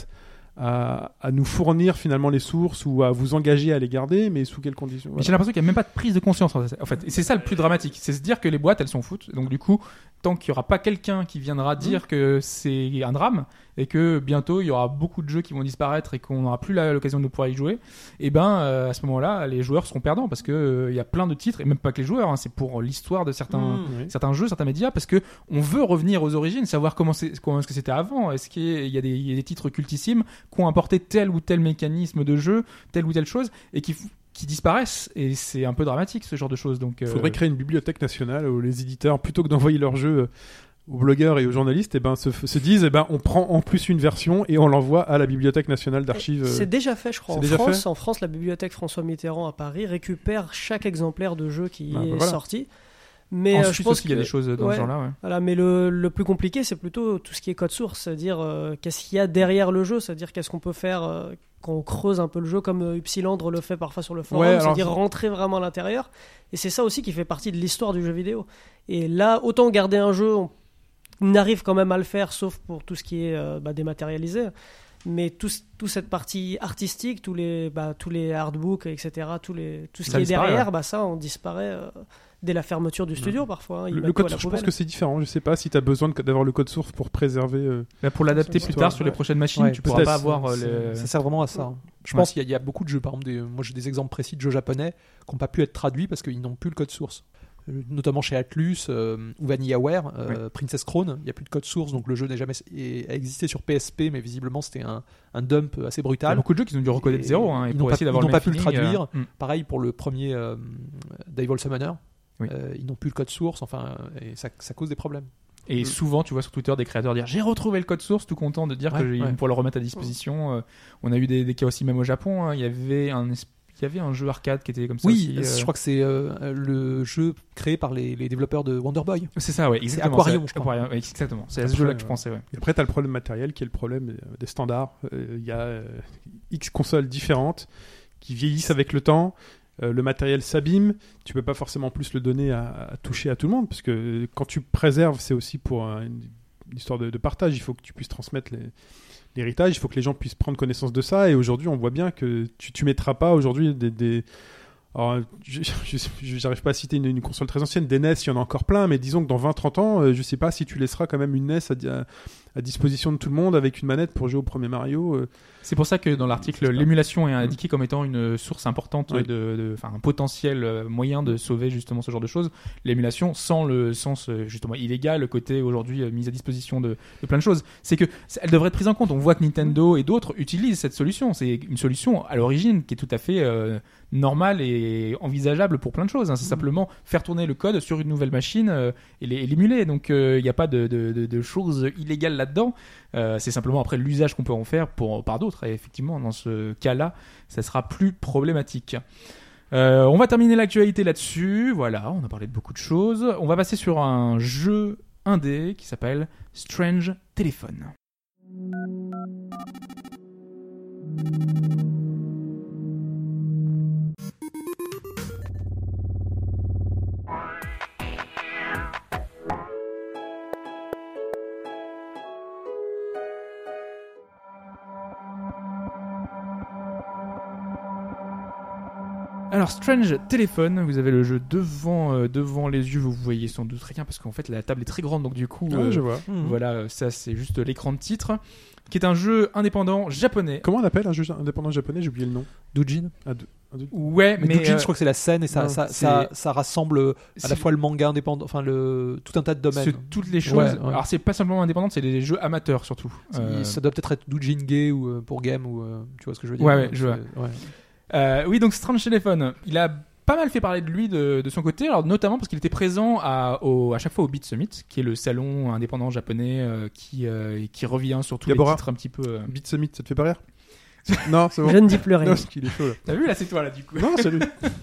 à, à nous fournir finalement les sources ou à vous engager à les garder, mais sous quelles conditions. Mais Voilà. j'ai l'impression qu'il n'y a même pas de prise de conscience en fait. Et c'est ça le plus dramatique, c'est se dire que les boîtes elles s'en foutent. Donc du coup, tant qu'il n'y aura pas quelqu'un qui viendra dire Mmh. que c'est un drame et que bientôt il y aura beaucoup de jeux qui vont disparaître et qu'on n'aura plus la- l'occasion de pouvoir y jouer, et ben euh, à ce moment-là, les joueurs seront perdants parce que euh, il y a plein de titres et même pas que les joueurs, hein, c'est pour l'histoire de certains Mmh. Oui. certains jeux, certains médias, parce que on veut revenir aux origines, savoir comment c'est comment est-ce que c'était avant. Est-ce qu'il y a, il y a des il y a des titres cultissimes qui ont apporté tel ou tel mécanisme de jeu, telle ou telle chose et qui f- qui disparaissent, et c'est un peu dramatique ce genre de choses. Donc Il euh, faudrait créer une bibliothèque nationale où les éditeurs, plutôt que d'envoyer leurs jeux euh, aux blogueurs et aux journalistes, eh ben, se, se disent eh ben, on prend en plus une version et on l'envoie à la Bibliothèque nationale d'archives. euh. C'est déjà fait, je crois. c'est En déjà France, fait en France, la bibliothèque François Mitterrand à Paris récupère chaque exemplaire de jeu qui Ah, bah est voilà. sorti. Mais en euh, je Suisse pense aussi, il y a que- des choses dans ouais. ce genre-là. Ouais. Voilà, mais le, le plus compliqué, c'est plutôt tout ce qui est code source, c'est-à-dire euh, qu'est-ce qu'il y a derrière le jeu, c'est-à-dire qu'est-ce qu'on peut faire euh, quand on creuse un peu le jeu, comme euh, Upsilandre le fait parfois sur le forum, Ouais, alors c'est-à-dire c'est- rentrer vraiment à l'intérieur. Et c'est ça aussi qui fait partie de l'histoire du jeu vidéo. Et là, autant garder un jeu, on on arrive quand même à le faire, sauf pour tout ce qui est euh, bah, dématérialisé. Mais tout, ce- toute cette partie artistique, tous les, bah, tous les artbooks, et cetera, tous les, tout ce Ça qui est disparaît, derrière, ouais. bah, ça, on disparaît euh, dès la fermeture du studio parfois. hein. Ils Le, mettent le tout à code la source, je pense poubelle. que c'est différent. Je sais pas si tu as besoin de- d'avoir le code source pour préserver. euh, Là, pour l'adapter C'est plus toi, tard sur les ouais. prochaines machines, Ouais, tu pourras peut-être. pas avoir euh, C'est- le. Ça sert vraiment à ça. Je Ouais. pense qu'il y, a- il y a beaucoup de jeux, par exemple, des, moi j'ai des exemples précis de jeux japonais qui n'ont pas pu être traduits parce qu'ils n'ont plus le code source. Euh, Notamment chez Atlus euh, ou VanillaWare, euh, Princess Crown, il n'y a plus de code source, donc le jeu n'a jamais et- a existé sur P S P, mais visiblement c'était un, un dump assez Il y a brutal. beaucoup de jeux qui ont dû recoder de Et zéro, hein, et ils pour n'ont pas- essayer d'avoir ils n'ont le pas pu le même feeling, traduire. euh, mm. Pareil pour le premier euh, Devil Summoner, Oui. Euh, ils n'ont plus le code source, enfin, et ça, ça cause des problèmes. Et souvent, tu vois sur Twitter des créateurs dire j'ai retrouvé le code source, tout content de dire Ouais, qu'ils ouais. vont pouvoir le remettre à disposition. Euh, on a eu des, des cas aussi même au Japon. hein. Il y avait un es- il y avait un jeu arcade qui était comme ça. Oui, aussi, euh, je crois que c'est euh, le jeu créé par les, les développeurs de Wonder Boy. c'est ça, ouais. c'est Exactement, Aquarium, c'est- je crois. Aquarium, ouais, exactement. C'est à ce Après, jeu-là que je euh, pensais. Ouais. Et après, tu as le problème matériel qui est le problème euh, des standards. Euh, Il y a euh, X consoles différentes qui vieillissent avec le temps. Euh, le matériel s'abîme. Tu peux pas forcément plus le donner à, à toucher à tout le monde parce que euh, quand tu préserves, c'est aussi pour euh, une, une histoire de, de partage. Il faut que tu puisses transmettre les, l'héritage. Il faut que les gens puissent prendre connaissance de ça. Et aujourd'hui, on voit bien que tu, tu mettras pas aujourd'hui des, des alors, je je- j'arrive pas à citer une, une console très ancienne, des N E S, il y en a encore plein, mais disons que dans vingt trente ans, euh, je sais pas si tu laisseras quand même une N E S à, di- à- à disposition de tout le monde avec une manette pour jouer au premier Mario. euh. C'est pour ça que dans l'article, C'est ça. l'émulation est indiquée comme étant une source importante, Oui. de, de- enfin un potentiel euh, moyen de sauver justement ce genre de choses. L'émulation, sans le sens euh, justement illégal, le côté aujourd'hui euh, mise à disposition de, de plein de choses, c'est que c'est- elle devrait être prise en compte. On voit que Nintendo et d'autres utilisent cette solution. C'est une solution à l'origine qui est tout à fait euh, normale et envisageable pour plein de choses. hein. C'est simplement faire tourner le code sur une nouvelle machine euh, et les- et l'émuler. Donc il n'y a pas de, de, de, de choses illégales là-dedans. Euh, c'est simplement après l'usage qu'on peut en faire pour, par d'autres. Et effectivement, dans ce cas-là, ça sera plus problématique. Euh, on va terminer l'actualité là-dessus. Voilà, on a parlé de beaucoup de choses. On va passer sur un jeu indé qui s'appelle Strange Telephone. Alors Strange Téléphone, vous avez le jeu devant, euh, devant les yeux, vous voyez sans doute rien parce qu'en fait la table est très grande, donc du coup, Ah, euh, je vois. voilà, euh, ça c'est juste l'écran de titre, qui est un jeu indépendant japonais. Comment on appelle un jeu indépendant japonais? J'ai oublié le nom. Doujin. Ah, de- ah, de- Ouais, Mais, mais, Doujin, euh, je crois que c'est la scène et ça, non, ça, c'est- ça, ça rassemble à c'est- la fois le manga indépendant, enfin le tout un tas de domaines. c'est toutes les choses. Ouais, ouais. Alors c'est pas simplement indépendant, c'est des jeux amateurs surtout. Il- Euh, Ça doit peut-être être Doujin Gay ou euh, pour game ou euh, tu vois ce que je veux dire. Ouais, ouais, je vois. C'est- ouais. Euh, oui, donc Strange Téléphone, il a pas mal fait parler de lui de, de son côté, alors notamment parce qu'il était présent à, au, à chaque fois au Beat Summit, qui est le salon indépendant japonais euh, qui, euh, qui revient sur tous Gabora. les titres un petit peu. euh. Beat Summit, ça te fait pas rire? Non, c'est bon. Je ne dis plus rien. Non, parce qu'il est chaud là. T'as vu là, c'est toi là du coup. Non, salut.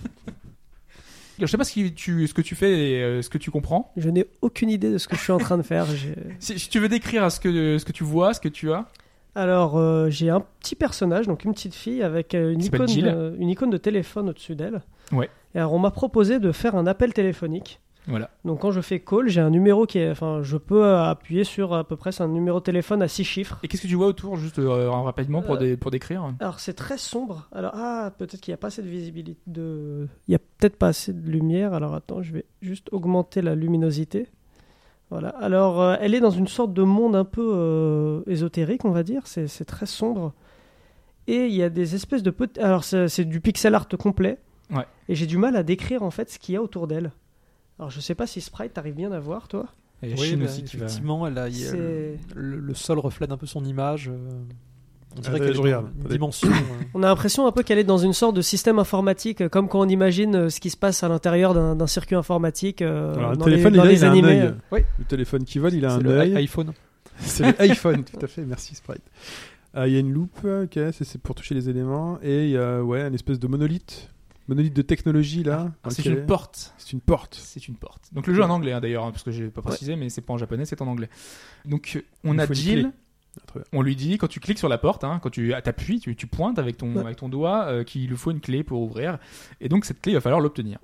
Je sais pas ce que tu, ce que tu fais et euh, ce que tu comprends. Je n'ai aucune idée de ce que je suis en train de faire. J'ai- Si, si tu veux décrire ce que, ce que tu vois, ce que tu as. Alors, euh, j'ai un petit personnage, donc une petite fille avec euh, une, Qui s'appelle icône Jill. de, une icône de téléphone au-dessus d'elle. Ouais. Et alors, on m'a proposé de faire un appel téléphonique. Voilà. Donc, quand je fais call, j'ai un numéro qui est. Enfin, je peux euh, appuyer sur à peu près c'est un numéro de téléphone à six chiffres. Et qu'est-ce que tu vois autour, juste euh, rapidement pour, Euh, dé- pour décrire? Alors, c'est très sombre. Alors, ah, peut-être qu'il n'y a pas assez de visibilité. De... Il n'y a peut-être pas assez de lumière. Alors, attends, je vais juste augmenter la luminosité. Voilà. Alors, euh, elle est dans une sorte de monde un peu euh, ésotérique, on va dire. C'est, c'est très sombre. Et il y a des espèces de... Pot... Alors, c'est, c'est du pixel art complet. Ouais. Et j'ai du mal à décrire, en fait, ce qu'il y a autour d'elle. Alors, je sais pas si Sprite, t'arrives bien à voir, toi. Et il y a Oui, Chine bah, aussi qui va. effectivement, elle a- il y a C'est- le, le sol reflète un peu son image. euh, On dirait Attendez, qu'elle je est regarde. dans une Attendez. dimension. euh, On a l'impression un peu qu'elle est dans une sorte de système informatique, euh, comme quand on imagine euh, ce qui se passe à l'intérieur d'un, d'un circuit informatique euh, Alors, le dans téléphone, les, dans il, a, les il a un animés. œil. euh. Oui. Le téléphone qui vole, il a c'est un le œil. i- iPhone. C'est l'iPhone, tout à fait. Merci Sprite. Euh, Il y a une loupe, ok, ça, c'est pour toucher les éléments. Et il y a ouais, une espèce de monolithe. Monolithe de technologie là. Ah, c'est Ok. une porte. C'est une porte. C'est une porte. Donc le jeu est en anglais hein, d'ailleurs, hein, parce que j'ai pas précisé, mais c'est pas en japonais, c'est en anglais. Donc euh, on Il a faut une Jill. clé. Ah, très bien. On lui dit, quand tu cliques sur la porte, hein, quand tu appuies, tu, tu pointes avec ton, Ouais. avec ton doigt, euh, qu'il lui faut une clé pour ouvrir. Et donc, cette clé, il va falloir l'obtenir.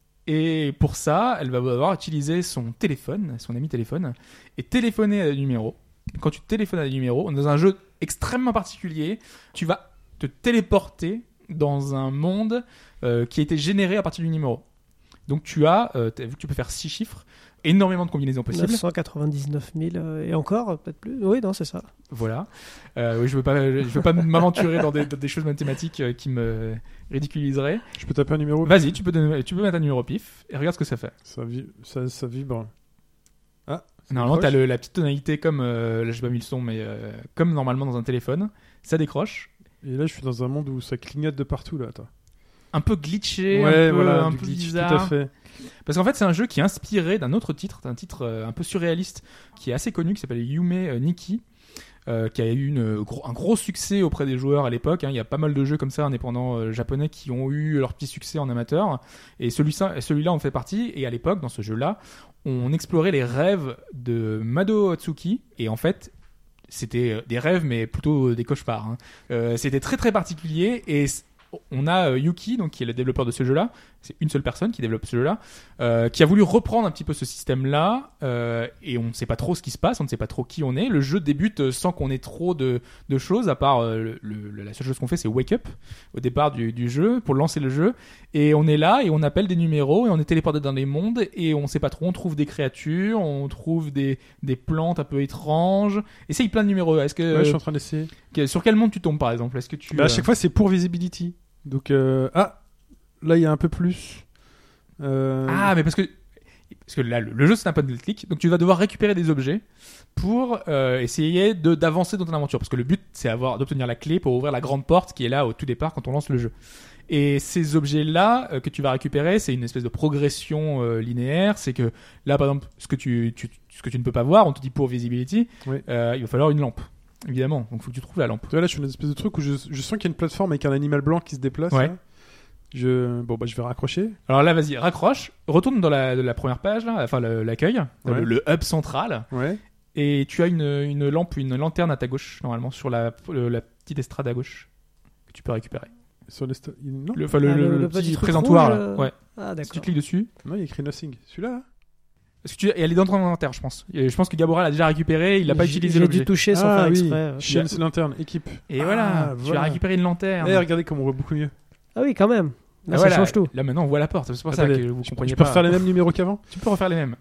Et pour ça, elle va devoir utiliser son téléphone, son ami téléphone, et téléphoner à des numéros. Quand tu téléphones à des numéros, on est dans un jeu extrêmement particulier. Tu vas te téléporter dans un monde euh, qui a été généré à partir du numéro. Donc, tu as, euh, t'as vu que tu peux faire six chiffres, énormément de combinaisons possibles. neuf cent quatre-vingt-dix-neuf mille euh, et encore, euh, peut-être plus. Oui, non, c'est ça. Voilà. Euh, oui, je veux pas, je veux pas m'aventurer dans des, dans des choses mathématiques euh, qui me ridiculiseraient. Je peux taper un numéro? Vas-y, tu peux, donner- tu peux mettre un numéro pif et regarde ce que ça fait. Ça, vi- ça, ça vibre. Ah, ça Normalement, décroche. t'as le, la petite tonalité comme, euh, là j'ai pas mis le son, mais euh, comme normalement dans un téléphone. Ça décroche. Et là, je suis dans un monde où ça clignote de partout là. Attends. Un peu glitché, Ouais, un peu, voilà, un du peu glitch, bizarre. tout à fait. Parce qu'en fait, c'est un jeu qui est inspiré d'un autre titre, d'un titre euh, un peu surréaliste, qui est assez connu, qui s'appelle Yume euh, Nikki, euh, qui a eu une, euh, gros- un gros succès auprès des joueurs à l'époque. hein. Il y a pas mal de jeux comme ça, indépendants euh, japonais, qui ont eu leur petit succès en amateur. Et celui-là, celui-là en fait partie. Et à l'époque, dans ce jeu-là, on explorait les rêves de Mado Otsuki. Et en fait, c'était euh, des rêves, mais plutôt des cauchemars. hein. Euh, c'était très très particulier. Et c- on a euh, Yuki, donc qui est le développeur de ce jeu-là. C'est une seule personne qui développe ce jeu-là, euh, qui a voulu reprendre un petit peu ce système-là. euh, et on ne sait pas trop ce qui se passe, on ne sait pas trop qui on est. Le jeu débute euh, sans qu'on ait trop de, de choses, à part euh, le, le- la seule chose qu'on fait, c'est wake up au départ du, du jeu pour lancer le jeu. Et on est là et on appelle des numéros et on est téléporté dans des mondes et on ne sait pas trop. On trouve des créatures, on trouve des, des plantes un peu étranges. Essaye plein de numéros. Est-ce que Ouais, je suis en train d'essayer. que- sur quel monde tu tombes par exemple? Est-ce que tu Bah, à euh, chaque fois, c'est pour visibility. Donc, euh... ah, là, il y a un peu plus. Euh... Ah, mais parce que parce que là, le, le jeu c'est un point de clic, donc tu vas devoir récupérer des objets pour euh, essayer de d'avancer dans ton aventure. Parce que le but c'est avoir d'obtenir la clé pour ouvrir la grande porte qui est là au tout départ quand on lance le jeu. Et ces objets-là euh, que tu vas récupérer, c'est une espèce de progression euh, linéaire. C'est que là, par exemple, ce que tu, tu ce que tu ne peux pas voir, on te dit pour visibility, Oui. euh, il va falloir une lampe, évidemment. Donc, faut que tu trouves la lampe. Tu vois, là, je suis dans une espèce de truc où je, je sens qu'il y a une plateforme avec un animal blanc qui se déplace. Ouais. là. Je... Bon, bah, je vais raccrocher. Alors là, vas-y, raccroche, retourne dans la, de la première page, là, enfin le- l'accueil, dans Ouais. le, le hub central. Ouais. Et tu as une, une lampe, une lanterne à ta gauche, normalement, sur la, le- la petite estrade à gauche, que tu peux récupérer. Sur les sta- il- Non, Le, enfin, le, Ah, le- le- le le petit, petit truc présentoir, rouge, là. euh, Ouais. Ah, Si tu d'accord. cliques dessus. non, il y a écrit nothing. Celui-là là Parce que tu, et elle est dans ton inventaire, je pense. Et je pense que Gabora l'a déjà récupéré, il l'a pas J'ai- utilisé J'ai l'objet. dû toucher sans Ah faire oui. exprès. Je suis lanterne, équipe. Et Ah, voilà, tu voilà. as récupéré une lanterne. Eh, regardez comme on voit beaucoup mieux. Ah oui, quand même. Là, Ah ça ouais, là- change tout. Là maintenant on voit la porte, c'est pour ça Attendez, que vous Tu compreniez peux pas. refaire les mêmes numéros qu'avant Tu peux refaire les mêmes.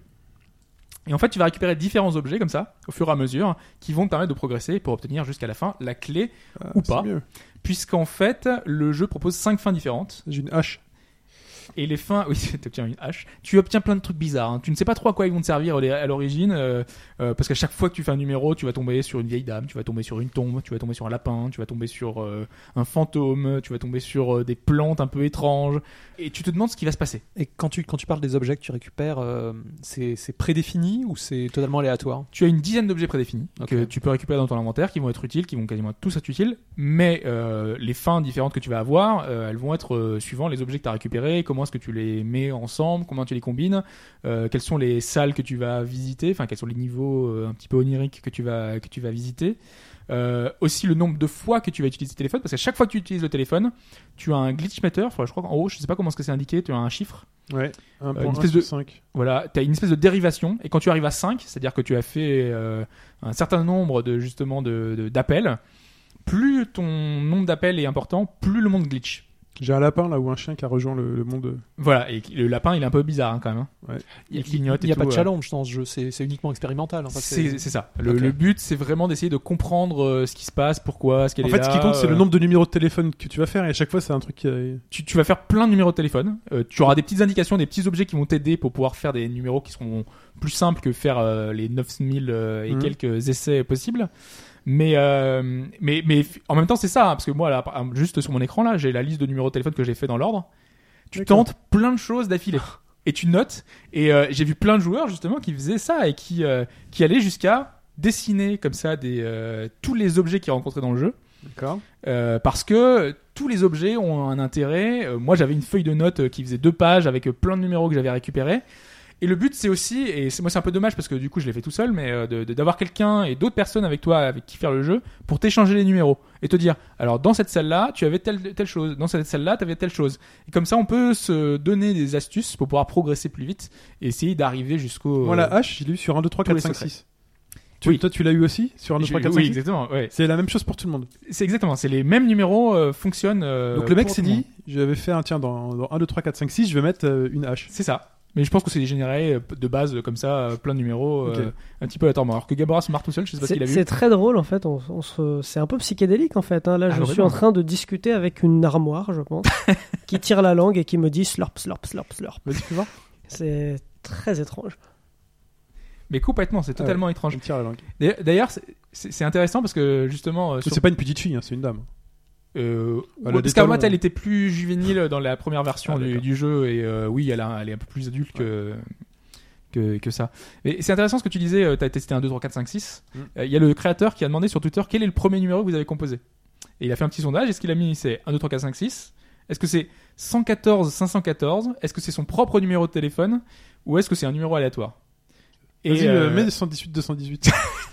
Et en fait, tu vas récupérer différents objets comme ça, au fur et à mesure, qui vont te permettre de progresser pour obtenir jusqu'à la fin la clé, Ah, Ou c'est pas. mieux. puisqu'en fait, le jeu propose cinq fins différentes. J'ai une hache. Et les fins, oui, tu obtiens une hache. Tu obtiens plein de trucs bizarres. hein. Tu ne sais pas trop à quoi ils vont te servir euh, à l'origine, euh, euh, parce qu'à chaque fois que tu fais un numéro, tu vas tomber sur une vieille dame, tu vas tomber sur une tombe, tu vas tomber sur un lapin, tu vas tomber sur euh, un fantôme, tu vas tomber sur euh, des plantes un peu étranges, et tu te demandes ce qui va se passer. Et quand tu, quand tu parles des objets que tu récupères, euh, c'est, c'est prédéfini ou c'est totalement aléatoire? Tu as une dizaine d'objets prédéfinis Ok. que tu peux récupérer dans ton inventaire, qui vont être utiles, qui vont quasiment tous être utiles, mais euh, les fins différentes que tu vas avoir, euh, elles vont être euh, suivant les objets que tu as récupérés, comment est-ce que tu les mets ensemble, comment tu les combines, euh, quelles sont les salles que tu vas visiter, enfin quels sont les niveaux euh, un petit peu oniriques que tu vas, que tu vas visiter. Euh, aussi le nombre de fois que tu vas utiliser le téléphone, parce qu'à chaque fois que tu utilises le téléphone, tu as un glitch meter, enfin, je crois qu'en haut, je sais pas comment est-ce que c'est indiqué, tu as un chiffre. Ouais. un Euh, point une un espèce sur de- cinq. Voilà, tu as une espèce de dérivation, et quand tu arrives à cinq, c'est-à-dire que tu as fait euh, un certain nombre de, justement, de, de- d'appels, plus ton nombre d'appels est important, plus le monde glitch. J'ai un lapin là ou un chien qui a rejoint le, le monde. Voilà, et le lapin, il est un peu bizarre hein, quand même. hein. Ouais. Il clignote Il n'y a et pas tout, de euh. challenge dans ce jeu, c'est, c'est uniquement expérimental. Enfin, C'est, c'est ça. Le, Ok. le but, c'est vraiment d'essayer de comprendre euh, ce qui se passe, pourquoi, ce qu'elle En est fait, là. ce qui compte, c'est le euh, nombre de numéros de téléphone que tu vas faire et à chaque fois, c'est un truc qui. a- tu, tu vas faire plein de numéros de téléphone. Euh, tu auras des petites indications, des petits objets qui vont t'aider pour pouvoir faire des numéros qui seront plus simples que faire euh, les neuf mille euh, et Mhm. quelques essais possibles. Mais, euh, mais, mais f- en même temps, c'est ça, hein, parce que moi, là, par exemple, juste sur mon écran, là, j'ai la liste de numéros de téléphone que j'ai fait dans l'ordre. Tu D'accord. tentes plein de choses d'affilée. Et tu notes. Et euh, j'ai vu plein de joueurs, justement, qui faisaient ça et qui, euh, qui allaient jusqu'à dessiner, comme ça, des, euh, tous les objets qu'ils rencontraient dans le jeu. D'accord. Euh, parce que tous les objets ont un intérêt. Euh, moi, j'avais une feuille de notes euh, qui faisait deux pages avec euh, plein de numéros que j'avais récupérés. Et le but, c'est aussi, et c'est, moi, c'est un peu dommage parce que du coup, je l'ai fait tout seul, mais euh, de, de- d'avoir quelqu'un et d'autres personnes avec toi avec qui faire le jeu pour t'échanger les numéros et te dire, alors dans cette salle-là, tu avais telle telle chose, dans cette salle-là, tu avais telle chose. Et comme ça, on peut se donner des astuces pour pouvoir progresser plus vite et essayer d'arriver jusqu'au. Moi, la hache, je l'ai eu sur un, deux, trois, tous quatre, les cinq, secrets. six. Tu, Oui. Toi, tu l'as eu aussi sur un, deux, Je- trois, quatre, oui, cinq, six exactement. Ouais. C'est la même chose pour tout le monde. C'est exactement. C'est les mêmes numéros euh, fonctionnent. euh, Donc le mec pour s'est tout le monde. dit, je vais faire un tiens dans, dans un, deux, trois, quatre, cinq, six, je vais mettre euh, une hache. C'est ça. Mais je pense que c'est généré euh, de base euh, comme ça, euh, plein de numéros, euh, Ok. un petit peu à tort. Alors que Gabora se marre tout seul, je sais pas C'est s'il a vu. c'est très drôle en fait, on, on se... c'est un peu psychédélique en fait. hein. Là, Ah, je suis vraiment. en train de discuter avec une armoire, je pense, qui tire la langue et qui me dit slurp, slurp, slurp, slurp. Vas-y, fais voir. C'est très étrange. Mais complètement, c'est totalement étrange. Je me tire la langue. D'ailleurs- D'ailleurs, c'est- c'est c'est intéressant parce que justement, euh, sur- C'est pas une petite fille, hein, c'est une dame. euh, Elle a ouais, des parce qu'en fait, talons. elle était plus juvénile dans la première version Ah, du, d'accord. du jeu et euh, oui, elle, a- elle est un peu plus adulte que, que que ça. Mais c'est intéressant ce que tu disais. Tu as testé un deux, trois, quatre, cinq, six. Mm. Euh, Il y a le créateur qui a demandé sur Twitter quel est le premier numéro que vous avez composé. Et il a fait un petit sondage. Et ce qu'il a mis, c'est un, deux, trois, quatre, cinq, six. Est-ce que c'est cent quatorze, cinq cent quatorze? Est-ce que c'est son propre numéro de téléphone? Ou est-ce que c'est un numéro aléatoire? Vas-y, euh, euh, mets cent dix-huit, deux cent dix-huit.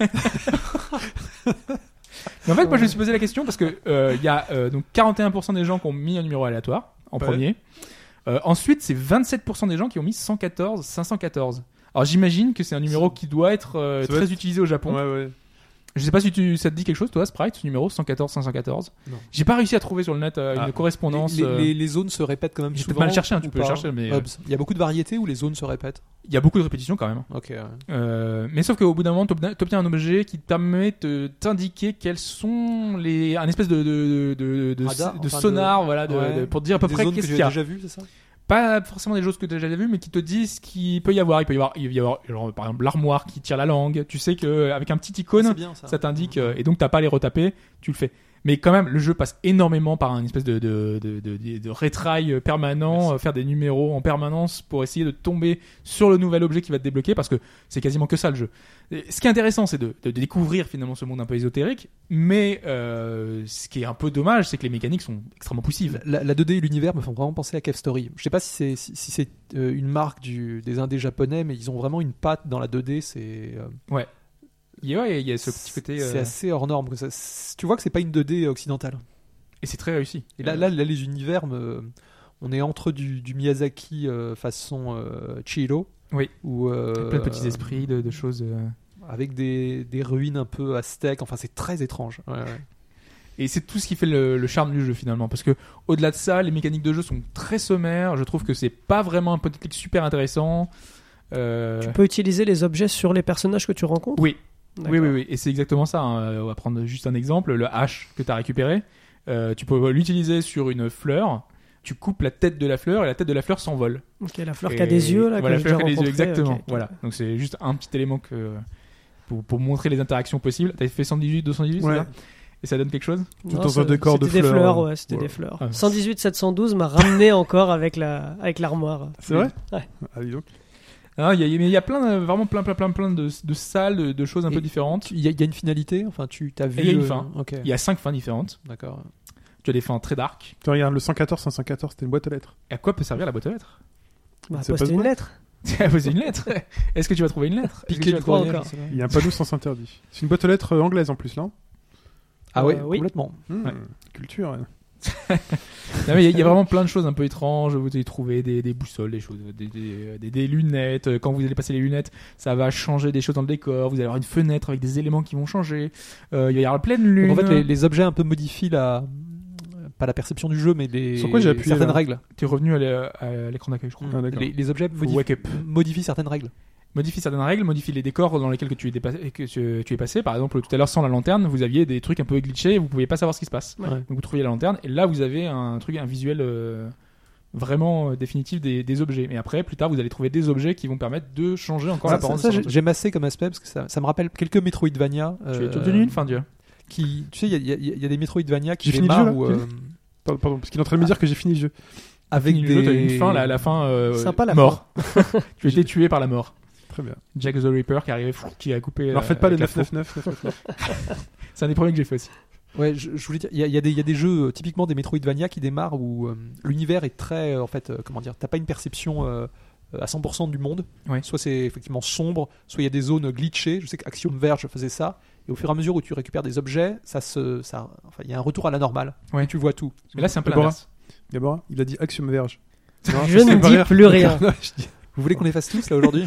Mais en fait, moi, je me suis posé la question parce que euh, il y a euh, donc quarante et un pour cent des gens qui ont mis un numéro aléatoire en Ouais. premier. Euh, ensuite, c'est vingt-sept pour cent des gens qui ont mis cent quatorze, cinq cent quatorze. Alors, j'imagine que c'est un numéro qui doit être euh, Ça doit très être- utilisé au Japon. Ouais, ouais. Je sais pas si tu, ça te dit quelque chose, toi, Sprite, ce numéro cent quatorze, cinq cent quatorze. Non. J'ai pas réussi à trouver sur le net euh, Ah. une correspondance. Les, euh, les- les zones se répètent quand même Je peux souvent. pas le chercher, hein, tu ou peux le pas chercher, mais, euh, Hobbs. Il y a beaucoup de variétés où les zones se répètent. Il y a beaucoup de répétitions quand même. Ok. ouais. Euh, mais sauf qu'au bout d'un moment, t'obtiens t'obtiens un objet qui te permet de t'indiquer quels sont les, un espèce de, de, de, de, Radar, de enfin, sonar, de- voilà, de, ouais. de- pour te dire à peu Des près zones qu'est-ce que qu'il tu y as a. déjà vues, c'est ça? Pas forcément des choses que tu as déjà vues, mais qui te disent ce qu'il peut y avoir. Il peut y avoir, il peut y avoir genre, par exemple, l'armoire qui tire la langue. Tu sais qu'avec un petit icône, C'est bien ça. ça t'indique, euh, et donc t'as pas à les retaper, tu le fais. Mais quand même, le jeu passe énormément par une espèce de, de, de, de, de, de rétrail permanent, euh, faire des numéros en permanence pour essayer de tomber sur le nouvel objet qui va te débloquer, parce que c'est quasiment que ça le jeu. Et ce qui est intéressant, c'est de, de découvrir finalement ce monde un peu ésotérique, mais euh, ce qui est un peu dommage, c'est que les mécaniques sont extrêmement poussives. La, la deux D et l'univers me font vraiment penser à Cave Story. Je sais pas si c'est si, si c'est euh, une marque du, des indés japonais, mais ils ont vraiment une patte dans la deux D. C'est euh, Il y a, ouais, il y a ce petit côté, c'est euh, assez hors norme. Que ça. C'est- Tu vois que c'est pas une deux D occidentale. et c'est très réussi. Et là, là, là, les univers, me... on est entre du, du Miyazaki euh, façon euh, Chihiro. Oui. Ou euh, Plein de petits esprits, de, de choses. euh, avec des, des ruines un peu aztèques. Enfin, c'est très étrange. Ouais, ouais. Et c'est tout ce qui fait le, le charme du jeu finalement, parce que au-delà de ça, les mécaniques de jeu sont très sommaires. Je trouve que c'est pas vraiment un point and click super intéressant. Euh... Tu peux utiliser les objets sur les personnages que tu rencontres. Oui. D'accord. Oui, oui, oui. Et c'est exactement ça. Hein. On va prendre juste un exemple. Le hache que tu as récupéré, euh, tu peux l'utiliser sur une fleur. Tu coupes la tête de la fleur et la tête de la fleur s'envole. Ok, la fleur Et... qui a des yeux là. Voilà, la que fleur j'ai qui a des déjà yeux, rencontré. exactement. Ok, ok. Voilà. Donc c'est juste un petit élément que pour, pour montrer les interactions possibles. T'as fait cent dix-huit, deux cent dix-huit, Ouais. c'est ça ? Et ça donne quelque chose ? Tout Non, dans un ça- décor de c'était des fleurs. fleurs, ouais, c'était Voilà. des fleurs. Ah, cent dix-huit sept cent douze m'a ramené encore avec la avec l'armoire. C'est vrai Ouais. Ah, dis donc. Ah, il y a, mais il y a plein, de- vraiment plein, plein, plein, plein de, de salles, de, de choses un Et peu différentes. Il y, a- il y a une finalité. Enfin, tu t'as vu. il y a une euh, fin. Ok. Il y a cinq fins différentes. D'accord. Tu as des fins très dark. Tu regardes le cent quatorze, cinq cent quatorze, c'était une boîte aux lettres. Et à quoi peut servir la boîte aux lettres ? Bah, C'est poster pas une bon. lettre. Tu as posé une lettre. Est-ce que tu vas trouver une lettre ? Est-ce que Piquer tu le vas trouver- courriel. encore. je sais pas. Il y a un panneau sens interdit. C'est une boîte aux lettres euh, anglaise en plus, là. Ah ouais, Euh, oui. complètement. Mmh, Ouais. Culture. ouais. Non, mais il y, a- il y a vraiment plein de choses un peu étranges. Vous allez trouver des, des boussoles, des choses, des, des, des- des lunettes. Quand vous allez passer les lunettes, ça va changer des choses dans le décor. Vous allez avoir une fenêtre avec des éléments qui vont changer. Euh, il va y avoir pleine lune. Donc, en fait, les, les objets un peu modifient la. Pas la perception du jeu, mais les. Sur quoi j'ai appuyé, certaines là règles. T'es revenu à l'é- à l'écran d'accueil, je crois. Ah, d'accord. les, les objets Faut modifient, wake up. modifient certaines règles. Modifie certaines règles, modifie les décors dans lesquels que tu es, dépassé, que tu, tu es passé. Par exemple, tout à l'heure, sans la lanterne, vous aviez des trucs un peu glitchés et vous pouviez pas savoir ce qui se passe. Ouais. Donc vous trouviez la lanterne et là, vous avez un truc, un visuel euh, vraiment euh, définitif des, des objets. Et après, plus tard, vous allez trouver des objets qui vont permettre de changer encore Ça, l'apparence. ça, de j'ai- certains trucs. j'ai massé comme aspect parce que ça, ça me rappelle quelques Metroidvania. Tu es euh, obtenu une fin, Dieu. qui, tu sais, il y, a- il y a- il y a des Metroidvania qui J'ai fini le démarrent jeu, où, là, euh, Pardon, pardon, parce qu'il est en train de me dire que j'ai fini le jeu. avec Fini le jeu, t'as des une fin, là, à la fin, euh, Sympa, la mort. Tu as été tué par la mort. Très bien. Jack the Ripper qui est arrivé, fou, qui a coupé. Alors euh, faites pas les avec la neuf neuf faux. neuf neuf neuf. C'est un des premiers que j'ai fait aussi. Ouais, je, je voulais dire, il y, a- il y, a des- il y a des jeux euh, typiquement des Metroidvania qui démarrent où euh, l'univers est très, euh, en fait, euh, comment dire, t'as pas une perception euh, à cent pour cent du monde. Ouais. Soit c'est effectivement sombre, soit il y a des zones glitchées. Je sais qu'Axiom Verge faisait ça. Et au fur et à mesure où tu récupères des objets, ça se, ça, enfin, il y a un retour à la normale. Ouais. Et tu vois tout. Mais là, c'est un peu D'abord, l'inverse. D'abord, il a dit Axiom Verge. Je ne dis plus rien. Vous voulez qu'on les fasse tous là aujourd'hui?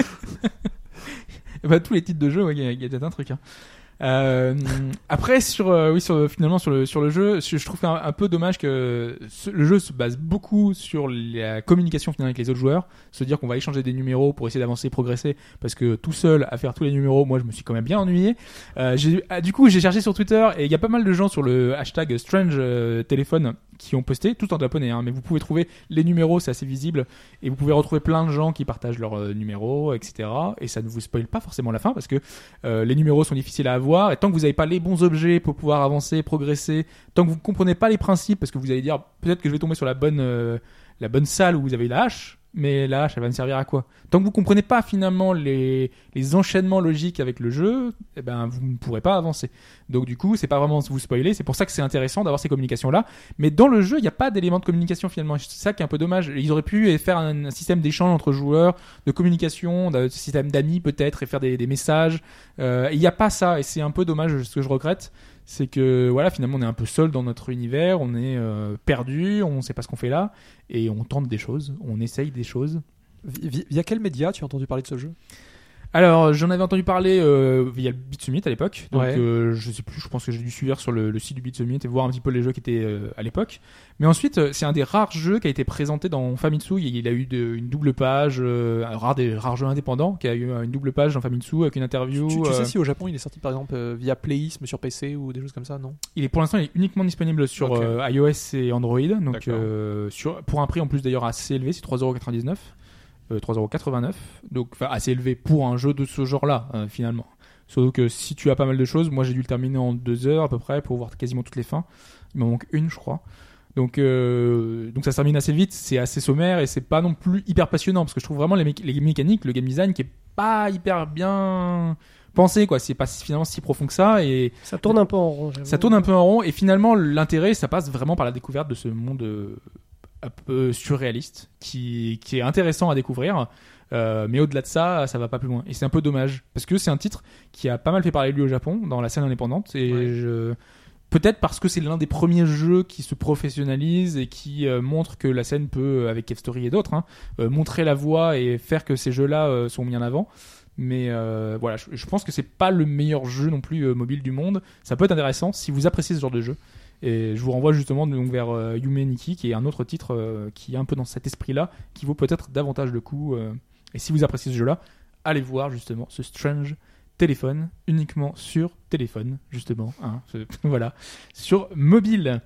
Bah, tous les titres de jeu, ouais, il y a, il y a peut-être un truc. Hein. Euh, après, sur, euh, oui, sur, finalement, sur le, sur le jeu, je, je trouve un, un peu dommage que ce- le jeu se base beaucoup sur la communication finalement avec les autres joueurs. Se dire qu'on va échanger des numéros pour essayer d'avancer, progresser. Parce que tout seul, à faire tous les numéros, moi, je me suis quand même bien ennuyé. Euh, j'ai, ah, du coup, j'ai cherché sur Twitter et il y a pas mal de gens sur le hashtag Strange euh, Téléphone qui ont posté, tout en japonais, hein, mais vous pouvez trouver les numéros, c'est assez visible, et vous pouvez retrouver plein de gens qui partagent leurs euh, numéros, et cetera. Et ça ne vous spoile pas forcément la fin, parce que euh, les numéros sont difficiles à avoir, et tant que vous n'avez pas les bons objets pour pouvoir avancer, progresser, tant que vous ne comprenez pas les principes, parce que vous allez dire, peut-être que je vais tomber sur la bonne, euh, la bonne salle où vous avez la hache, mais la hache, elle va me servir à quoi? Tant que vous comprenez pas finalement les, les enchaînements logiques avec le jeu, eh ben, vous ne pourrez pas avancer. Donc du coup, c'est pas vraiment vous spoiler, c'est pour ça que c'est intéressant d'avoir ces communications-là. Mais dans le jeu, il n'y a pas d'élément de communication finalement. C'est ça qui est un peu dommage. Ils auraient pu faire un, un système d'échange entre joueurs, de communication, un système d'amis peut-être, et faire des, des messages. Euh, il n'y a pas ça, et c'est un peu dommage. Ce que je regrette, c'est que voilà, finalement, on est un peu seul dans notre univers, on est euh, perdu, on ne sait pas ce qu'on fait là, et on tente des choses, on essaye des choses. Vi- Via quel média tu as entendu parler de ce jeu? Alors, j'en avais entendu parler euh, via le Beat Summit à l'époque. Donc, Ouais. euh, je sais plus, je pense que j'ai dû suivre sur le, le site du Beat Summit et voir un petit peu les jeux qui étaient euh, à l'époque. Mais ensuite, euh, c'est un des rares jeux qui a été présenté dans Famitsu. Il il a eu de- une double page, euh, un rare des rares jeux indépendants qui a eu une double page dans Famitsu avec une interview. Tu, tu euh, sais si au Japon il est sorti par exemple euh, via Playism sur P C ou des choses comme ça, non? Il est pour l'instant il est uniquement disponible sur Ok. euh, iOS et Android. Donc, D'accord. euh, sur, pour un prix en plus d'ailleurs assez élevé, c'est trois euros quatre-vingt-dix-neuf. Euh, trois euros quatre-vingt-neuf, donc enfin, assez élevé pour un jeu de ce genre-là, euh, finalement. Sauf que si tu as pas mal de choses, moi j'ai dû le terminer en deux heures à peu près pour voir quasiment toutes les fins. Il m'en manque une, je crois. Donc, euh, donc ça se termine assez vite, c'est assez sommaire et c'est pas non plus hyper passionnant parce que je trouve vraiment les, mé- les mécaniques, le game design qui est pas hyper bien pensé, quoi. C'est pas finalement si profond que ça et Ça tourne un peu en rond. j'avoue. ça tourne un peu en rond et finalement l'intérêt ça passe vraiment par la découverte de ce monde euh, un peu surréaliste qui, qui est intéressant à découvrir euh, mais au-delà de ça ça va pas plus loin et c'est un peu dommage parce que c'est un titre qui a pas mal fait parler de lui au Japon dans la scène indépendante et Ouais. je... peut-être parce que c'est l'un des premiers jeux qui se professionnalise et qui euh, montre que la scène peut avec Cave Story et d'autres hein, euh, montrer la voie et faire que ces jeux-là euh, sont mis en avant. Mais euh, voilà, je, je pense que c'est pas le meilleur jeu non plus euh, mobile du monde. Ça peut être intéressant si vous appréciez ce genre de jeu. Et je vous renvoie justement donc vers euh, Yume Nikki, qui est un autre titre euh, qui est un peu dans cet esprit-là, qui vaut peut-être davantage le coup. Euh, et si vous appréciez ce jeu-là, allez voir justement ce Strange Téléphone, uniquement sur téléphone, justement. Hein, voilà, sur mobile.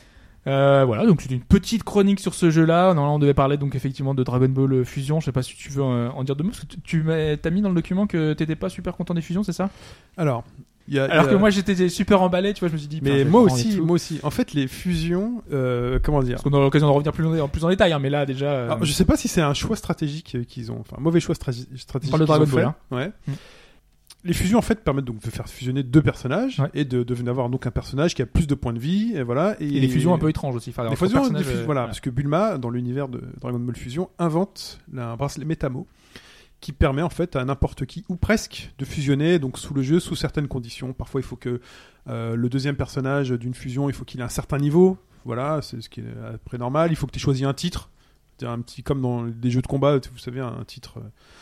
Euh, voilà, donc c'est une petite chronique sur ce jeu-là. Normalement, on devait parler donc effectivement de Dragon Ball Fusion. Je sais pas si tu veux euh, en dire deux mots, parce que tu, tu m'as, t'as mis dans le document que t'étais pas super content des fusions, c'est ça ? Alors, y a, Alors y a... que moi j'étais super emballé, tu vois, je me suis dit. Mais moi aussi, moi aussi. En fait, les fusions, euh, comment dire ? Parce qu'on aura l'occasion de revenir plus en, plus en détail, hein, mais là déjà. Euh... Alors, je sais pas si c'est un choix stratégique qu'ils ont, enfin mauvais choix strati- stratégique. On parle de Dragon Ball, hein. Ouais. Mm. Les fusions en fait permettent donc de faire fusionner deux personnages ouais. et de, de d'avoir donc un personnage qui a plus de points de vie et voilà. Et, et les fusions un peu étranges aussi. Enfin, les fusions, euh, fus- voilà, ouais. Parce que Bulma dans l'univers de Dragon Ball Fusion invente un bracelet Métamo qui permet en fait à n'importe qui ou presque de fusionner donc sous le jeu sous certaines conditions. Parfois il faut que euh, le deuxième personnage d'une fusion il faut qu'il ait un certain niveau. Voilà, c'est ce qui est après normal. Il faut que tu aies choisi un titre, c'est-à-dire un petit comme dans des jeux de combat, vous savez un titre.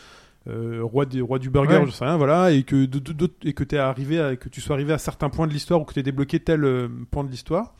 Euh, roi, des, roi du burger, ouais. Je sais rien, voilà, et que de, de, de, et que t'es arrivé, à, que tu sois arrivé à certains points de l'histoire ou que t'aies débloqué tel euh, point de l'histoire.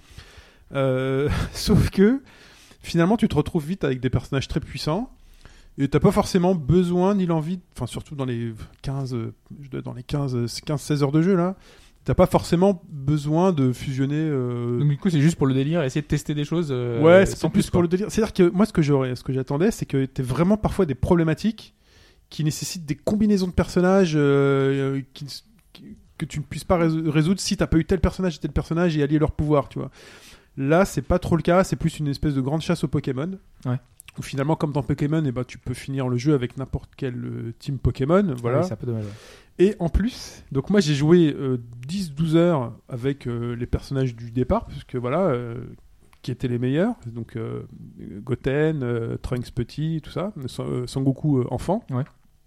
Euh, sauf que finalement, tu te retrouves vite avec des personnages très puissants et t'as pas forcément besoin ni l'envie, enfin surtout dans les quinze, dans les quinze, quinze seize heures de jeu là. T'as pas forcément besoin de fusionner. Euh... Donc du coup, c'est juste pour le délire, essayer de tester des choses. Euh, ouais, c'est sans plus plus pour le délire. C'est-à-dire que moi, ce que j'aurais, ce que j'attendais, c'est que t'aies vraiment parfois des problématiques qui nécessitent des combinaisons de personnages euh, qui, qui, que tu ne puisses pas résoudre si t'as pas eu tel personnage et tel personnage et allier leur pouvoir, tu vois. Là, c'est pas trop le cas, c'est plus une espèce de grande chasse aux Pokémon. Ouais. Où finalement, comme dans Pokémon, eh ben, tu peux finir le jeu avec n'importe quel euh, team Pokémon, voilà. Oui, c'est un peu dommage. Ouais. Et en plus, donc moi j'ai joué euh, dix douze heures avec euh, les personnages du départ, puisque voilà, euh, qui étaient les meilleurs, donc euh, Goten, euh, Trunks petit, tout ça, Son, Sangoku euh, enfant. Ouais.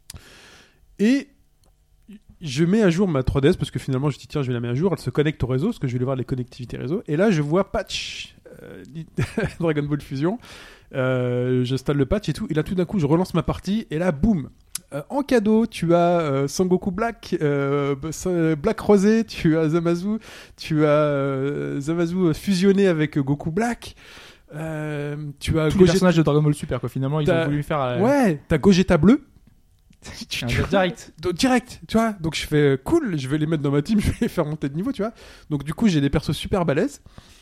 Et je mets à jour ma trois D S parce que finalement je dis tiens je vais la mettre à jour, elle se connecte au réseau parce que je vais aller voir les connectivités réseau et là je vois patch euh, Dragon Ball Fusion, euh, j'installe le patch et tout et là tout d'un coup je relance ma partie et là boum euh, en cadeau tu as euh, Sangoku Black, euh, Black Rosé, tu as Zamasu, tu as euh, Zamasu fusionné avec Goku Black. Euh, tu as tous Gogeta... les personnages de Dragon Ball Super quoi finalement ils t'as... ont voulu faire euh... ouais t'as Gogeta bleu tu, tu... direct direct tu vois donc je fais cool je vais les mettre dans ma team je vais les faire monter de niveau tu vois donc du coup j'ai des persos super balèzes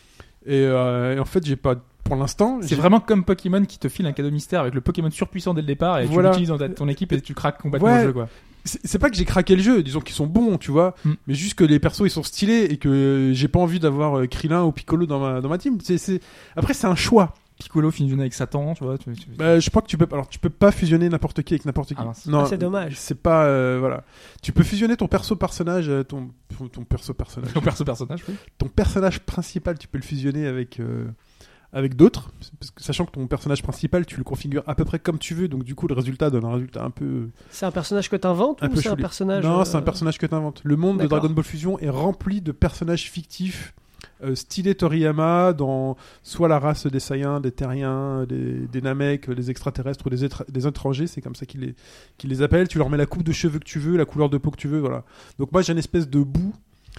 et, euh, et en fait j'ai pas pour l'instant c'est j'ai... vraiment comme Pokémon qui te file un cadeau mystère avec le Pokémon surpuissant dès le départ et voilà. Tu l'utilises dans ta, ton équipe et tu craques complètement ouais. le jeu quoi. C'est, c'est pas que j'ai craqué le jeu, disons qu'ils sont bons, tu vois, mm. mais juste que les persos ils sont stylés et que j'ai pas envie d'avoir euh, Krillin ou Piccolo dans ma dans ma team. C'est, c'est... Après c'est un choix. Piccolo fusionné avec Satan, tu vois. Tu, tu... Bah, je crois que tu peux. Alors tu peux pas fusionner n'importe qui avec n'importe qui. Ah, c'est... Non, ah, c'est dommage. C'est pas euh, voilà. Tu peux fusionner ton perso personnage, ton ton perso personnage. ton perso personnage, oui. Ton personnage principal, tu peux le fusionner avec. Euh... avec d'autres, parce que sachant que ton personnage principal, tu le configures à peu près comme tu veux, donc du coup le résultat donne un résultat un peu. C'est un personnage que t'inventes ou c'est chouli. un personnage Non, euh... c'est un personnage que t'inventes. Le monde D'accord. de Dragon Ball Fusion est rempli de personnages fictifs, euh, stylé Toriyama, dans soit la race des Saiyans, des Terriens, des, des Namek, des extraterrestres ou des, étra- des étrangers, c'est comme ça qu'ils les, qu'ils les appellent. Tu leur mets la coupe de cheveux que tu veux, la couleur de peau que tu veux, voilà. Donc moi j'ai une espèce de boue.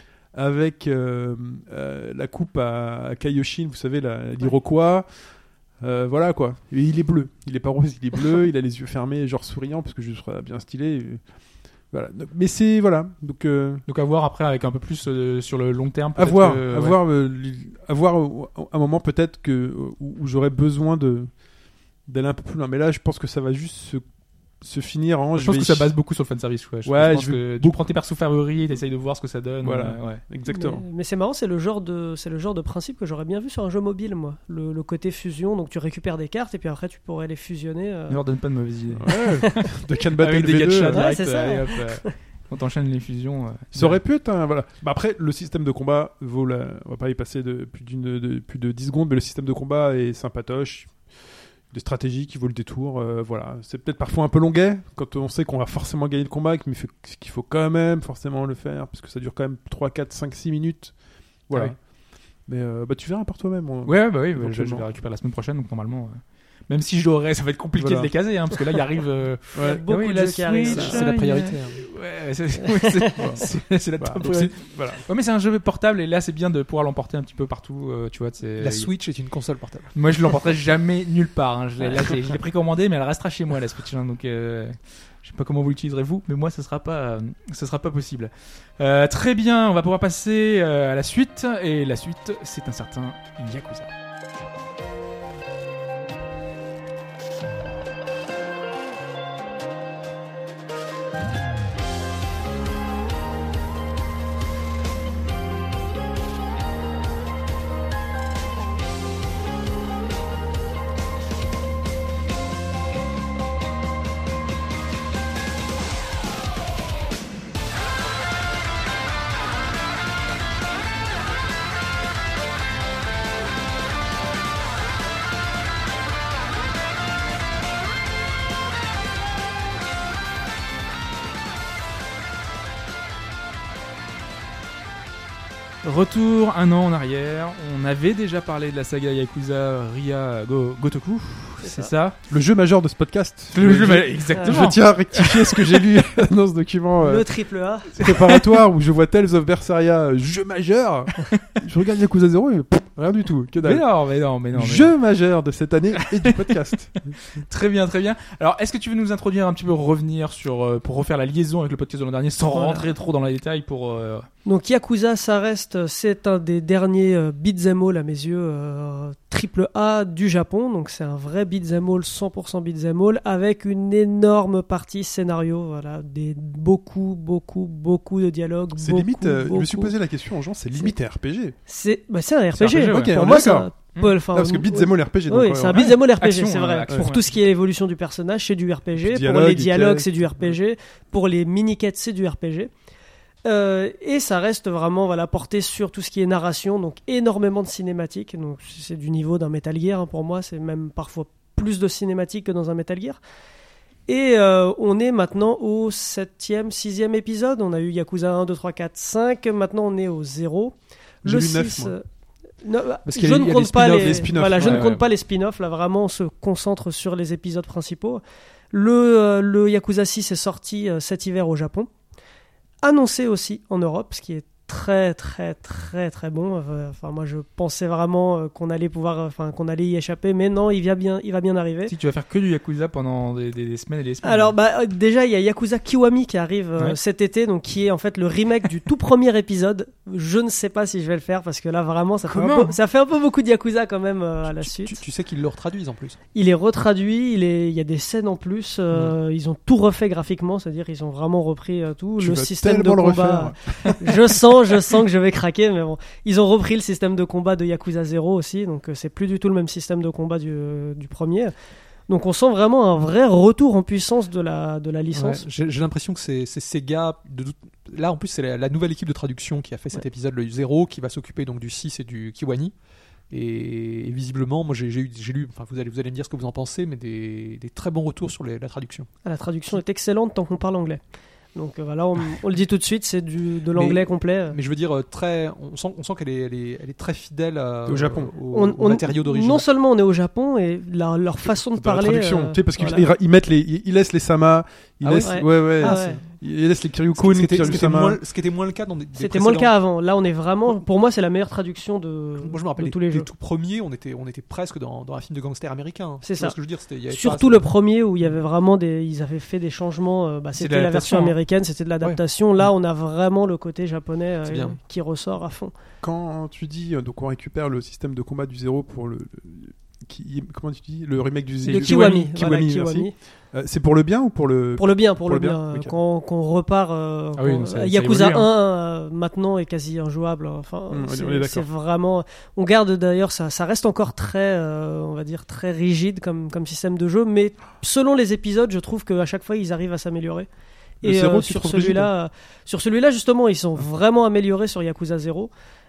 Avec euh, euh, la coupe à, à Kaioshin, vous savez, la, l'Iroquois. Euh, voilà quoi. Et il est bleu. Il est pas rose, il est bleu. Il a les yeux fermés, genre souriant, parce que je serais bien stylé. Et... Voilà. Mais c'est. Voilà. Donc, euh... Donc à voir après avec un peu plus euh, sur le long terme. À voir. Que, à, ouais. voir euh, à voir euh, un moment peut-être que, où, où j'aurais besoin de, d'aller un peu plus loin. Mais là, je pense que ça va juste se. se finir en je, je pense vais... que ça base beaucoup sur le fanservice ouais, je ouais pense je que beaucoup... tu prends tes persos favoris t'essayes de voir ce que ça donne voilà euh, ouais. exactement mais, mais c'est marrant c'est le genre de c'est le genre de principe que j'aurais bien vu sur un jeu mobile moi le, le côté fusion donc tu récupères des cartes et puis après tu pourrais les fusionner euh... ne leur donne pas de mauvaises idées ouais. de Can Battle avec des gachas direct ouais, euh, hop, euh, on t'enchaîne les fusions euh, ça aurait pu être un, voilà bah après le système de combat vaut la... on va pas y passer de plus d'une de, plus de dix secondes mais le système de combat est sympatoche des stratégies qui vaut le détour, euh, voilà. C'est peut-être parfois un peu longuet quand on sait qu'on va forcément gagner le combat, mais il faut, qu'il faut quand même forcément le faire, parce que ça dure quand même trois, quatre, cinq, six minutes. Voilà. Ah oui. Mais euh, bah, tu verras par toi-même. On... Ouais, bah oui, bah, je, je vais récupérer la semaine prochaine, donc normalement. Euh... Même si je l'aurais, ça va être compliqué voilà. de les caser, hein, parce que là, il arrive. Euh... Ouais. Il y a beaucoup oui, de la jeux qui arrivent. C'est la priorité. Hein. Ouais, c'est, ouais, c'est, c'est, c'est la Voilà, top donc priorité. c'est- voilà. Ouais, mais c'est un jeu portable et là c'est bien de pouvoir l'emporter un petit peu partout. euh, tu vois, c'est... La Switch est une console portable. Moi je l'emporterai jamais nulle part. Hein. Je l'ai, là, j'ai, je l'ai précommandé, mais elle restera chez moi la Switch. Hein, donc euh, je sais pas comment vous l'utiliserez vous, mais moi ce sera pas, euh, ce sera pas possible. Euh, très bien, on va pouvoir passer euh, à la suite et la suite c'est un certain Yakuza. Retour un an en arrière, on avait déjà parlé de la saga Yakuza Ria Go- Gotoku, c'est, C'est ça, Le jeu majeur de ce podcast. Le jeu, je, bah, exactement. je tiens à rectifier ce que j'ai lu dans ce document euh, Le triple A. préparatoire où je vois Tales of Berseria, euh, jeu majeur. Je regarde Yakuza zéro et pff, rien du tout. Que Mais dalle. non, mais non, mais non. mais Jeu majeur de cette année et du podcast. non. Très bien, très bien. Alors, est-ce que tu veux nous introduire un petit peu, revenir sur, euh, pour refaire la liaison avec le podcast de l'an dernier, sans Voilà. rentrer trop dans les détails pour. Euh... Donc Yakuza, ça reste, c'est un des derniers euh, beat'em all à mes yeux, euh, triple A du Japon. Donc c'est un vrai beat'em all, cent pour cent beat'em all, avec une énorme partie scénario. Voilà, des beaucoup, beaucoup, beaucoup de dialogues. C'est beaucoup, limite, euh, je me suis beaucoup. posé la question en genre, c'est limite R P G. C'est, bah, c'est un R C'est P G. un R P G, ouais. Ok, on Pour est moi, c'est d'accord. un Hmm. peu. enfin, Non, parce que beat'em all R P G. donc, Oui, ouais, c'est un ouais. beat'em all R P G, Action, c'est vrai. euh, action, Pour ouais. tout ce qui est l'évolution du personnage, c'est du R P G. Pour Dialogue, les dialogues, quête. c'est du R P G. Pour les mini-quêtes, c'est du R P G. Euh, et ça reste vraiment voilà, porté sur tout ce qui est narration, donc énormément de cinématiques. Donc c'est du niveau d'un Metal Gear, hein, pour moi, c'est même parfois plus de cinématiques que dans un Metal Gear. Et euh, on est maintenant au septième, sixième épisode. On a eu Yakuza un, deux, trois, quatre, cinq. Maintenant on est au zéro. J'ai Le vu neuf, six, moi. euh, non, bah, Parce qu'il y je a- ne il y a compte les pas spin-offs, les, les spin-offs, voilà, je ouais, ne compte ouais. pas les spin-offs. Là, vraiment, on se concentre sur les épisodes principaux. Le, euh, le Yakuza six est sorti euh, cet hiver au Japon. Annoncé aussi en Europe, ce qui est très très très très bon. Euh, Enfin, moi, je pensais vraiment euh, qu'on allait pouvoir, euh, enfin, qu'on allait y échapper, mais non, il va bien, il va bien arriver. Si tu vas faire que du Yakuza pendant des, des- des semaines et des semaines. Alors bah euh, déjà il y a Yakuza Kiwami qui arrive euh, Ouais. cet été, donc qui est en fait le remake du tout premier épisode. Je ne sais pas si je vais le faire parce que là vraiment ça fait, un Comment peu, ça fait un peu beaucoup de Yakuza quand même euh, à la Tu, suite. tu- tu sais qu'ils le retraduisent en plus. Il est retraduit, il, est, il y a des scènes en plus, euh, ils ont tout refait graphiquement, c'est-à-dire ils ont vraiment repris euh, tout. Tu le vas système de tellement le combat, je sens, je sens que je vais craquer, mais bon, ils ont repris le système de combat de Yakuza zéro aussi, donc euh, c'est plus du tout le même système de combat du, euh, du premier. Donc on sent vraiment un vrai retour en puissance de la, de la licence. Ouais, j'ai j'ai l'impression que c'est c'est Sega. De, là, en plus, c'est la, la nouvelle équipe de traduction qui a fait cet Ouais. épisode, le zéro, qui va s'occuper donc du six et du Kiwani. Et, et visiblement, moi j'ai j'ai eu- j'ai lu, enfin vous allez, vous allez me dire ce que vous en pensez, mais des, des très bons retours sur les- la traduction. Ah, la traduction est excellente tant qu'on parle anglais. Donc euh, voilà, on, on le dit tout de suite, c'est du, de l'anglais Mais- complet. Mais je veux dire, euh, très, on sent, on sent qu'elle est, elle est, elle est très fidèle à- Au Japon. au, On- au on- matériau d'origine. Non seulement on est au Japon et la- leur façon de Dans la parler. traduction, euh, tu sais, parce qu'ils voilà. ils ra- ils mettent les, ils, ils laissent les sama, ils Ah ouais laissent, Ouais. ouais, ouais, Ah c'est- ouais. ils laissent les Ce Kiryukun, qui était- ce qui était Kiryu-sama. moins, ce qui était moins le cas dans des, des C'était moins le précédents. cas avant. Là, on est vraiment. Pour moi, c'est la meilleure traduction de, Moi je me rappelle de les, tous les les jeux. tout premiers, on était, on était presque dans, dans un film de gangster américain. C'est Tu vois ça. Ce que je veux dire, c'était- il y avait Surtout pas- le premier où il y avait vraiment des. Ils avaient fait des changements. euh, bah, C'est de c'était la l'adaptation, version hein. américaine, c'était de l'adaptation. Là, on a vraiment le côté japonais euh, C'est bien. qui ressort à fond. Quand tu dis, euh, donc on récupère le système de combat du zéro pour le, le- qui, comment tu dis, le remake du De du- Kiwami. Kiwami, voilà, merci. Kiwami. Euh, c'est pour le bien ou pour le Pour le bien, pour, Pour le le bien. bien, ok. Quand, qu'on repart, euh, Ah oui, quand- donc ça- ça Yakuza évolue, hein. un euh, maintenant est quasi injouable. Enfin, Hum, on est c'est, d'accord. c'est vraiment. On garde d'ailleurs ça, ça reste encore très, euh, on va dire très rigide comme comme système de jeu, mais selon les épisodes, je trouve qu'à chaque fois ils arrivent à s'améliorer. Le Et zéro, euh, tu sur trouves celui-là, sur celui-là justement, ils sont vraiment améliorés sur Yakuza zéro.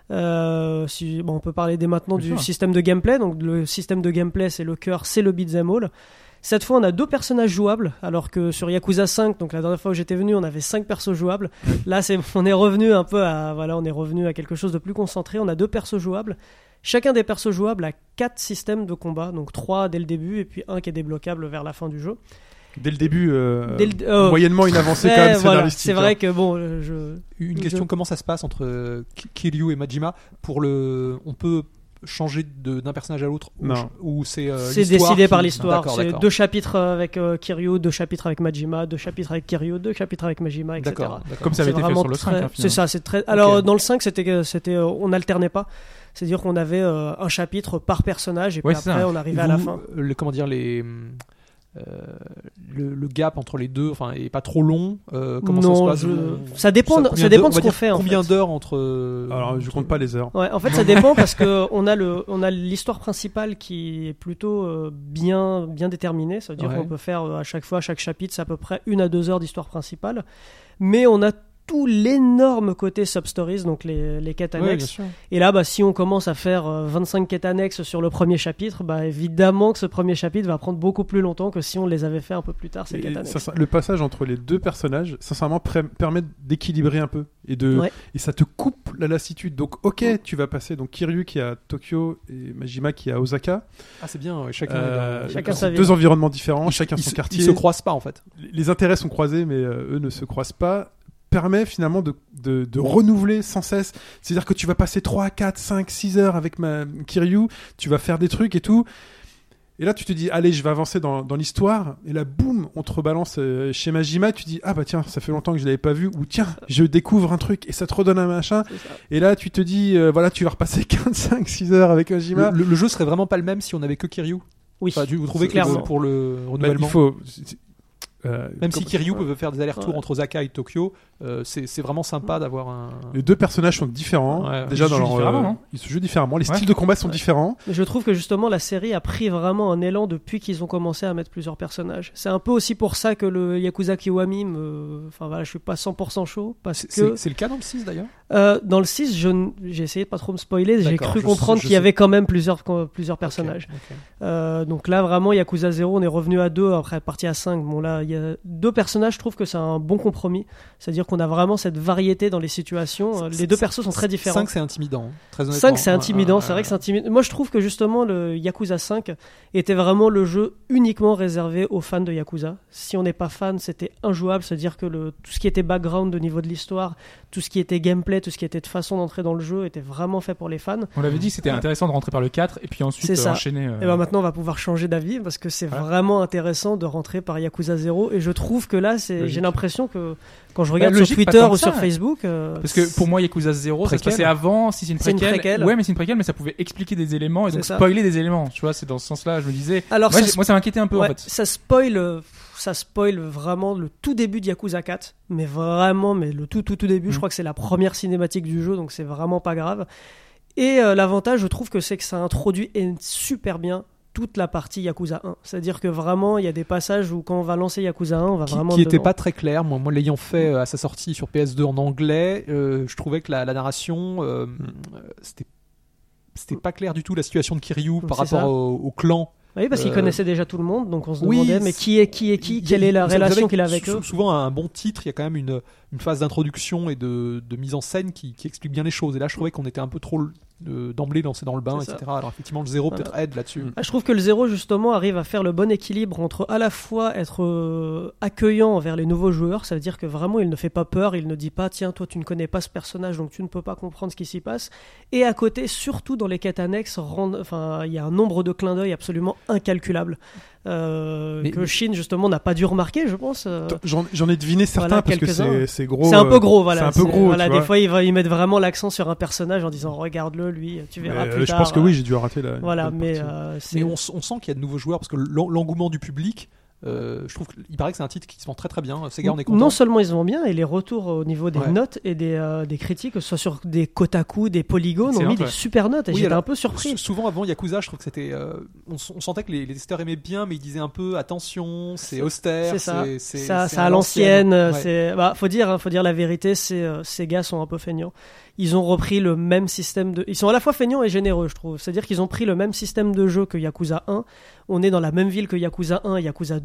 Euh, si, bon, on peut parler dès maintenant Bien du sûr. système de gameplay. Donc le système de gameplay, c'est le cœur, c'est le beat'em all. Cette fois, on a deux personnages jouables, alors que sur Yakuza cinq, donc la dernière fois où j'étais venu, on avait cinq persos jouables. Là, c'est, on est revenu un peu à, voilà, on est revenu à quelque chose de plus concentré. On a deux persos jouables. Chacun des persos jouables a quatre systèmes de combat, donc trois dès le début et puis un qui est débloquable vers la fin du jeu. Dès le début, euh, Dès le- euh, moyennement une avancée Ouais, quand même voilà, scénaristique. c'est vrai que bon, euh, je. Une Je- question, comment ça se passe entre euh, Ki- Kiryu et Majima pour le... On peut changer de- d'un personnage à l'autre ou- Non. ou c'est euh, C'est l'histoire décidé qui- par l'histoire. D'accord, C'est d'accord. deux chapitres avec euh, Kiryu, deux chapitres avec Majima, deux chapitres avec Kiryu, deux chapitres avec Majima, et cetera. D'accord, d'accord. Comme ça avait C'est été fait vraiment sur le cinq. très- hein, c'est finalement. ça, c'est très. Alors Ok. euh, dans le cinq, c'était, que- c'était, euh, on alternait pas. C'est-à-dire qu'on avait euh, un chapitre par personnage et puis Ouais, c'est après ça. on arrivait Et à la vous, fin. euh, le- comment dire, les, euh, le, le gap entre les deux, enfin, est pas trop long. euh, comment Non, ça se passe je- vous- ça dépend de- combien ça dépend d'heures- de ce on va qu'on dire fait, en Combien fait. d'heures entre euh, Alors, je entre- compte pas les heures. Ouais, en fait, ça dépend parce que on a le, on a l'histoire principale qui est plutôt euh, bien, bien déterminée. Ça veut dire Ouais. qu'on peut faire euh, à chaque fois, chaque chapitre, c'est à peu près une à deux heures d'histoire principale. Mais on a tout l'énorme côté sub-stories, donc les, les quêtes Ouais, bien annexes. sûr. Et là, bah, si on commence à faire euh, vingt-cinq quêtes annexes sur le premier chapitre, bah, évidemment que ce premier chapitre va prendre beaucoup plus longtemps que si on les avait fait un peu plus tard, ces Et- quêtes et annexes. ça- le passage entre les deux personnages, sincèrement, pré- permet d'équilibrer un peu et de Ouais. et ça te coupe la lassitude. Donc, ok, tu vas passer donc Kiryu qui est à Tokyo et Majima qui est à Osaka. Ah, c'est bien. ouais, chacun. Euh, il a- chacun il- sa vie. deux environnements différents, chacun ils son se- quartier. Ils se croisent pas en fait. Les intérêts sont croisés, mais euh, eux ne se croisent pas. Permet finalement de, de, de renouveler sans cesse. C'est-à-dire que tu vas passer trois, quatre, cinq, six heures avec ma Kiryu, tu vas faire des trucs et tout. Et là, tu te dis, allez, je vais avancer dans, dans l'histoire. Et là, boum, on te rebalance euh, chez Majima. Tu dis, ah bah tiens, ça fait longtemps que je l'avais pas vu. Ou tiens, je découvre un truc et ça te redonne un machin. C'est ça. Et là, tu te dis, euh, voilà, tu vas repasser quinze, cinq, six heures avec Majima. Le, le- le jeu serait vraiment pas le même si on avait que Kiryu. Oui, Enfin, tu- vous trouvez c'est que clairement. pour le Bah, renouvellement, il faut. c'est- euh, même comme- si Kiryu peut faire des allers-retours Ouais. entre Osaka et Tokyo, euh, c'est c'est vraiment sympa d'avoir un. Les deux personnages sont différents. Ouais, ouais. Déjà Ils se dans jouent leur, différemment, euh, non ils se jouent différemment. Les Ouais. styles de combat sont Ouais. différents. Mais je trouve que justement la série a pris vraiment un élan depuis qu'ils ont commencé à mettre plusieurs personnages. C'est un peu aussi pour ça que le Yakuza Kiwami, me... enfin voilà, je suis pas cent pour cent chaud parce C'est que c'est- c'est le cas dans le six d'ailleurs. euh, dans le six, je n- j'ai essayé de pas trop me spoiler, j'ai D'accord, cru je comprendre sais- je qu'il y sais. avait quand même plusieurs plusieurs personnages. Ok, ok. Euh, donc là vraiment Yakuza zéro, on est revenu à deux après être parti à cinq. Bon là, il y a deux personnages, je trouve que c'est un bon compromis, c'est-à-dire qu'on a vraiment cette variété dans les situations. Euh, Les deux persos sont très différents. cinq c'est intimidant, hein, très honnêtement. cinq c'est Ouais, intimidant, ouais, c'est vrai que ouais. c'est intimidant. Moi je trouve que justement le Yakuza cinq était vraiment le jeu uniquement réservé aux fans de Yakuza. Si on n'est pas fan, c'était injouable, c'est-à-dire que le, tout ce qui était background au niveau de l'histoire, tout ce qui était gameplay, tout ce qui était de façon d'entrer dans le jeu était vraiment fait pour les fans. On l'avait dit, c'était intéressant de rentrer par le quatre et puis ensuite C'est euh, ça. enchaîner. euh, Et ben maintenant on va pouvoir changer d'avis parce que c'est Voilà. vraiment intéressant de rentrer par Yakuza zéro et je trouve que là c'est, Logique. j'ai l'impression que quand je regarde Bah, logique, sur pas Twitter tant que ou sur ça. Facebook, euh, Parce que pour moi, Yakuza zéro, ça se Préquel. passait avant, si c'est une C'est une préquelle. préquelle. Ouais, mais c'est une préquelle, mais ça pouvait expliquer des éléments et donc C'est ça. spoiler des éléments. Tu vois, c'est dans ce sens-là, je me disais. alors Moi, ça j'ai- se moi, ça m'inquiétait un peu Ouais, en fait. ça spoil, euh, ça spoil vraiment le tout début de Yakuza quatre, mais vraiment, mais le tout tout tout début. Mm. Je crois que c'est la première cinématique du jeu, donc c'est vraiment pas grave. Et euh, l'avantage, je trouve que c'est que ça introduit et- super bien toute la partie Yakuza un. C'est-à-dire que vraiment, il y a des passages où quand on va lancer Yakuza un, on va Qui, vraiment qui était dedans. pas très clair. Moi, moi l'ayant fait euh, à sa sortie sur P S deux en anglais, euh, je trouvais que la, la narration, euh, Mm. euh, c'était c'était pas clair du tout la situation de Kiryu par C'est rapport ça. au, au clan. Oui, parce qu'il euh, connaissait déjà tout le monde, donc on se oui, demandait, mais qui est qui est qui, Il y a- quelle est la vous savez relation que qu'il a avec sou- eux. Souvent, un bon titre, il y a quand même une, une phase d'introduction et de, de mise en scène qui, qui explique bien les choses. Et là, je trouvais qu'on était un peu trop euh, d'emblée lancé dans le bain, C'est ça. et cetera. Alors effectivement, le zéro Voilà. peut-être aide là-dessus. Ah, je trouve que le zéro justement arrive à faire le bon équilibre entre à la fois être euh, accueillant envers les nouveaux joueurs, ça veut dire que vraiment il ne fait pas peur, il ne dit pas tiens toi tu ne connais pas ce personnage donc tu ne peux pas comprendre ce qui s'y passe, et à côté surtout dans les quêtes annexes, rendre- enfin il y a un nombre de clins d'œil absolument incalculable euh, Mais- que Shin justement n'a pas dû remarquer je pense. euh, J'en j'en ai deviné certains Voilà, parce que quelques-uns. c'est c'est gros. c'est un peu euh, gros, voilà. C'est un peu gros. Voilà, tu des vois. fois, ils, va- ils mettent vraiment l'accent sur un personnage en disant regarde-le, lui, tu Mais, verras euh, plus je tard. pense que oui, j'ai dû rater la. Voilà, la mais partie. euh, c'est. Mais on, s- on sent qu'il y a de nouveaux joueurs parce que l'en- l'engouement du public, euh, je trouve qu'il paraît que c'est un titre qui se vend très très bien. Sega, on est content. Non seulement ils vont bien, et les retours au niveau des Ouais. notes et des, euh, des critiques, que ce soit sur des Kotaku, des Polygones, ont Excellent, mis des ouais. super notes. Et Oui, j'étais alors, un peu surpris. sou- Souvent avant Yakuza, je trouve que c'était. euh, on, s- on sentait que les, les testeurs aimaient bien, mais ils disaient un peu attention, c'est austère. C'est ça, c'est- c'est- ça, c'est ça à l'ancienne. Ouais. C'est, bah, faut dire, hein, faut dire la vérité. C'est, euh, ces gars sont un peu feignants. Ils ont repris le même système de. Ils sont à la fois feignants et généreux, je trouve. C'est-à-dire qu'ils ont pris le même système de jeu que Yakuza un. On est dans la même ville que Yakuza un et Yakuza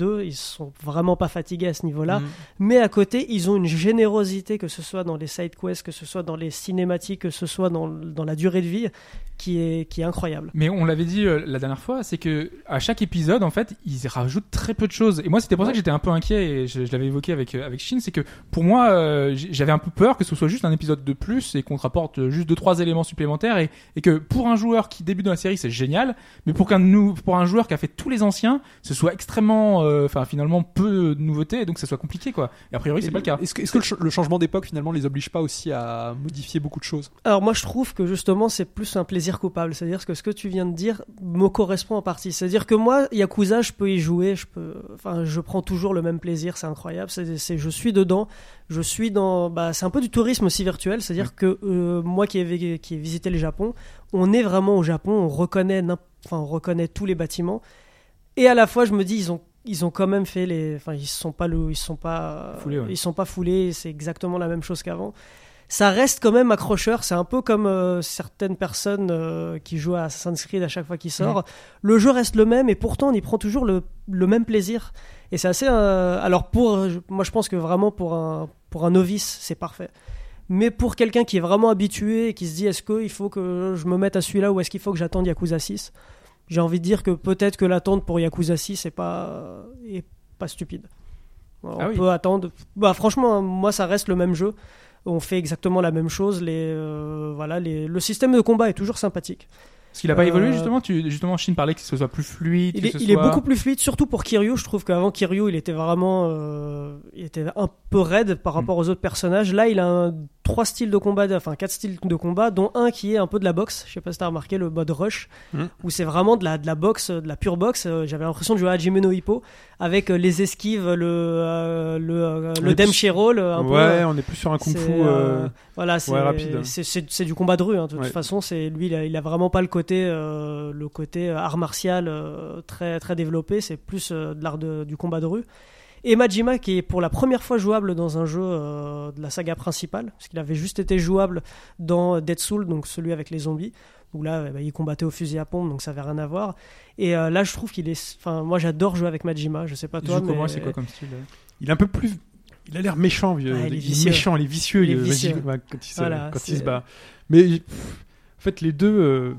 deux, ils sont vraiment pas fatigués à ce niveau-là. Mm. Mais à côté, ils ont une générosité, que ce soit dans les side quests, que ce soit dans les cinématiques, que ce soit dans, dans la durée de vie, qui est, qui est incroyable. Mais on l'avait dit euh, la dernière fois, c'est que à chaque épisode, en fait, ils rajoutent très peu de choses. Et moi, c'était pour ça que j'étais un peu inquiet, et je, je l'avais évoqué avec euh, avec Shin, c'est que pour moi, euh, j'avais un peu peur que ce soit juste un épisode de plus et qu'on te rapporte juste deux trois éléments supplémentaires, et, et que pour un joueur qui débute dans la série, c'est génial, mais pour qu'un nou- pour un joueur qui a fait tous les anciens, ce soit extrêmement, enfin euh, finalement peu de nouveautés, et donc ça soit compliqué, quoi. Et a priori, c'est Et pas le cas. Est-ce que, est-ce que le, ch- le changement d'époque finalement les oblige pas aussi à modifier beaucoup de choses? Alors moi je trouve que justement c'est plus un plaisir coupable, c'est-à-dire que ce que tu viens de dire me correspond en partie, c'est-à-dire que moi Yakuza je peux y jouer, je peux, enfin je prends toujours le même plaisir, c'est incroyable, c'est, c'est je suis dedans, je suis dans, bah c'est un peu du tourisme aussi virtuel, c'est-à-dire oui. que euh, moi qui ai qui ai visité le Japon, on est vraiment au Japon, on reconnaît, enfin on reconnaît tous les bâtiments, et à la fois je me dis ils ont ils ont quand même fait les, enfin ils sont pas le, ils sont pas foulés, ouais. ils sont pas foulés, c'est exactement la même chose qu'avant. Ça reste quand même accrocheur, c'est un peu comme euh, certaines personnes euh, qui jouent à Assassin's Creed à chaque fois qu'il sort. Mmh. Le jeu reste le même et pourtant on y prend toujours le, le même plaisir. Et c'est assez... Euh, alors pour, moi je pense que vraiment pour un, pour un novice c'est parfait. Mais pour quelqu'un qui est vraiment habitué et qui se dit est-ce qu'il faut que je me mette à celui-là ou est-ce qu'il faut que j'attende Yakuza six, j'ai envie de dire que peut-être que l'attente pour Yakuza six est pas, est pas stupide. On ah peut oui. attendre... Bah, franchement, moi ça reste le même jeu. On fait exactement la même chose. Les, euh, voilà, les... Le système de combat est toujours sympathique. Parce qu'il n'a pas euh... évolué justement. Tu, justement, Shin parlait que ce soit plus fluide. Il, est, que ce il soit... est beaucoup plus fluide, surtout pour Kiryu. Je trouve qu'avant Kiryu, il était vraiment, euh, il était un peu raide par rapport mmh. aux autres personnages. Là, il a un, trois styles de combat, enfin quatre styles de combat, dont un qui est un peu de la boxe. Je sais pas si t'as remarqué le mode rush, mmh. où c'est vraiment de la de la boxe, de la pure boxe. J'avais l'impression de jouer à Hajime no Ippo avec les esquives, le euh, le euh, le Demshi roll. Un ouais, peu, on est plus sur un kung-fu. Euh, voilà, c'est, ouais, rapide. C'est, c'est, c'est du combat de rue. Hein, de toute ouais. façon, c'est lui, il a, il a vraiment pas le côté euh, le côté art martial euh, très très développé. C'est plus euh, de l'art de, du combat de rue. Et Majima qui est pour la première fois jouable dans un jeu euh, de la saga principale, parce qu'il avait juste été jouable dans Dead Soul, donc celui avec les zombies, où là bah, il combattait au fusil à pompe, donc ça avait rien à voir. Et euh, là je trouve qu'il est, enfin moi j'adore jouer avec Majima, je sais pas toi, il joue mais comment, c'est quoi comme style? Il est un peu plus, il a l'air méchant, vieux. Ah, il est il est méchant, il est vicieux, il est il, vicieux. Bah, quand il se, voilà, quand c'est... il se bat. Mais pff, en fait les deux. Euh...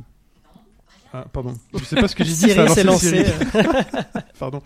Ah pardon, je sais pas ce que j'ai dit. Siri ça s'est lancé. Pardon.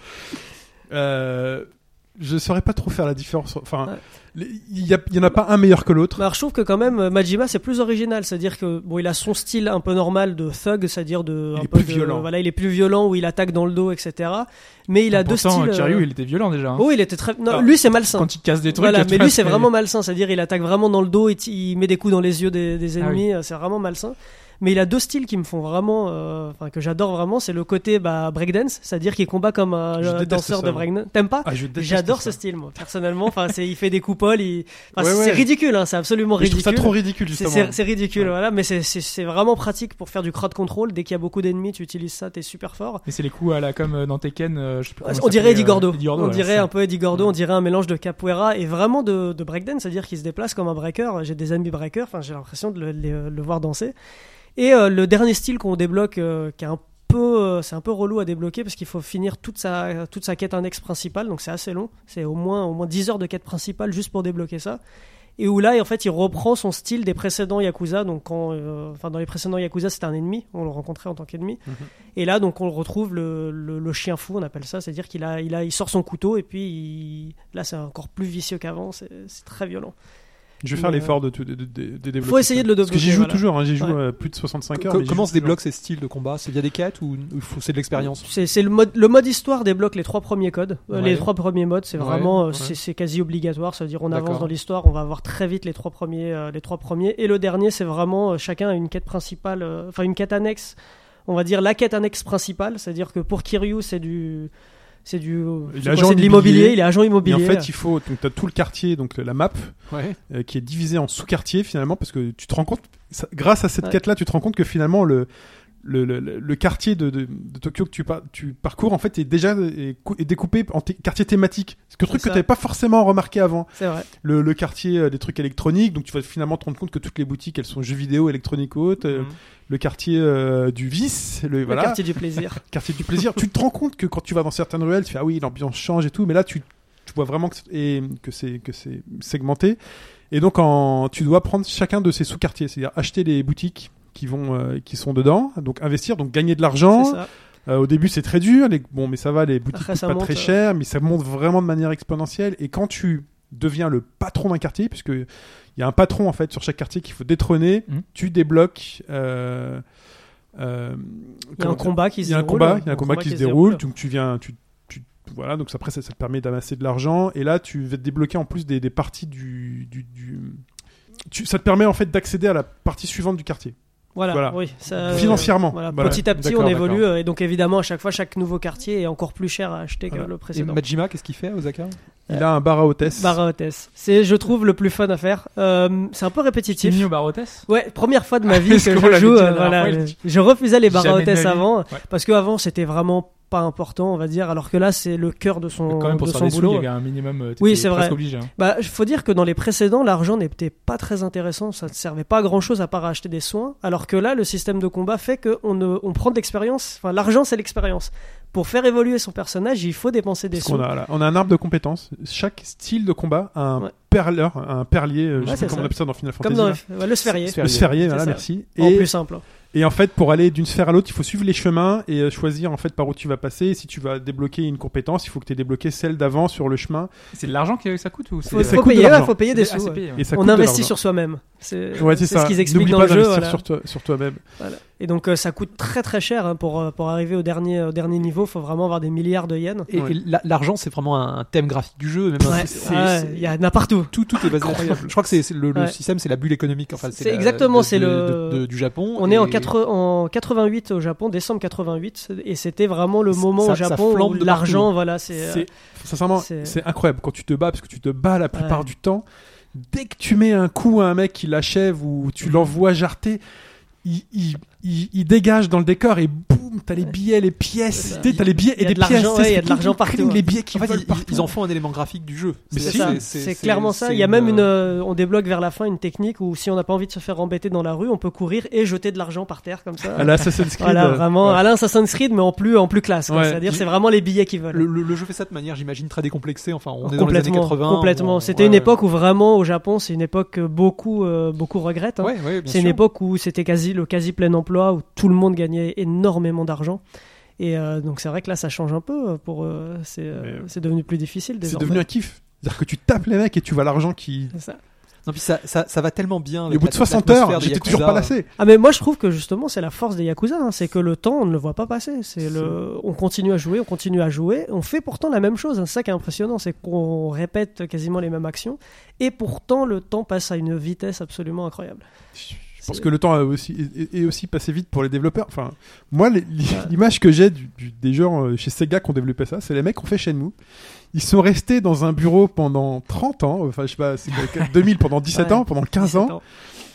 Euh... Je saurais pas trop faire la différence. Enfin, ouais. il y, a, il y en a pas un meilleur que l'autre. Alors je trouve que quand même Majima c'est plus original, c'est-à-dire que bon il a son style un peu normal de thug, c'est-à-dire de il un est peu plus de, violent. Voilà, il est plus violent où il attaque dans le dos, et cetera. Mais il a ah, deux pourtant, styles. Kiryu, euh... il était violent déjà. Hein. Oh, il était très. Non, Alors, lui c'est malsain. Quand il casse des trucs. Voilà, mais lui c'est mais... vraiment malsain, c'est-à-dire il attaque vraiment dans le dos, et il met des coups dans les yeux des, des ennemis, ah oui. C'est vraiment malsain. Mais il a deux styles qui me font vraiment, euh, enfin que j'adore vraiment, c'est le côté bah, breakdance, c'est-à-dire qu'il combat comme un euh, danseur ça, de breakdance. T'aimes pas? Ah, J'adore ça. ce style, moi, personnellement. Enfin, c'est, il fait des coupoles, il... enfin, ouais, c'est, ouais. c'est ridicule, hein, c'est absolument mais ridicule. Je trouve ça trop ridicule justement. C'est, c'est, c'est ridicule, ouais. Voilà, mais c'est, c'est, c'est vraiment pratique pour faire du crowd control. Dès qu'il y a beaucoup d'ennemis, tu utilises ça, t'es super fort. Mais c'est les coups à la comme dans Tekken. Euh, je sais pas on dirait Eddie Gordo. Euh, Eddie Gordo. On ouais, dirait ça. un peu Eddie Gordo. Ouais. On dirait un mélange de capoeira et vraiment de, de breakdance, c'est-à-dire qu'il se déplace comme un breaker. J'ai des amis breakers. Enfin, j'ai l'impression de le, le, le voir danser. Et euh, le dernier style qu'on débloque, euh, qui est un peu, euh, c'est un peu relou à débloquer parce qu'il faut finir toute sa, toute sa quête index principale, donc c'est assez long. C'est au moins, au moins dix heures de quête principale juste pour débloquer ça. Et où là, en fait, il reprend son style des précédents Yakuza. Donc, quand, euh, enfin, dans les précédents Yakuza, c'était un ennemi, on le rencontrait en tant qu'ennemi. Mm-hmm. Et là, donc, on le retrouve le, le, le chien fou, on appelle ça, c'est-à-dire qu'il a, il a, il sort son couteau et puis il... là, c'est encore plus vicieux qu'avant. C'est, c'est très violent. Je vais faire mais l'effort de, de, de, de, de débloquer. Faut essayer ça. de le débloquer. Parce que j'y joue voilà. toujours, hein, j'y joue ouais. euh, plus de soixante-cinq Co- heures. Comment se débloque ces styles de combat? C'est via des quêtes ou c'est de l'expérience? C'est, c'est le mode, le mode histoire débloque les trois premiers codes, ouais. les trois premiers modes. C'est ouais, vraiment, ouais. c'est, c'est quasi obligatoire. C'est-à-dire, on D'accord. avance dans l'histoire, on va avoir très vite les trois premiers, euh, les trois premiers. Et le dernier, c'est vraiment euh, chacun a une quête principale, enfin euh, une quête annexe. On va dire la quête annexe principale, c'est-à-dire que pour Kiryu, c'est du c'est du il c'est, est quoi, c'est de l'immobilier, il est agent immobilier. Et en fait, il faut donc t'as tout le quartier, donc la map, ouais. euh, qui est divisée en sous-quartiers finalement, parce que tu te rends compte, ça, grâce à cette ouais. quête-là, tu te rends compte que finalement le le, le, le quartier de, de, de Tokyo que tu, par, tu parcours en fait est déjà est, est découpé en t- quartiers thématiques. C'est un truc que tu n'avais pas forcément remarqué avant. C'est vrai. Le, le quartier euh, des trucs électroniques, donc tu vas finalement te rendre compte que toutes les boutiques elles sont jeux vidéo, électronique ou autres. Euh, Mhm. Le quartier euh, du vice, le, Le voilà, quartier du plaisir. quartier du plaisir. Tu te rends compte que quand tu vas dans certaines ruelles, tu fais ah oui l'ambiance change et tout, mais là tu, tu vois vraiment que, et, que c'est que c'est segmenté. Et donc en, tu dois prendre chacun de ces sous-quartiers, c'est-à-dire acheter les boutiques qui vont euh, qui sont dedans, donc investir, donc gagner de l'argent. C'est ça. Euh, au début c'est très dur, les, bon mais ça va, les boutiques Après, coûtent ça pas monte, très euh. cher, mais ça monte vraiment de manière exponentielle. Et quand tu deviens le patron d'un quartier, puisque il y a un patron en fait sur chaque quartier qu'il faut détrôner, Mhm. tu débloques. Euh, euh, Il y a comment un dire combat qui se il y a un déroule. combat, il y a un combat qui se déroule, donc tu viens, tu, tu voilà, donc après ça, ça te permet d'amasser de l'argent, et là tu vas te débloquer en plus des, des parties du, du, du... Tu, ça te permet en fait d'accéder à la partie suivante du quartier. Voilà, Voilà. oui. Ça, Financièrement. Voilà, Voilà. petit à petit, D'accord, on évolue. d'accord. euh, Et donc, évidemment, à chaque fois, chaque nouveau quartier est encore plus cher à acheter Voilà. que le Et précédent. Majima, qu'est-ce qu'il fait à Osaka? Il a un bar à hôtesse. Bar à hôtesse. C'est, je trouve, le plus fun à faire. Euh, c'est un peu répétitif. Timmy au bar hôtesse. Ouais, première fois de ma vie Parce que qu'on je l'avait joue. dit la euh, dernière voilà, fois, il a euh, dit, je refusais les bars à jamais de hôtesse ma vie. avant Ouais. parce qu'avant c'était vraiment pas important, on va dire, alors que là c'est le cœur de son, Quand même pour de se son faire des sous, il boulot. y avait un minimum. euh, Oui, t'étais c'est vrai. presque obligé. hein. Bah, faut dire que dans les précédents, l'argent n'était pas très intéressant, ça ne servait pas à grand chose à part à acheter des soins, alors que là, le système de combat fait qu'on ne, on prend de l'expérience, enfin, l'argent c'est l'expérience. Pour faire évoluer son personnage, il faut dépenser des Parce sous. qu'on a, là, on a un arbre de compétences. Chaque style de combat a un Ouais. perleur, un perlier, euh, je Ouais, sais c'est pas comment ça. on appelle ça dans Final Comme Fantasy. dans là. le, ouais, le sphérié. Le sphérié, voilà, ça. merci. En Et, plus simple. et en fait, pour aller d'une sphère à l'autre, il faut suivre les chemins et euh, choisir en fait par où tu vas passer. Et si tu vas débloquer une compétence, il faut que tu aies débloqué celle d'avant sur le chemin. C'est de l'argent que ça coûte ou c'est Faut, Et ça faut coûte de payer, ouais, l'argent. faut payer des Ah, sous. c'est ouais. payé, ouais. Et ça On coûte de investit l'argent. sur soi-même. C'est, Ouais, c'est c'est ça. ce qu'ils expliquent N'oublie dans pas le jeu. d'investir Voilà. sur, toi, sur toi-même. Voilà. Et donc euh, ça coûte très très cher hein, pour, euh, pour arriver au dernier, au dernier niveau. Il faut vraiment avoir des milliards de yens. Et, Ouais. et la- l'argent, c'est vraiment un, un thème graphique du jeu. Même un- Ouais, c'est- c'est- ouais, c'est- il y en a partout. tout, tout est basé. Je crois que c'est, c'est le, le Ouais. système, c'est la bulle économique. Enfin, c'est, C'est la- exactement, de- c'est de- le- de- de- du Japon. On est en, et- quatre- en quatre-vingt-huit au Japon, décembre quatre-vingt-huit, et c'était vraiment le Ça- moment ça- au ça Japon flambe où de l'argent, partout. voilà, c'est. euh, C'est, sincèrement, c'est- c'est incroyable quand tu te bats, parce que tu te bats la plupart Ouais. du temps. Dès que tu mets un coup à un mec qui l'achève ou tu l'envoies jarter, il, il, il, il dégage dans le décor et boum, t'as les billets, les C'est pièces. ça. Tu sais, t'as les billets Il y et a des de pièces. l'argent, tu sais, ouais, il y a c'est de l'argent cling, cling, partout. Les billets qui En fait, volent ils, partout. ils en font un élément graphique du jeu. Mais C'est si. ça, c'est- c'est c'est- clairement ça. c'est Il y a même une, euh, on débloque vers la fin une technique où si on n'a pas envie de se faire embêter dans la rue, on peut courir et jeter de l'argent par terre comme ça. À l'Assassin's Creed. Voilà, euh, vraiment, ouais. à l'Assassin's Creed, mais en plus, en plus classe. quoi. Ouais. C'est-à-dire, J'ai- c'est vraiment les billets qui volent. Le, le- le jeu fait ça de manière, j'imagine, très décomplexée. Enfin, on est dans les années complètement, quatre-vingts. complètement. on- C'était ouais, une ouais. époque où vraiment, au Japon, c'est une époque que beaucoup, euh, beaucoup regrettent. hein. Ouais, ouais, bien C'est une sûr. époque où c'était quasi le quasi plein emploi, où tout le monde gagnait énormément d'argent. Et euh, donc c'est vrai que là, ça change un peu. Pour euh, c'est, euh, Mais, euh, c'est devenu plus difficile. C'est Désormais. devenu un kiff. C'est-à-dire que tu tapes les mecs et tu vois l'argent qui. C'est ça. Non, puis ça, ça, ça va tellement bien. Et avec au bout de la- soixante l'atmosphère heures, des j'étais toujours Yakuza. pas lassé. Ah mais moi je trouve que justement c'est la force des Yakuza, hein, c'est que le temps on ne le voit pas passer. C'est le, on continue à jouer, on continue à jouer, on fait pourtant la même chose. hein. C'est ça qui est impressionnant, c'est qu'on répète quasiment les mêmes actions et pourtant le temps passe à une vitesse absolument incroyable. Je pense que le temps a aussi, est, est aussi passé vite pour les développeurs. Enfin, moi, les- l'image que j'ai du, du- des gens euh, chez Sega qui ont développé ça, c'est les mecs qui ont fait Shenmue. Ils sont restés dans un bureau pendant trente ans, enfin, je sais pas, c'est deux mille pendant dix-sept Ouais, ans, pendant quinze dix-sept ans,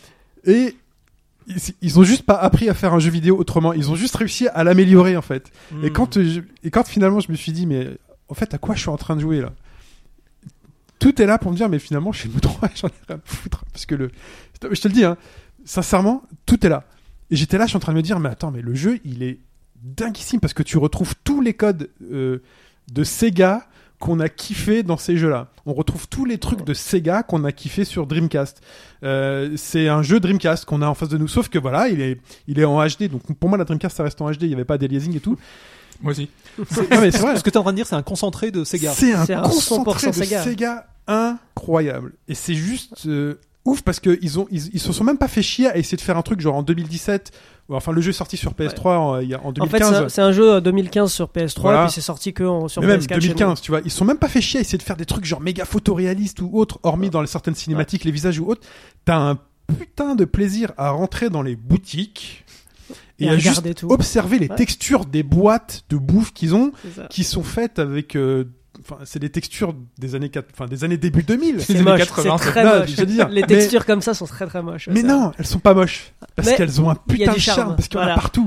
et ils, ils ont juste pas appris à faire un jeu vidéo autrement. Ils ont juste réussi à l'améliorer, en fait. Hmm. Et quand, euh, je- et quand finalement je me suis dit, mais en fait, à quoi je suis en train de jouer là? Tout est là pour me dire, mais finalement, chez Shenmue trois, j'en ai rien à foutre. Parce que le, je te le dis, hein, sincèrement, tout est là. Et j'étais là, je suis en train de me dire, mais attends, mais le jeu, il est dinguissime parce que tu retrouves tous les codes euh, de Sega qu'on a kiffé dans ces jeux-là. On retrouve tous les trucs de Sega qu'on a kiffé sur Dreamcast. Euh, c'est un jeu Dreamcast qu'on a en face de nous, sauf que voilà, il est, il est en H D. Donc pour moi, la Dreamcast, ça reste en H D. Il n'y avait pas d'aliasing et tout. Moi aussi. C'est, non, mais c'est vrai. Ce que tu es en train de dire, c'est un concentré de Sega. C'est un C'est un concentré de cent pour cent Sega. Sega. Incroyable. Et c'est juste euh, ouf parce que ils ont ils, ils se sont même pas fait chier à essayer de faire un truc genre en deux mille dix-sept. Ou enfin le jeu est sorti sur P S trois en, il y a- en deux En mille fait quinze. c'est un, c'est un jeu euh, deux mille quinze sur P S trois Voilà. et puis c'est sorti que en, sur mais même P S quatre. chez deux mille quinze, tu vois, ils se sont même pas fait chier à essayer de faire des trucs genre méga photoréalistes ou autres, hormis dans les certaines cinématiques, les visages ou autres. T'as un putain de plaisir à rentrer dans les boutiques et, Et à à juste regarder tout. observer les Ouais. textures des boîtes de bouffe qu'ils ont, nous. C'est ça. qui sont faites avec, euh, enfin, c'est des textures des années quatre, enfin des années début deux mille. C'est années moche, quatre-vingts, c'est très non, moche. je veux dire, Les mais- textures comme ça sont très très moches. Mais ça. non, elles sont pas moches parce Mais qu'elles ont un il y a putain du de charme, charme, parce qu'il y en a voilà. partout.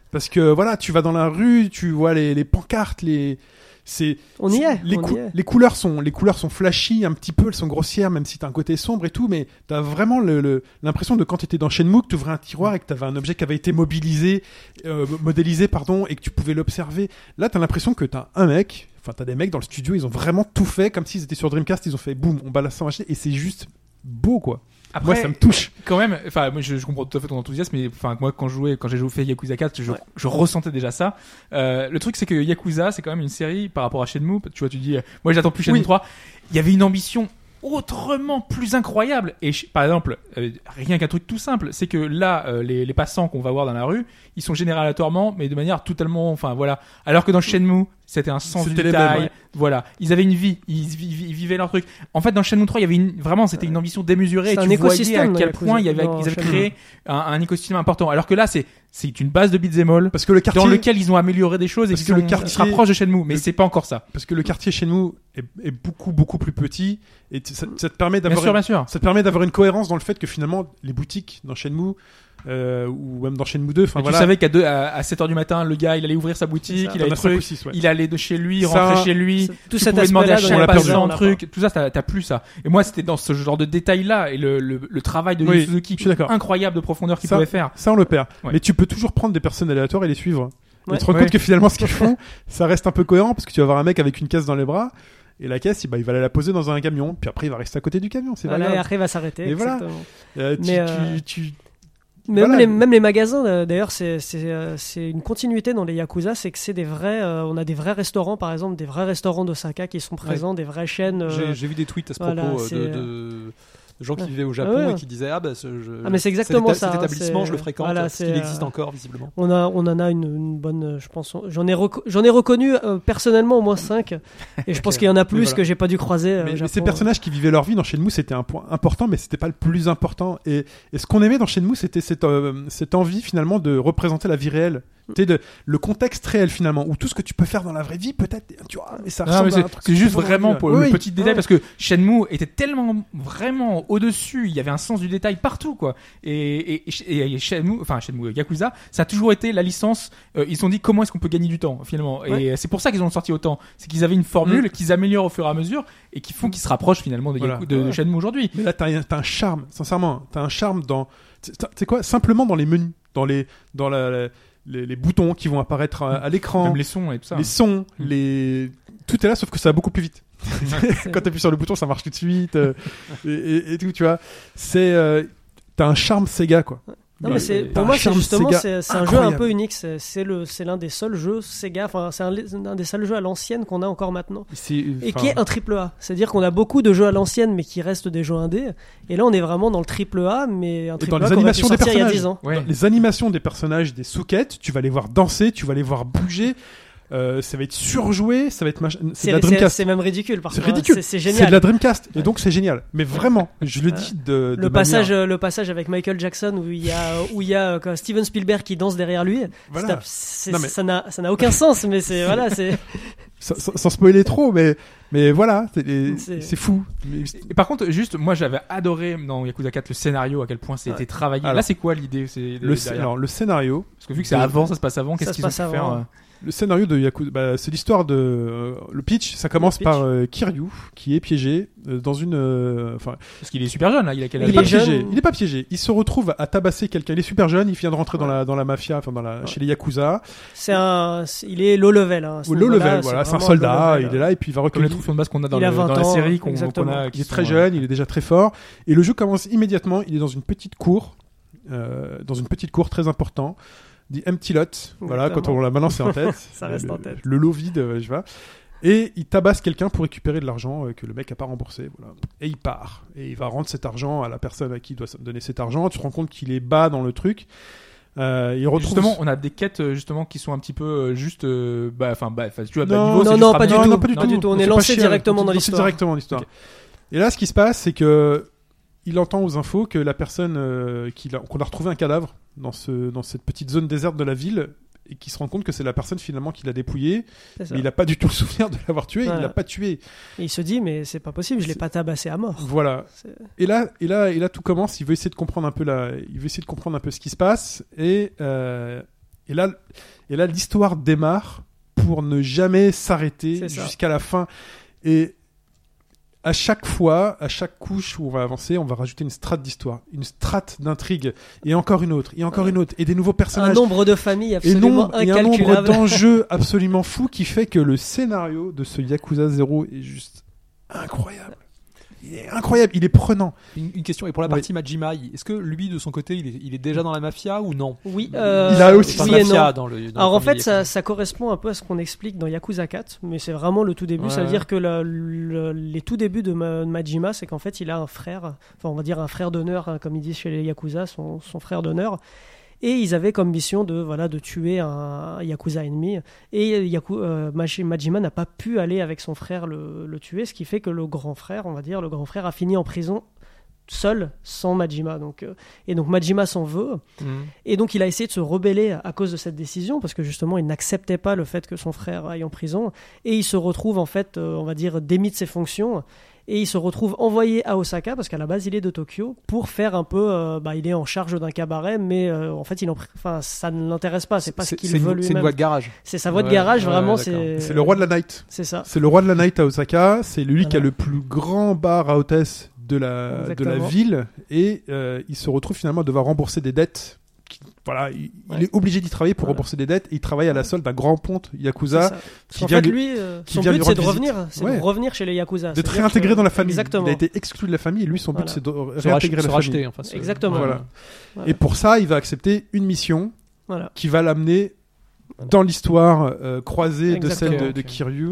Parce que voilà, tu vas dans la rue, tu vois les, les pancartes, les c'est On y c'est- est, les, on cou- y est. les couleurs sont les couleurs sont flashy un petit peu, elles sont grossières même si t'as un côté sombre et tout, mais t'as vraiment le, le- l'impression de quand t'étais dans Shenmue que t'ouvrais un tiroir et que t'avais un objet qui avait été mobilisé euh, modélisé pardon et que tu pouvais l'observer. Là t'as l'impression que t'as un mec, enfin t'as des mecs dans le studio, ils ont vraiment tout fait comme s'ils étaient sur Dreamcast, ils ont fait boum, on balance ça en H D et c'est juste beau quoi. Après, Moi ça me touche. quand même, enfin, moi, je, je comprends tout à fait ton enthousiasme, mais enfin, moi, quand je jouais, quand j'ai joué fait Yakuza quatre, je, Ouais. je ressentais déjà ça. Euh, le truc, c'est que Yakuza, c'est quand même une série par rapport à Shenmue. Tu vois, tu dis, euh, moi, j'attends plus Shenmue Oui. trois. Il y avait une ambition autrement plus incroyable. Et je- par exemple, euh, rien qu'un truc tout simple, c'est que là, euh, les, les passants qu'on va voir dans la rue, ils sont générés aléatoirement, mais de manière totalement, enfin voilà. Alors que dans Shenmue, c'était un sens du C'était les détail. mêmes, ouais. Voilà, ils avaient une vie, ils, vi- ils vivaient leur truc. En fait, dans Shenmue trois, il y avait une, vraiment, c'était une ambition démesurée. C'est Et un tu voyais à écosystème, quel Yakuza, point il y avait, dans ils avaient Shenmue. créé un, un écosystème important. Alors que là, c'est c'est une base de beat'em all Parce que le quartier dans lequel ils ont amélioré des choses et Parce qui que le sont- quartier- qui se rapprochent de Shenmue, mais le- c'est pas encore ça. parce que le quartier chez nous est, est beaucoup beaucoup plus petit et t- ça, ça te permet Bien d'avoir sûr, une, bien sûr. ça te permet d'avoir une cohérence dans le fait que finalement les boutiques dans Shenmue euh, ou même dans Shenmue deux, enfin Mais voilà, Tu savais qu'à deux, à, à sept heures du matin, le gars, il allait ouvrir sa boutique, ça. il t'en allait as cinq ou truc, six, ouais. il allait de chez lui, Ça, rentrer chez lui. C'est- tout Tu cet pouvais demander à aspect-là, chaque on l'a perdu, passant on un l'a truc, tout ça, t'as, t'as plus ça. Et moi, c'était dans ce genre de détails-là et le, le, le travail de Oui, Yu Suzuki, je suis d'accord. incroyable de profondeur qu'il Ça- pouvait faire. ça on le perd. Ouais. Mais tu peux toujours prendre des personnes aléatoires et les suivre. Ouais. Et tu te rends Ouais. compte que finalement ce qu'ils font, ça reste un peu cohérent parce que tu vas voir un mec avec une caisse dans les bras et la caisse, il, bah, il va aller la poser dans un camion, puis après il va rester à côté du camion. C'est pas Voilà, et grave. après, il va s'arrêter. Et voilà. exactement. Euh, tu, Mais, tu- euh, tu- Même, Voilà. les, même les magasins, euh, d'ailleurs, c'est c'est, euh, c'est une continuité dans les Yakuza, c'est que c'est des vrais. euh, on a des vrais restaurants, par exemple, des vrais restaurants d'Osaka qui sont présents, des vraies chaînes. euh, J'ai j'ai vu des tweets à ce voilà, propos euh, c'est, de, euh, de- de gens qui ouais. vivaient au Japon Ah ouais. et qui disaient ah bah ce, je- Ah, mais c'est cet exactement éta- ça, cet hein, établissement c'est- je le fréquente voilà, parce qu'il c'est, existe euh, encore visiblement. On, a, on en a une, une bonne, euh, je pense. J'en ai, reco- j'en ai reconnu euh, personnellement au moins cinq. Et je pense qu'il y en a plus voilà. que j'ai pas dû croiser. euh, au Mais, mais Japon. ces personnages qui vivaient leur vie dans Shenmue, c'était un point important, mais c'était pas le plus important. Et, et ce qu'on aimait dans Shenmue, c'était cette, euh, cette envie finalement de représenter la vie réelle. Tu sais, de, le contexte réel finalement, où tout ce que tu peux faire dans la vraie vie, peut-être, tu vois, mais ça Non, ressemble mais à c'est, un truc c'est que tu juste peux voir vraiment dans pour la vie. le Oui, petit détail ouais. parce que Shenmue était tellement vraiment au-dessus, il y avait un sens du détail partout quoi. Et, et, et, et Shenmue, enfin Shenmue Yakuza, ça a toujours été la licence. Euh, ils se sont dit comment est-ce qu'on peut gagner du temps finalement. Et Ouais. c'est pour ça qu'ils ont sorti autant. C'est qu'ils avaient une formule Mm. qu'ils améliorent au fur et à mesure et qui font qu'ils se rapprochent finalement de, Voilà. Yaku- de Ouais. Shenmue aujourd'hui. Mais là, t'as, un- t'as un charme, sincèrement, t'as un charme dans. Tu sais quoi, simplement dans les menus, dans les, dans la, la- les, les boutons qui vont apparaître à, à l'écran, Même les sons et tout ça. les sons, Mm. les. Tout est là, sauf que ça va beaucoup plus vite. Quand t'appuies sur le bouton, ça marche tout de suite. euh, et, et- et tout, tu vois. C'est. euh, t'as un charme Sega, quoi. Non, mais Mais c'est, t'as pour un moi, c'est charme justement Sega c'est, c'est un jeu incroyable. un peu unique. C'est, c'est, le, c'est l'un des seuls jeux Sega, enfin, c'est un, un des seuls jeux à l'ancienne qu'on a encore maintenant. C'est, Et enfin, qui est un triple A. C'est-à-dire qu'on a beaucoup de jeux à l'ancienne, mais qui restent des jeux indés. Et là, on est vraiment dans le triple A, mais un triple dans A les qui aurait pu animations des sortir il y a personnages. dix ans. Ouais. dans les animations des personnages, des souquettes, tu vas les voir danser, tu vas les voir bouger. Euh, ça va être surjoué, ça va être machin- c'est, C'est, de la c'est, Dreamcast. c'est même ridicule. Par C'est contre, hein. ridicule. C'est, c'est C'est génial. de la Dreamcast. Et donc c'est génial. Mais vraiment, je le dis de, de Le passage, manière- euh, le passage avec Michael Jackson où il y a, où il y a euh, quoi, Steven Spielberg qui danse derrière lui. Voilà. C'est- Non, mais- ça n'a, ça n'a aucun sens, mais c'est voilà, c'est. sans, sans- sans spoiler trop, mais mais voilà, c'est, C'est- c'est fou. Mais- Et par contre, juste, moi j'avais adoré dans Yakuza quatre le scénario, à quel point c'était Ouais. travaillé. Alors, Là, c'est quoi l'idée c'est le, derrière alors le scénario, Parce que vu que c'est de- avant, ça se passe avant, qu'est-ce se qu'ils ont passe pu faire avant. euh, le scénario de Yakuza, bah, c'est l'histoire de euh, le pitch. Ça commence pitch. par euh, Kiryu qui est piégé euh, dans une, euh, enfin, Parce qu'il est super jeune là, il a quel âge Il il est pas est jeune. piégé. Il est pas piégé. Il se retrouve à tabasser quelqu'un. Il est super jeune. Il vient de rentrer dans la dans la mafia, enfin dans la chez les Yakuza. C'est un, c'est- il est low level. Hein, à ce Ou low niveau-là, level, voilà. C'est un vraiment soldat. low level. Il est là et puis il va Comme les recueillir. troufions de base qu'on a dans, Il a le- vingt dans la ans, série qu'on, exactement. qu'on a. Il qui est sont, très euh, jeune, il est déjà très fort. Et le jeu commence immédiatement. Il est dans une petite cour, euh, dans une petite cour très important. Dit empty lot. Voilà, Exactement. quand on l'a maintenant, c'est en tête. Ça reste le, en tête. Le lot vide, euh, je vois. Et il tabasse quelqu'un pour récupérer de l'argent euh, que le mec a pas remboursé. Voilà. Et il part. Et il va rendre cet argent à la personne à qui il doit donner cet argent. Tu te rends compte qu'il est bas dans le truc. Euh, il retrouve. Justement, on a des quêtes euh, justement qui sont un petit peu euh, juste, euh, bah, enfin, bah, enfin, tu vois, Non, bas niveau, non, c'est juste non, pas du ramener- tout. non, pas du Non, tout. du tout. On On est fait pas lancé chier, directement on dans est lancé l'histoire. directement dans l'histoire. Ok. Et là, ce qui se passe, c'est que il entend aux infos que la personne euh, qu'il a- qu'on a retrouvé un cadavre dans ce dans cette petite zone déserte de la ville et qui se rend compte que c'est la personne finalement qui l'a dépouillé, C'est ça. mais il n'a pas du tout le souvenir de l'avoir tué, il Voilà. l'a pas tué. Et il se dit, mais c'est pas possible, je l'ai C'est- pas tabassé à mort. Voilà. C'est- Et là, et là, et là, tout commence. Il veut essayer de comprendre un peu la, il veut essayer de comprendre un peu ce qui se passe et euh, Et là, et là, l'histoire démarre pour ne jamais s'arrêter C'est ça. jusqu'à la fin. Et à chaque fois, à chaque couche où on va avancer, on va rajouter une strate d'histoire, une strate d'intrigue, et encore une autre, et encore une autre, et des nouveaux Un personnages. nombre de familles Et absolument non, il y a un nombre incalculable. d'enjeux absolument fou qui fait que le scénario de ce Yakuza zéro est juste incroyable. Il est incroyable, il est prenant. Une, une question, et pour la Oui. partie Majima, il- est-ce que lui, de son côté, il est, il est déjà dans la mafia ou non? Oui, euh, Il a aussi Enfin, oui et mafia non. dans le. Dans Alors le en fait, premier ça, Yakuza. ça correspond un peu à ce qu'on explique dans Yakuza quatre, mais c'est vraiment le tout début. Ouais. Ça veut dire que le- le- les tout débuts de, Ma- de Majima, c'est qu'en fait, il a un frère, enfin on va dire un frère d'honneur, hein, comme ils disent chez les Yakuza, son, son frère d'honneur. Et ils avaient comme mission de, voilà, de tuer un Yakuza ennemi. Et Yaku, euh, Maji- Majima n'a pas pu aller avec son frère le, le tuer, ce qui fait que le grand frère, on va dire, le grand frère a fini en prison seul, sans Majima. Donc, euh, et donc Majima s'en veut. Mhm. Et donc il a essayé de se rebeller à cause de cette décision, parce que justement il n'acceptait pas le fait que son frère aille en prison. Et il se retrouve en fait, euh, on va dire, démis de ses fonctions. Et il se retrouve envoyé à Osaka, parce qu'à la base il est de Tokyo, pour faire un peu, euh, bah, il est en charge d'un cabaret, mais euh, en fait il en, pr- enfin, ça ne l'intéresse pas, c'est pas ce qu'il c'est veut une, c'est une lui-même. voie de garage. C'est sa voie de Ouais, garage, ouais, vraiment, d'accord. c'est... C'est le roi de la night. C'est ça. C'est le roi de la night à Osaka. C'est lui qui a Voilà. le plus grand bar à hôtesse de la, de la Exactement. ville. Et euh, il se retrouve finalement à devoir rembourser des dettes. Qui- Voilà, il, il Ouais. est obligé d'y travailler pour Voilà. rembourser des dettes. Et il travaille à la solde d'un grand ponte C'est Yakuza. ça. Parce qui qu'en vient fait, lui- lui, euh, qui son vient lui but c'est de rendre visite. revenir, c'est Ouais. de revenir chez les Yakuza. D'être C'est-à-dire réintégré que- dans la famille. Exactement. Il a été exclu de la famille et lui, son but, Voilà. c'est de Se, rach- réintégrer se la racheter, famille. enfin. se- Exactement. Voilà. Voilà. Et pour ça, il va accepter une mission Voilà. qui va l'amener dans l'histoire euh, croisée de celle de, Exactement. de Kiryu.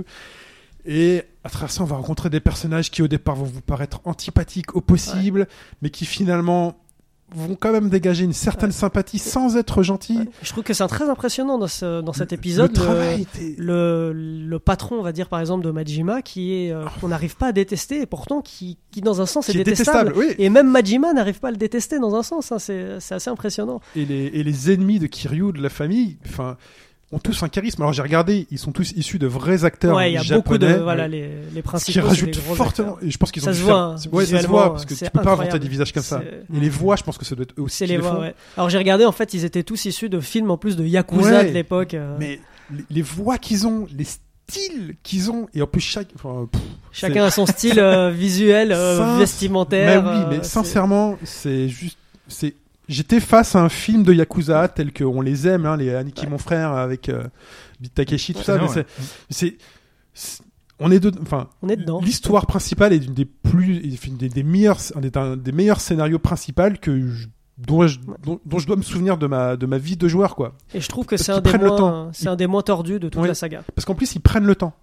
Et à travers ça, on va rencontrer des personnages qui au départ vont vous paraître antipathiques au possible, mais qui finalement vont quand même dégager une certaine Ouais. sympathie sans être gentils. Ouais. Je trouve que c'est très impressionnant dans, ce, dans cet Le- épisode. le travail était- le, le patron, on va dire par exemple de Majima, qui est euh, qu'on n'arrive pas à détester et pourtant qui, qui dans un sens est, qui est détestable. détestable. Oui. Et même Majima n'arrive pas à le détester dans un sens. Hein. C'est, c'est assez impressionnant. Et les, et les ennemis de Kiryu, de la famille, enfin, ont tous un charisme. Alors j'ai regardé, ils sont tous issus de vrais acteurs Ouais, il y a japonais. beaucoup de voilà Ouais. les, les Ce qui principaux. c'est rajoute des gros fortement. acteurs. Et je pense qu'ils ont Ça dû se faire- voit, hein, Ouais, ça se visuellement, voit parce que c'est tu peux pas inventer incroyable. des visages comme ça. C'est- Et les voix, je pense que ça doit être eux aussi. C'est qui les les voix. font. Ouais. Alors j'ai regardé, en fait, ils étaient tous issus de films en plus de Yakuza Ouais. de l'époque. euh, Mais les, les voix qu'ils ont, les styles qu'ils ont, et en plus chaque. Enfin, pff, Chacun a son style euh, visuel, euh, Sin- vestimentaire. Mais oui, euh, mais c'est- sincèrement, c'est juste. C'est. J'étais face à un film de Yakuza tel qu'on les aime, hein, les Aniki mon frère avec euh, Beat Takeshi, tout Ouais, ça. c'est Mais vrai, c'est, c'est, c'est- on est de, enfin, On est dedans. l'histoire principale est une des plus, une des, des meilleurs, un des, un des meilleurs scénarios principaux que je, dont, je, dont, dont je dois me souvenir de ma, de ma vie de joueur, quoi. Et je trouve que Parce c'est un, qu'ils des prennent le moins, temps. c'est un des moins tordus de toute Oui. la saga. Parce qu'en plus, ils prennent le temps.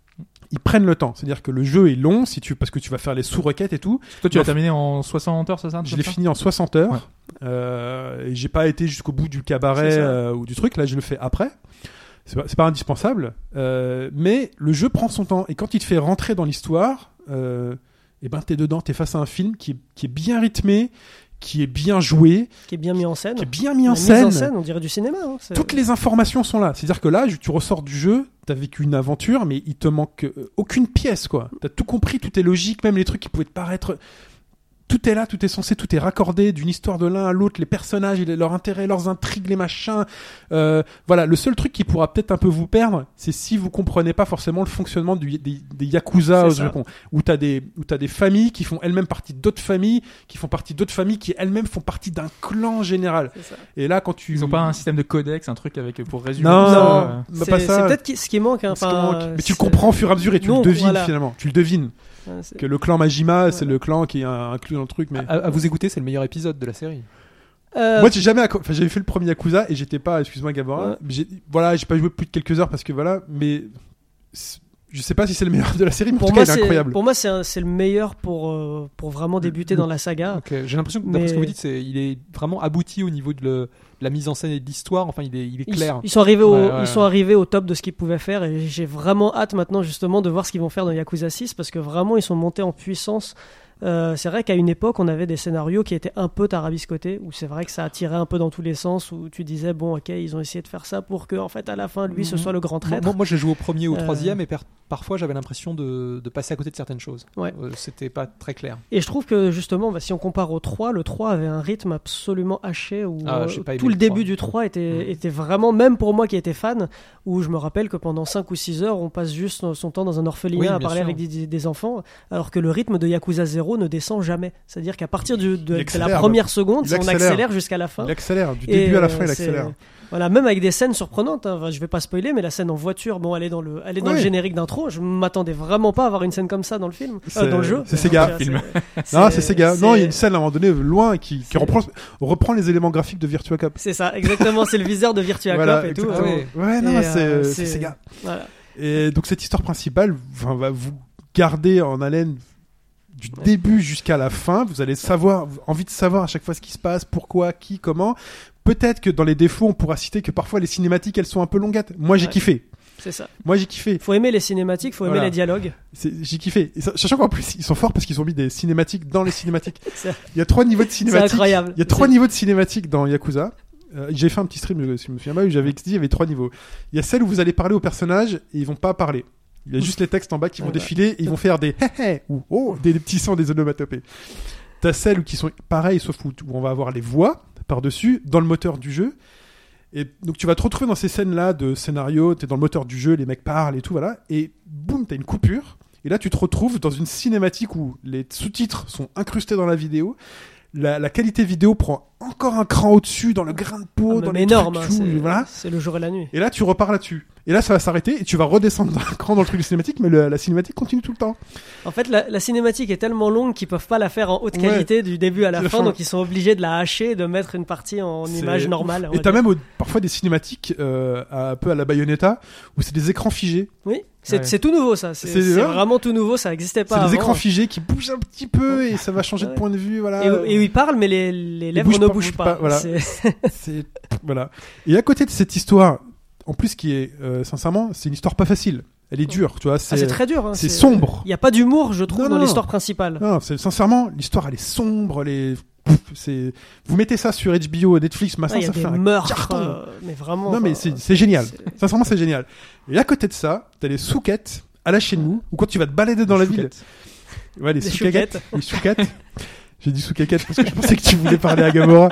Ils prennent le temps. C'est-à-dire que le jeu est long, si tu, parce que tu vas faire les sous-requêtes et tout. Toi, tu Non, l'as terminé en soixante heures, c'est ça un truc Je l'ai comme ça fini en soixante heures. Ouais. Euh, et j'ai pas été jusqu'au bout du cabaret C'est ça. euh, ou du truc. Là, je le fais après. C'est pas, c'est pas indispensable. Euh, mais le jeu prend son temps. Et quand il te fait rentrer dans l'histoire, euh, et ben t'es dedans. T'es face à un film qui est, qui est bien rythmé, qui est bien joué, Qui est bien mis en scène. qui est bien mis en La scène. mise en scène, on dirait du cinéma. hein, c'est- Toutes les informations sont là. C'est-à-dire que là, je- tu ressors du jeu, t'as vécu une aventure, mais il te manque euh, aucune pièce, quoi. T'as tout compris, tout est logique, même les trucs qui pouvaient te paraître. Tout est là, tout est censé, tout est raccordé d'une histoire de l'un à l'autre, les personnages, les- leurs intérêts, leurs intrigues, les machins. Euh, voilà, le seul truc qui pourra peut-être un peu vous perdre, c'est si vous comprenez pas forcément le fonctionnement du, des, des Yakuza C'est au ça. Japon. Où t'as des, où t'as des familles qui font elles-mêmes partie d'autres familles, qui font partie d'autres familles, qui elles-mêmes font partie d'un clan général. C'est ça. Et là, quand tu... Ils ont pas un système de codex, un truc avec pour résumer Non, tout ça, non. euh, Bah, C'est pas ça. c'est peut-être qui- ce qui manque. hein, Parce enfin, que- mais tu le c'est- comprends au fur et à mesure et tu Non, le devines voilà. finalement. Tu le devines. Ouais, c'est- Que le clan Majima, c'est Voilà. le clan qui est euh, inclus dans le truc. Mais À, à vous écouter, c'est le meilleur épisode de la série. Euh, moi, j'ai jamais. acco- Enfin, j'avais fait le premier Yakuza et j'étais pas. Excuse-moi, Gabora. Ouais. mais j'ai- Voilà, j'ai pas joué plus de quelques heures parce que voilà. Mais c'est- je sais pas si c'est le meilleur de la série, mais en pour tout moi, cas, il est c'est incroyable. pour moi, c'est un- c'est le meilleur pour euh, pour vraiment débuter Le- dans la saga. Donc, euh, j'ai l'impression que d'après Mais- ce que vous dites, c'est, il est vraiment abouti au niveau de, le- de la mise en scène et de l'histoire. Enfin, il est, il est Ils, clair. ils sont arrivés au, Ouais, ouais. ils sont arrivés au top de ce qu'ils pouvaient faire et j'ai vraiment hâte maintenant justement de voir ce qu'ils vont faire dans Yakuza six parce que vraiment ils sont montés en puissance. Euh, c'est vrai qu'à une époque on avait des scénarios qui étaient un peu tarabiscotés où c'est vrai que ça attirait un peu dans tous les sens où tu disais bon ok ils ont essayé de faire ça pour que en fait à la fin lui ce Mhm. soit le grand Moi, traître. moi, moi, j'ai joué au premier ou au Euh, troisième et per- parfois j'avais l'impression de, de passer à côté de certaines choses. Ouais. Euh, c'était pas très clair. Et je trouve que justement, bah, si on compare au trois, le trois avait un rythme absolument haché où Ah, euh, j'ai pas aimé tout le le début trois. du trois était, Mm. était vraiment, même pour moi qui étais fan, où je me rappelle que pendant cinq ou six heures, on passe juste son temps dans un orphelinat Oui, à bien parler sûr. avec des, des enfants, alors que le rythme de Yakuza zéro ne descend jamais. C'est-à-dire qu'à partir du- de, Il de la accélère, première seconde, il on accélère. accélère jusqu'à la fin. Il accélère, du Et, début à la euh, fin, il c'est- accélère. Voilà, même avec des scènes surprenantes. Hein. Enfin, je vais pas spoiler, mais la scène en voiture, bon, elle est dans le, elle est dans Ouais. le générique d'intro. Je m'attendais vraiment pas à avoir une scène comme ça dans le film, euh, C'est- dans le jeu. c'est Sega. Donc, euh, Film. c'est- Non, c'est Sega. Non, il y a une c'est- scène à un moment donné loin qui, qui c'est- reprend, reprend les éléments graphiques de Virtua Cop. C'est ça, exactement. C'est le viseur de Virtua Voilà, Cop et tout. exactement. hein. Ouais, non, Et, c'est euh, c'est c'est- Sega. Voilà. Et donc cette histoire principale enfin, va vous garder en haleine du début jusqu'à la fin. Vous allez savoir, envie de savoir à chaque fois ce qui se passe, pourquoi, qui, comment. Peut-être que dans les défauts, on pourra citer que parfois les cinématiques, elles sont un peu longuettes. Moi, j'ai Ouais. kiffé. C'est ça. Moi, j'ai kiffé. Faut aimer les cinématiques, faut aimer Voilà. les dialogues. C'est- J'ai kiffé. Et ça- sachant qu'en plus, ils sont forts parce qu'ils ont mis des cinématiques dans les cinématiques. C'est Il y a trois niveaux de cinématiques. incroyable. Il y a trois C'est- niveaux de cinématiques dans Yakuza. Euh, j'ai fait un petit stream, si je me souviens pas, où j'avais dit il y avait trois niveaux. Il y a celle où vous allez parler aux personnages et ils vont pas parler. Il y a juste les textes en bas qui vont Ouais, bah. défiler et ils vont faire des hé hé ou oh, des, des petits sons, des onomatopées. T'as celles qui sont pareilles sauf où, où on va avoir les voix par-dessus dans le moteur du jeu. Et donc tu vas te retrouver dans ces scènes-là de scénario, t'es dans le moteur du jeu, les mecs parlent et tout, voilà. Et boum, t'as une coupure. Et là, tu te retrouves dans une cinématique où les sous-titres sont incrustés dans la vidéo. La, la qualité vidéo prend encore un cran au-dessus dans le grain de peau, Ah, dans mais les énorme. trucs, hein, tout, c'est voilà. c'est le jour et la nuit. Et là, tu repars là-dessus. Et là, ça va s'arrêter et tu vas redescendre d'un cran dans le truc du cinématique, mais le- la cinématique continue tout le temps. En fait, la, la cinématique est tellement longue qu'ils peuvent pas la faire en haute Ouais. qualité du début à la La fin, fin. donc ils sont obligés de la hacher et de mettre une partie en C'est image normale. on Et va t'as dire. même au- parfois des cinématiques euh, un peu à la Bayonetta où c'est des écrans figés. Oui, c'est Ouais. c'est tout nouveau ça. C'est C'est- c'est ouais. vraiment tout nouveau, ça n'existait pas C'est des avant. écrans figés qui bougent un petit peu et ça va changer de Ouais. point de vue, voilà. Et, et où ils parlent, mais les, les lèvres bougent ne pas, bougent bougent pas. pas, voilà. C'est- C'est voilà. Et à côté de cette histoire, en plus qui est euh, sincèrement, c'est une histoire pas facile. Elle est dure, tu vois. Ah, c'est très dur. hein, c'est sombre. Il n'y a pas d'humour, je trouve, Non, dans non. l'histoire principale. Non, c'est sincèrement l'histoire, elle est sombre. Les Pouf, c'est vous mettez ça sur H B O, Netflix, Ah, machin, Il y a ça fait des un meurtres, carton. euh, mais vraiment. Non mais enfin, c'est c'est génial. c'est- Sincèrement, c'est génial. Et à côté de ça, t'as les souquettes à la chez nous, ou quand tu vas te balader dans la ville. Ouais, les Des souquettes. chouquettes. Les souquettes. J'ai dit souquettes parce que je pensais que tu voulais parler à Gamora.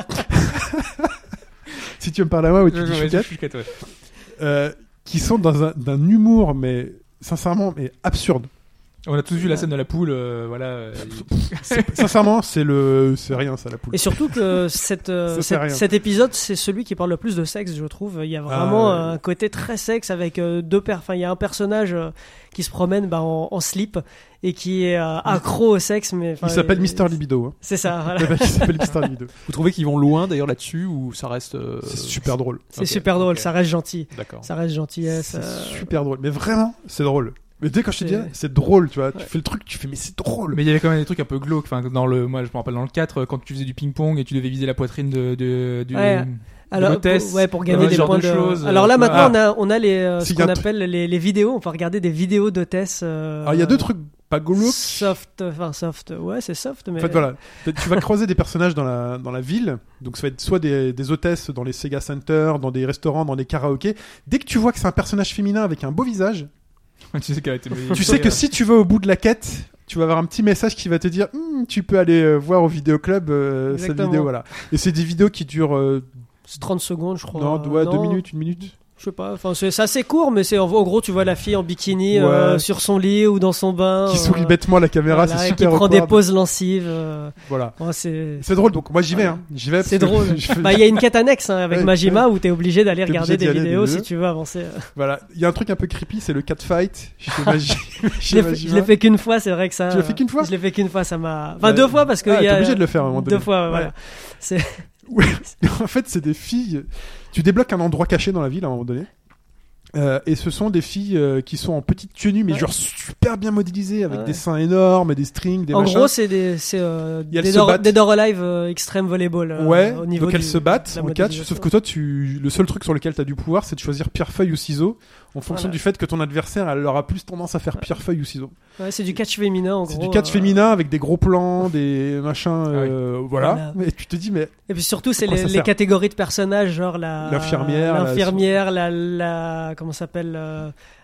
Si tu veux me parler à moi ou tu dis Ouais, chouquettes. chouquette, ouais. Euh, qui sont dans un, d'un humour, mais sincèrement, mais absurde. On a tous vu la scène de la poule, euh, voilà. euh, C'est- sincèrement, c'est le, c'est rien, ça, la poule. Et surtout que cette, euh, Ça fait cette- rien. cet épisode, c'est celui qui parle le plus de sexe, je trouve. Il y a vraiment Ah, ouais. un côté très sexe avec euh, deux per... Enfin, il y a un personnage euh, qui se promène bah, en, en slip et qui est euh, accro au sexe. Mais, enfin, Il s'appelle euh, Mister Libido. Hein. C'est ça, voilà. Le mec, il s'appelle Mister Libido. Vous trouvez qu'ils vont loin d'ailleurs là-dessus ou ça reste. euh, C'est super drôle. C'est Ok, super drôle, ok. ça reste gentil. D'accord. Ça reste gentillesse. C'est euh, super drôle. Mais vraiment, c'est drôle. Mais dès quand je te dis, C'est- c'est drôle, tu vois. Tu Ouais. fais le truc, tu fais, mais c'est drôle. Mais il y avait quand même des trucs un peu glauques. Enfin, dans le, moi, je me rappelle dans le quatre, quand tu faisais du ping-pong et tu devais viser la poitrine de, de, du, Ouais. Alors, l'hôtesse, pour, ouais, pour gagner euh, ce des genre points de de, choses, Alors là, euh, maintenant, ah. on a, on a les, euh, Si, ce y a qu'on un truc- appelle les, les vidéos. On peut regarder des vidéos d'hôtesses. euh, Alors, il y a deux trucs pas glauques. Soft, enfin soft. Ouais, c'est soft, mais. En fait, voilà. Tu vas croiser des personnages dans la, dans la ville. Donc, ça va être soit des, des hôtesses dans les Sega Center, dans des restaurants, dans des karaokés. Dès que tu vois que c'est un personnage féminin avec un beau visage, tu sais qu'elle a été tu sais que si tu vas au bout de la quête, tu vas avoir un petit message qui va te dire Hum, tu peux aller euh, voir au vidéoclub euh, cette Exactement. vidéo, voilà. Et c'est des vidéos qui durent euh, C'est trente secondes, je crois. non, ouais, Non, deux minutes, une minute. Je sais pas. Enfin, c'est c'est assez court, mais c'est en, en gros, tu vois la fille en bikini Ouais. euh, sur son lit ou dans son bain. Qui euh, sourit bêtement à la caméra, voilà, c'est et super qui prend awkward. des poses lancives. euh, Voilà. ouais, c'est. C'est drôle, donc moi j'y vais. Hein. J'y vais. C'est parce que drôle. je fais- Bah, il y a une quête annexe hein, avec Ouais, Majima où t'es obligé d'aller T'es regarder obligé des d'y aller, vidéos des si vidéos. tu veux avancer. Voilà. Il y a un truc un peu creepy, c'est le catfight chez Magi. Je chez l'ai fait- Majima. je l'ai fait qu'une fois, c'est vrai que ça. Tu l'as fait qu'une fois Je l'ai fait qu'une fois, ça m'a. Enfin, Bah, deux fois parce que. ah, il y t'es a... obligé de le faire à un moment donné. Deux fois, ouais, voilà. Ouais. C'est. Ouais. En fait, c'est des filles. Tu débloques un endroit caché dans la ville à un moment donné. Euh, et ce sont des filles euh, qui sont en petite tenue, mais Ouais. genre super bien modélisées, avec Ouais. des seins énormes, des strings, des En machins. gros, c'est des, c'est euh, Et elles des, se Dor- battent. des Door Alive euh, Extreme Volleyball. euh, ouais, au niveau donc elles du- se battent de la en catch, modélisation. sauf que toi, tu, le seul truc sur lequel tu as du pouvoir, c'est de choisir pierre, feuille ou ciseaux, en fonction Voilà. du fait que ton adversaire, elle aura plus tendance à faire pierre, feuille ou ciseaux. Ouais, c'est du catch féminin en C'est gros. du catch euh, féminin avec des gros plans, des machins, euh, voilà. Voilà. Mais tu te dis, mais Et puis surtout, c'est Pourquoi les, ça les sert catégories de personnages, genre la L'infirmière, la- l'infirmière, la, la, comment ça s'appelle, euh,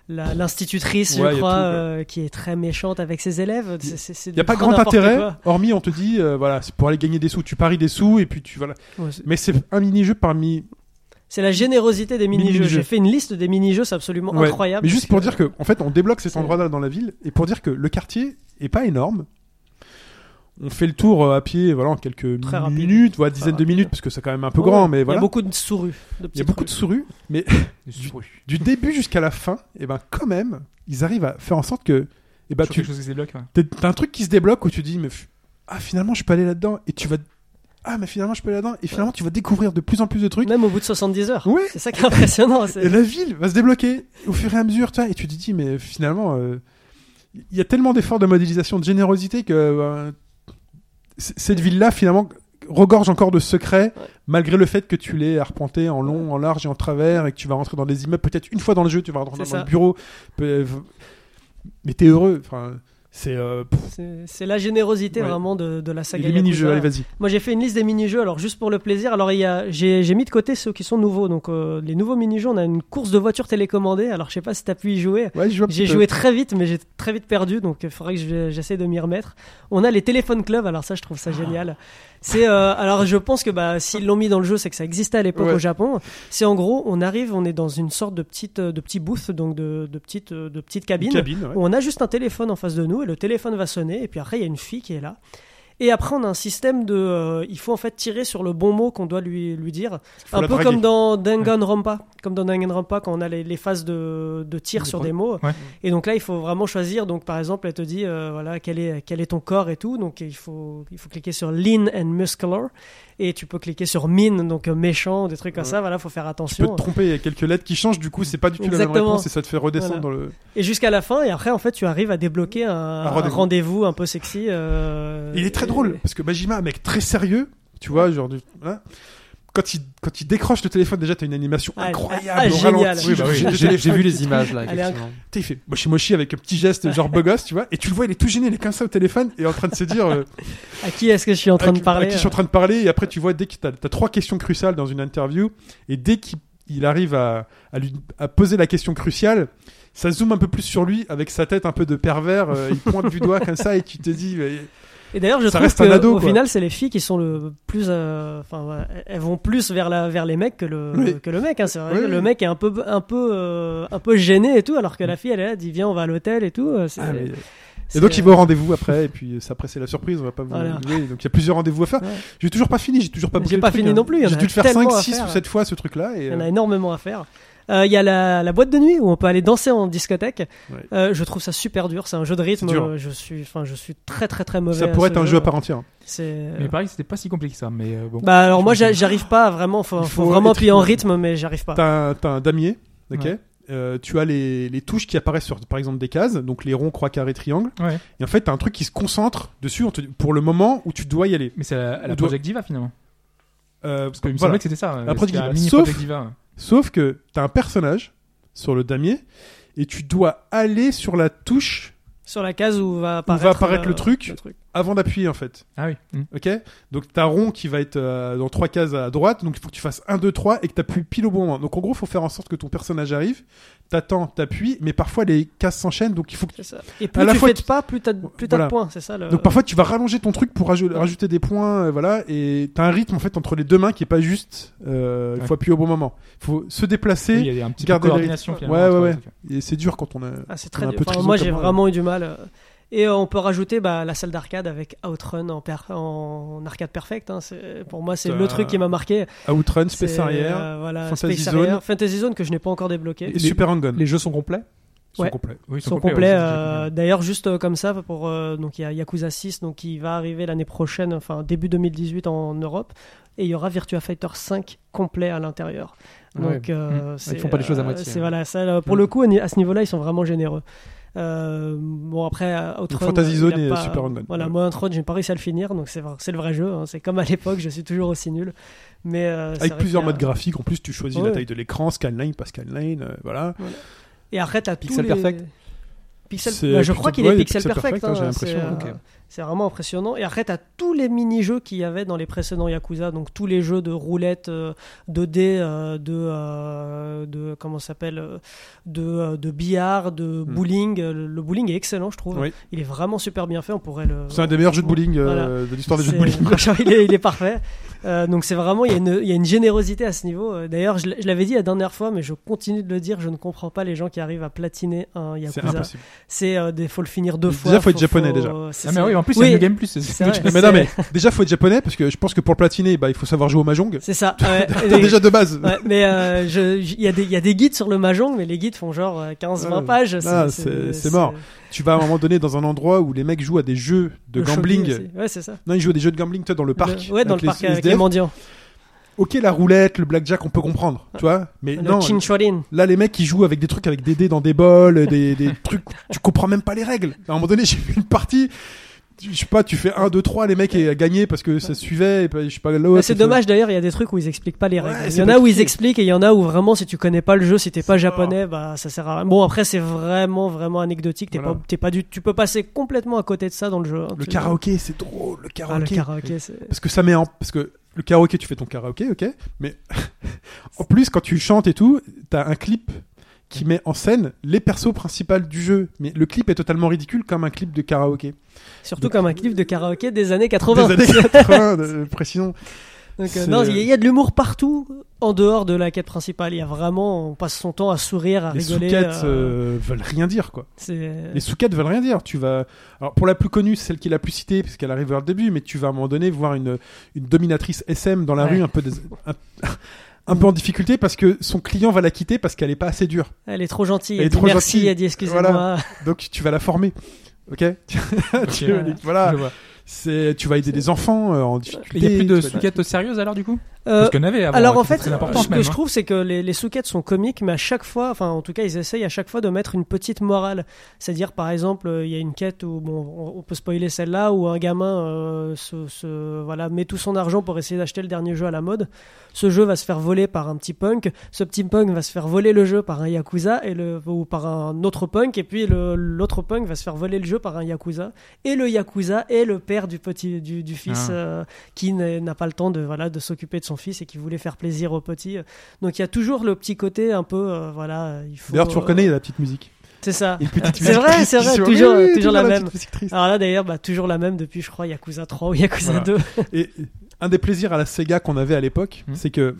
la- l'institutrice, Ouais, y a je crois, tout, quoi. euh, qui est très méchante avec ses élèves. C'est, c'est, c'est Il n'y a du pas grand grand n'importe intérêt, quoi. hormis on te dit, euh, voilà, c'est pour aller gagner des sous. Tu paries des sous et puis tu voilà. Ouais, c'est, Mais c'est un mini-jeu parmi. c'est la générosité des mini-jeux. mini-jeux. J'ai fait une liste des mini-jeux, c'est absolument Ouais. incroyable. Mais juste pour parce dire que, en fait, on débloque cet c'est- endroit-là dans la ville et pour dire que le quartier est pas énorme. On fait le tour euh, à pied, voilà, en quelques Très rapide. minutes, voilà, Très dizaines de rapide. minutes, parce que c'est quand même un peu Ouais, grand, ouais. mais voilà. Il y a beaucoup de souris. De Il y a beaucoup de souris, mais Du- du début jusqu'à la fin, et ben quand même, ils arrivent à faire en sorte que, et ben Sur tu, quelque chose qui se débloque. Ouais. t'es- t'as un truc qui se débloque où tu dis, mais f- ah finalement je peux aller là-dedans, et tu vas, ah mais finalement je peux aller là-dedans, et finalement tu vas découvrir de plus en plus de trucs. Même au bout de soixante-dix heures. Ouais. C'est ça qui est impressionnant. c'est- Et la ville va se débloquer au fur et à mesure, tu vois, et tu te dis, mais finalement, euh, il y a tellement d'efforts de modélisation, de générosité que euh, c- cette ville-là, finalement, regorge encore de secrets, Ouais. malgré le fait que tu l'aies arpenté en long, en large et en travers, et que tu vas rentrer dans des immeubles, peut-être une fois dans le jeu, tu vas rentrer C'est dans ça. le bureau, peut- mais t'es heureux, enfin, c'est... euh, pff, C'est, c'est la générosité Ouais. vraiment de, de la et saga les mini-jeux, Yakuza. allez, vas-y. Moi, j'ai fait une liste des mini-jeux, alors juste pour le plaisir. Alors, il y a, j'ai, j'ai mis de côté ceux qui sont nouveaux. Donc, euh, les nouveaux mini-jeux, on a une course de voiture télécommandée. Alors, je sais pas si t'as pu y jouer. Ouais, je joue un J'ai petit peu. joué très vite, mais j'ai très vite perdu, donc il faudrait que je- j'essaie de m'y remettre. On a les téléphones club, alors ça, je trouve ça génial. C'est, euh, alors, je pense que bah, s'ils l'ont mis dans le jeu, c'est que ça existait à l'époque Ouais. au Japon. C'est en gros, on arrive, on est dans une sorte de petite, de petit booth, donc de, de petite, de petite cabine. Une cabine, ouais. Où on a juste un téléphone en face de nous et le téléphone va sonner et puis après il y a une fille qui est là. Et après on a un système de, euh, il faut en fait tirer sur le bon mot qu'on doit lui lui dire, Faut un la peu draguer. comme dans Danganronpa, comme dans Danganronpa quand on a les, les phases de, de tir Des sur pro- des mots. Ouais. Et donc là il faut vraiment choisir. Donc par exemple elle te dit euh, voilà quel est quel est ton corps et tout. Donc il faut il faut cliquer sur lean and muscular et tu peux cliquer sur mean donc euh, méchant des trucs comme Ouais. ça. Voilà faut faire Tu peux attention. te tromper, il y a quelques lettres qui changent, du coup c'est pas du tout la même Exactement. réponse et ça te fait redescendre Voilà. dans le... Et jusqu'à la fin et après en fait tu arrives à débloquer un, un rendez-vous. rendez-vous. un peu sexy. euh, Il est très et- drôle parce que Majima, un mec très sérieux, tu vois, genre du- hein, quand il quand il décroche le téléphone, déjà t'as une animation Ah, incroyable, ah, au génial. ralenti, Oui, genre, bah oui, j'ai- j'ai j'ai- j'ai vu les images là, Elle est effectivement. Tu sais, il fait mochi mochi avec un petit geste genre beau gosse, tu vois, et tu le vois, il est tout gêné, il est comme ça au téléphone et en train de se dire euh, À qui est-ce que je suis en train à, de qui- parler à qui je suis en train de parler, et après tu vois dès que t'as as trois questions cruciales dans une interview, et dès qu'il il arrive à, à, lui, à poser la question cruciale, ça zoome un peu plus sur lui avec sa tête un peu de pervers, euh, il pointe du doigt comme ça et tu te dis mais- Et d'ailleurs, je Ça trouve reste que un ado, au quoi. final, c'est les filles qui sont le plus, euh, enfin, ouais, elles vont plus vers la, vers les mecs que le, Oui. que le mec. Hein. C'est vrai Oui, que oui. le mec est un peu, un peu, euh, un peu gêné et tout, alors que la fille, elle est là, elle dit viens, on va à l'hôtel et tout. euh, c'est- Ah, mais- c'est- Et donc il va au rendez-vous après, et puis ça, après c'est la surprise, on va pas vous Voilà. oui, donc il y a plusieurs rendez-vous à faire. Ouais. J'ai toujours pas fini, j'ai toujours pas J'ai bouclé le pas truc, fini hein. non plus, il y en J'ai a dû le faire tellement cinq, à six faire. ou sept fois ce truc-là. Et, Il y en a euh, énormément à faire. Euh, Il y a la, la boîte de nuit où on peut aller danser en discothèque. Ouais. Euh, je trouve ça super dur. C'est un jeu de rythme. C'est dur. euh, Je suis, enfin, je suis très très très mauvais. ça à pourrait ce être un jeu à part entière. C'est. Mais pareil, c'était pas si compliqué que ça. Mais euh, bon. Bah alors Je moi me suis j'a- dit- j'arrive pas à vraiment. Faut, Il faut faut vraiment être- appuyer en rythme, mais j'arrive pas. T'as un, t'as un damier, ok. Ouais. Euh, tu as les, les touches qui apparaissent sur par exemple des cases, donc les ronds, croix, carré, triangle. Ouais. Et en fait, t'as un truc qui se concentre dessus on te- pour le moment où tu dois y aller. Mais c'est la, la On doit- Project Diva finalement. Euh, Parce que il me voilà. semblait que c'était ça. La Project C'était un Diva. mini Sauf- Project Diva. Sauf que t'as un personnage sur le damier et tu dois aller sur la touche Sur la case où va Où apparaître, va apparaître le truc. le truc. avant d'appuyer en fait. Ah oui. Mm. Ok, donc t'as rond qui va être euh, dans trois cases à droite, donc il faut que tu fasses un, deux, trois et que t'appuies pile au bon moment. Donc en gros, il faut faire en sorte que ton personnage arrive, t'attends, t'appuies, mais parfois les cases s'enchaînent, donc il faut que... C'est ça. Et plus À la tu fois, fais de pas, plus t'as plus t'as Voilà. de points, c'est ça le... Donc parfois tu vas rallonger ton truc pour rajou- rajouter des points, euh, voilà, et t'as un rythme en fait entre les deux mains qui est pas juste, euh, il Ouais. faut appuyer au bon moment. Il faut se déplacer, Oui, il y a un petit peu de garder le coordination rythme. finalement. Ouais, ouais, entre ouais. les trucs. Et c'est dur quand on a... Ah, c'est on très a un dur. peu de Enfin, schizo moi comme j'ai moi, vraiment eu du mal. euh. Et euh, on peut rajouter bah, la salle d'arcade avec Outrun en, per- en arcade perfect. Hein. C'est- Pour moi, c'est T'as- le truc qui m'a marqué. Outrun, Space C'est, Arrière, euh, voilà, Fantasy Space Zone. Harrier, Fantasy Zone que je n'ai pas encore débloqué. et Super Hang-On. Les jeux sont complets sont Ouais. complets. Oui, Ils sont complets. ouais, euh, D'ailleurs, juste euh, comme ça, pour euh, donc il y a Yakuza six, donc qui va arriver l'année prochaine, enfin début deux mille dix-huit en Europe, et il y aura Virtua Fighter cinq complet à l'intérieur. Donc Ouais. euh, Mmh. c'est, Ils font pas les choses à euh, moitié, C'est hein. voilà, ça, euh, pour Mmh. le coup, à ni- à ce niveau-là, ils sont vraiment généreux. Euh, bon après euh, Outrun, Fantasy euh, Zone il y a et pas- Super Hang-On. Voilà, Ouais. moi Outrun, j'ai pas réussi à le finir, donc c'est vrai- c'est le vrai jeu. Hein. C'est comme à l'époque, je suis toujours aussi nul. Mais euh, c'est Avec vrai plusieurs qu'il y a- modes graphiques, en plus tu choisis Ouais. la taille de l'écran, scanline, pas scanline, euh, voilà. Et après, t'as tous Pixel les... perfect Pixel, C'est bah, je plutôt- crois qu'il ouais, est il est pixel, pixel perfect. perfect, hein, j'ai hein, l'impression, c'est, euh, ok. c'est vraiment impressionnant. Et après, t'as tous les mini-jeux qu'il y avait dans les précédents Yakuza, donc tous les jeux de roulette, euh, de dés, euh, de, euh, de comment ça s'appelle, euh, de, euh, de billard, de bowling. Le, le bowling est excellent, je trouve. Oui. Il est vraiment super bien fait. On pourrait le. C'est un des meilleurs jeux de bowling euh, Voilà. de l'histoire des jeux de C'est- bowling. franchement, il, est, il est parfait. Euh, donc c'est vraiment, il y, a une, il y a une générosité à ce niveau. Euh, D'ailleurs, je, l- je l'avais dit la dernière fois, mais je continue de le dire, je ne comprends pas les gens qui arrivent à platiner un C'est Yakuza. impossible. C'est euh, des, faut le finir deux Déjà, fois. faut être japonais, déjà. c'est- Ah, mais c'est- oui, en plus, oui, il y a New Game Plus. c'est- c'est vrai. Non, mais non, c'est- mais déjà, faut être japonais parce que je pense que pour le platiner, bah, il faut savoir jouer au mahjong. C'est ça. Ouais, T'as Et- déjà de base. ouais, mais euh, je- j- il y, a des- il y a des guides sur le mahjong, mais les guides font genre euh, quinze vingt Ouais. pages. Ah, c'est- c'est mort. Tu vas à un moment donné dans un endroit où les mecs jouent à des jeux de le gambling. shogi aussi. Ouais, c'est ça. Non, ils jouent à des jeux de gambling, toi, dans le parc. Le- ouais, dans le avec parc les avec S D F. les mendiants. Ok, la roulette, le blackjack, on peut comprendre, tu vois. Mais Le non, Chinchorin. là, les mecs, ils jouent avec des trucs avec des dés dans des bols, des, des trucs, tu comprends même pas les règles. À un moment donné, j'ai vu une partie, tu- je sais pas, tu fais un, deux, trois, les mecs aient gagné parce que ça suivait, et puis, je sais pas, l'autre. Ouais, c'est il fait- dommage d'ailleurs, il y a des trucs où ils expliquent pas les Ouais, règles. il c'est y en a pas où ils expliqué. expliquent et il y en a où vraiment si tu connais pas le jeu, si t'es pas C'est japonais, bah ça sert à rien. Bon après c'est vraiment vraiment anecdotique, t'es Voilà. pas t'es pas du tu peux passer complètement à côté de ça dans le jeu. hein. Le Tu- karaoké, c'est drôle, le Ah, le karaoké. karaoké c'est Parce que ça met en, parce que le karaoké, tu fais ton karaoké, ok, mais en plus, quand tu chantes et tout, t'as un clip qui met en scène les persos principaux du jeu. Mais le clip est totalement ridicule comme un clip de karaoké. surtout comme un clip de karaoké des années quatre-vingts. Des années quatre-vingts, de précision. Donc, euh, C'est- non, il y, a- il y a de l'humour partout en dehors de la quête principale. Il y a vraiment, on passe son temps à sourire, à Les rigoler. sous-quêtes euh, euh, veulent rien dire, quoi. c'est Les sous-quêtes veulent rien dire. Tu vas, alors pour la plus connue, c'est celle qui est la plus citée parce qu'elle arrive vers le début, mais tu vas à un moment donné voir une une dominatrice S M dans la Ouais. rue un peu des- un, un peu en difficulté parce que son client va la quitter parce qu'elle est pas assez dure. Elle est trop gentille. Elle Elle, est dit trop merci. gentille. Elle dit excusez-moi. Voilà. Donc tu vas la former. Ok. Tu- Ok. voilà. Je vois. C'est, tu vas aider des enfants euh, en Il difficulté. y a plus de tu vas- sous-quêtes sérieuses alors du coup Euh, Parce qu'il y en avait avant. Alors qui en étaient fait, très importantes ce que même, je hein. trouve, c'est que les, les sous-quêtes sont comiques, mais à chaque fois, enfin en tout cas, ils essayent à chaque fois de mettre une petite morale. C'est-à-dire, par exemple, euh, il y a une quête où, bon, on, on peut spoiler celle-là, où un gamin euh, se, se- voilà, met tout son argent pour essayer d'acheter le dernier jeu à la mode. Ce jeu va se faire voler par un petit punk. Ce petit punk va se faire voler le jeu par un yakuza et le, ou par un autre punk, et puis le- l'autre punk va se faire voler le jeu par un yakuza. Et le yakuza est le père du petit, du, du fils. Ah. euh, qui n'est- n'a pas le temps de voilà de s'occuper de son fils et qui voulait faire plaisir au petit. Donc il y a toujours le petit côté un peu euh, voilà, il faut D'ailleurs, tu euh, reconnais la petite musique. c'est ça. Et une petite C'est musique vrai, triste c'est qui vrai, se- toujours- oui, oui, toujours la la même. petite musique triste. Alors là d'ailleurs bah, toujours la même depuis je crois Yakuza trois ou Yakuza Voilà. deux. Et un des plaisirs à la Sega qu'on avait à l'époque, Mhm. c'est que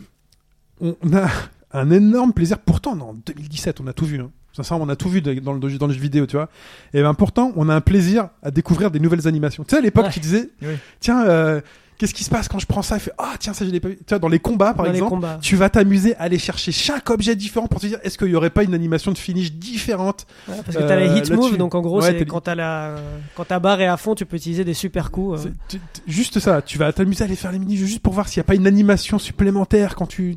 on a un énorme plaisir. Pourtant, en deux mille dix-sept, on a tout vu. Hein. Sincèrement, on a tout vu de- dans le, dans le jeu vidéo, tu vois. Et ben pourtant, on a un plaisir à découvrir des nouvelles animations. Tu sais, à l'époque, Ouais. tu disais, Oui. tiens, euh, qu'est-ce qui se passe quand je prends ça? Il fait, ah tiens, ça je l'ai pas vu. Tu vois, dans les combats, par Dans les exemple, combats. tu vas t'amuser à aller chercher chaque objet différent pour te dire, est-ce qu'il y aurait pas une animation de finish différente? Ouais, parce que t'as les Euh, hit là-dessus. moves, donc en gros Ouais, t'as c'est les- quand t'as la quand ta barre est à fond, tu peux utiliser des super coups. euh. C'est- tu- tu- juste ça, tu vas t'amuser à aller faire les mini-jeux juste pour voir s'il n'y a pas une animation supplémentaire quand tu.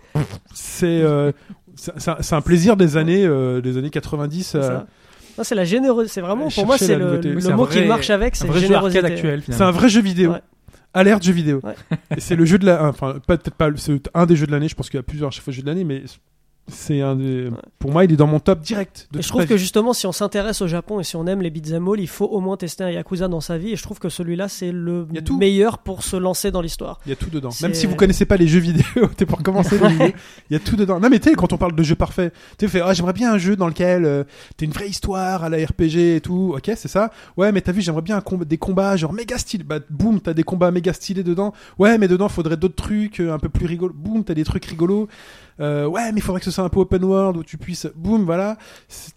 C'est euh, c'est c'est un- c'est un plaisir des années euh, des années quatre-vingt-dix. C'est euh, ça. Non, c'est la générosité. C'est vraiment, pour moi, Chercher c'est la le, nouveauté. le C'est un mot vrai- qui marche avec, Un c'est vrai jeu arcade générosité. actuel c'est un finalement. vrai jeu vidéo. Ouais. Alerte jeu vidéo. Ouais. Et c'est le jeu de la. Enfin, pas- peut-être pas. C'est un des jeux de l'année. Je pense qu'il y a plusieurs chaque fois jeux de l'année, mais c'est un des. Ouais. Pour moi, il est dans mon top direct. De Et toute je trouve ma que vie. justement, si on s'intéresse au Japon et si on aime les beat'em all, il faut au moins tester un Yakuza dans sa vie. Et je trouve que celui-là, c'est le Il y a tout. meilleur pour se lancer dans l'histoire. Il y a tout dedans. C'est- Même si vous connaissez pas les jeux vidéo, t'es pour commencer les vidéos. Il y a tout dedans. Non mais tu sais, quand on parle de jeu parfait, tu sais, fait, ah, j'aimerais bien un jeu dans lequel euh, t'as une vraie histoire à la R P G et tout. Ok, c'est ça. Ouais, mais t'as vu, j'aimerais bien un comb- des combats genre méga stylés. Bah, boum, t'as des combats méga stylés dedans. Ouais, mais dedans, faudrait d'autres trucs euh, un peu plus rigolos. Boum, t'as des trucs rigolos. Euh, ouais, mais il faudrait que ce soit un peu open world où tu puisses. Boum, voilà. C'est-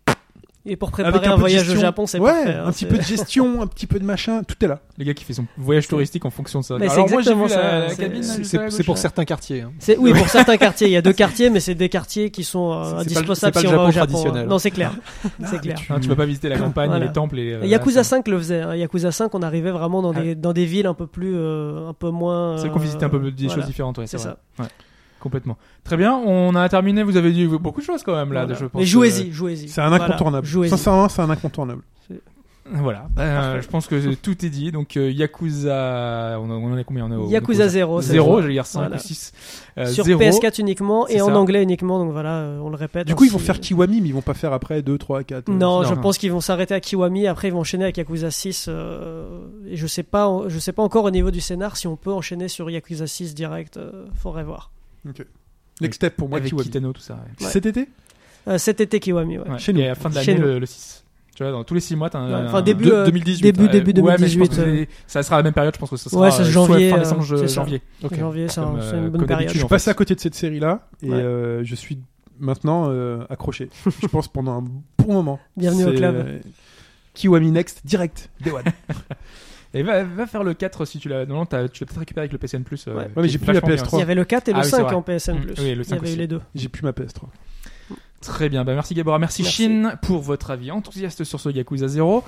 Et pour Avec préparer un un, peu de voyage gestion. au Japon, c'est ouais, parfait. hein, un petit c'est- peu de gestion, un petit peu de machin, tout est là. Les gars qui fait son voyage touristique en fonction de ça. Mais c'est Alors moi j'ai exactement vu ça, la, la c'est- cabine. là, C'est juste à la c'est gauche, pour là. certains quartiers. hein. C'est oui pour certains quartiers. Il y a deux quartiers, mais c'est des quartiers qui sont euh, C'est- c'est pas le- indispensables c'est pas si le on va au Japon Japon. traditionnel. Non, c'est clair. Ah, c'est mais clair. tu- Hein, tu vas pas visiter la campagne, Voilà. les temples et. euh, Yakuza voilà, ça- cinq le faisait. hein. Yakuza cinq, on arrivait vraiment dans des dans des villes un peu plus euh, un peu moins. Celle qu'on visitait un peu des voilà. choses différentes, ouais, C'est c'est ça. vrai. Ouais. Complètement. Très bien, on a terminé. Vous avez dit beaucoup de choses quand même là. Voilà. Je pense Mais que- jouez-y, jouez-y. C'est un Voilà, incontournable. jouez-y. Sincèrement, c'est un incontournable. Voilà, bah, je pense que tout est dit. Donc euh, Yakuza, on, on en est combien on est au, Yakuza zéro. zéro, j'allais dire cinq Voilà. ou six. Euh, Sur zéro. P S quatre uniquement C'est et en ça. anglais uniquement, donc voilà, euh, on le répète. Du coup, ils vont Si- faire Kiwami, mais ils vont pas faire après deux, trois, quatre. Non, Non, je non. pense qu'ils vont s'arrêter à Kiwami. Après, ils vont enchaîner avec Yakuza six. euh, et je sais pas, je sais pas encore au niveau du scénar si on peut enchaîner sur Yakuza six direct. Euh, faudrait voir. Ok. Next step pour moi, Avec Kiwami. Kitano, tout ça. Ouais. Cet été Euh, cet été Kiwami, ouais. Ouais. Chez nous. Et à la fin de Chez l'année, nous. le, le six. Tu vois, dans tous les six mois, t'as un. Ouais, un- enfin, début, de- euh, deux mille dix-huit, début, Ouais, début ouais, mais je pense deux mille dix-huit. que euh, c'est- ça sera la même période, je pense que ça sera Ouais, c'est euh, janvier, soit fin euh, décembre, c'est ça. janvier. Ok. Janvier, c'est Comme, un- c'est euh, une bonne comme période. d'habitude, Je suis en passé fait. à côté de cette série-là et Ouais. euh, je suis maintenant euh, accroché. Je pense pendant un bon moment. Bienvenue au C'est, club. euh, Kiwami Next, direct, Day One. Et va, va faire le quatre si tu l'as. Non, non, t'as- tu l'as peut-être récupéré avec le P S N plus. euh, Ouais. qui Ouais, mais est j'ai plus la vachement P S bien trois. Il y avait le quatre et le Ah oui, c'est cinq vrai. en P S N Mm, plus. oui, le Il y cinq avait eu aussi. les deux. J'ai plus ma P S trois. Très bien, bah merci Gabora, merci, Merci. Shin pour votre avis enthousiaste sur ce Yakuza zéro.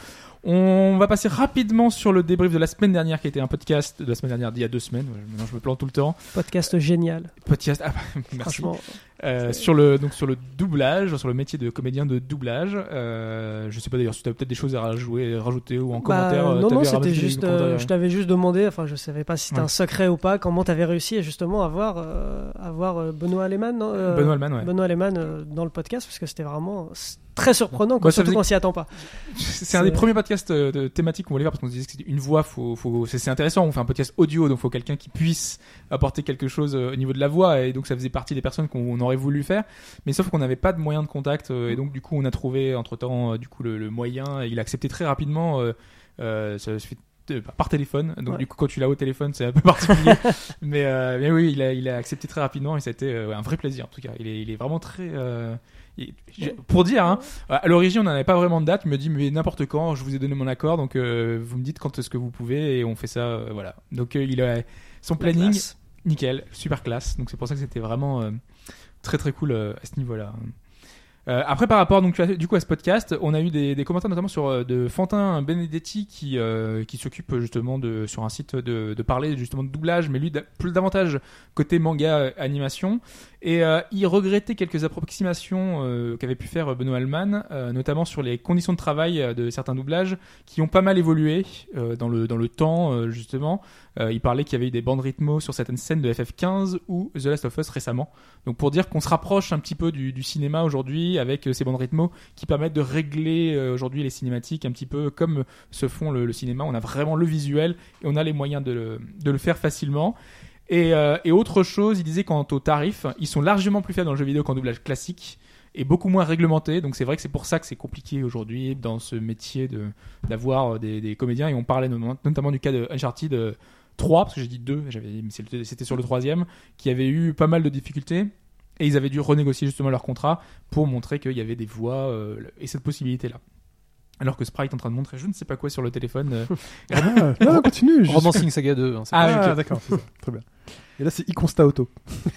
On va passer rapidement sur le débrief de la semaine dernière qui était un podcast de la semaine dernière d'il y a deux semaines. Ouais, Maintenant je me plante tout le temps. Podcast génial. Podcast, ah, bah, merci. Franchement. Euh, sur le donc sur le doublage, sur le métier de comédien de doublage. Euh, je sais pas d'ailleurs si tu as peut-être des choses à rajouter, rajouter ou en Bah, commentaire. euh, non, t'avais non, c'était ramassé des juste. commentaires, euh, ouais. je t'avais juste demandé, enfin, je savais pas si c'était Ouais. un secret ou pas, comment t'avais réussi justement à voir, euh, à voir euh, Benoît Aleman, non Euh, Benoît Alman, ouais. Benoît Aleman euh, dans le podcast, parce que c'était vraiment s- très surprenant, Bah, ça surtout faisait- quand on s'y attend pas. C'est un des premiers podcasts euh, de thématiques qu'on voulait faire parce qu'on se disait que c'était une voix, faut, faut, c'est c'est intéressant. On fait un podcast audio, donc faut quelqu'un qui puisse apporter quelque chose euh, au niveau de la voix, et donc ça faisait partie des personnes qu'on aurait voulu faire. Mais sauf qu'on n'avait pas de moyen de contact, euh, et donc du coup on a trouvé entre temps du coup le, le moyen, et il a accepté très rapidement. Euh, euh, ça se fait euh, par téléphone, donc Ouais. du coup quand tu l'as au téléphone c'est un peu particulier. mais, euh, mais oui, il a, il a accepté très rapidement et ça a été euh, un vrai plaisir en tout cas. Il est, il est vraiment très. Euh, il- j'ai- pour dire, hein, à l'origine on n'avait pas vraiment de date. Il me dit mais n'importe quand, je vous ai donné mon accord, donc euh, vous me dites quand est-ce que vous pouvez et on fait ça, euh, voilà. Donc euh, il a son La planning classe. nickel, super classe. Donc c'est pour ça que c'était vraiment euh, très très cool euh, à ce niveau-là. Euh, après par rapport donc du coup à ce podcast, on a eu des, des commentaires notamment sur euh, de Fantin Benedetti qui euh, qui s'occupe justement de sur un site de, de parler justement de doublage, mais lui da- plus davantage côté manga euh, animation, et euh, il regrettait quelques approximations euh, qu'avait pu faire Benoît Alman, euh, notamment sur les conditions de travail euh, de certains doublages qui ont pas mal évolué euh, dans le dans le temps euh, justement. Euh, il parlait qu'il y avait eu des bandes rythmos sur certaines scènes de F F quinze ou The Last of Us récemment. Donc pour dire qu'on se rapproche un petit peu du, du cinéma aujourd'hui avec euh, ces bandes rythmos qui permettent de régler euh, aujourd'hui les cinématiques un petit peu comme se font le, le cinéma. On a vraiment le visuel et on a les moyens de le, de le faire facilement. Et, euh, et autre chose, il disait quant aux tarifs, ils sont largement plus faibles dans le jeu vidéo qu'en doublage classique et beaucoup moins réglementés. Donc c'est vrai que c'est pour ça que c'est compliqué aujourd'hui dans ce métier de d'avoir des, des comédiens. Et on parlait no- notamment du cas de Uncharted euh, trois, parce que j'ai dit deux, j'avais, mais c'est le- c'était sur le troisième, qui avait eu pas mal de difficultés. Et ils avaient dû renégocier justement leur contrat pour montrer qu'il y avait des voix euh, et cette possibilité-là. Alors que Sprite est en train de montrer je ne sais pas quoi sur le téléphone. euh. Ah, non, non, continue. je- Romancing Saga deux, hein, c'est Ah, Ah, ok. d'accord, c'est ça. Très bien. Et là, c'est iConsta Auto.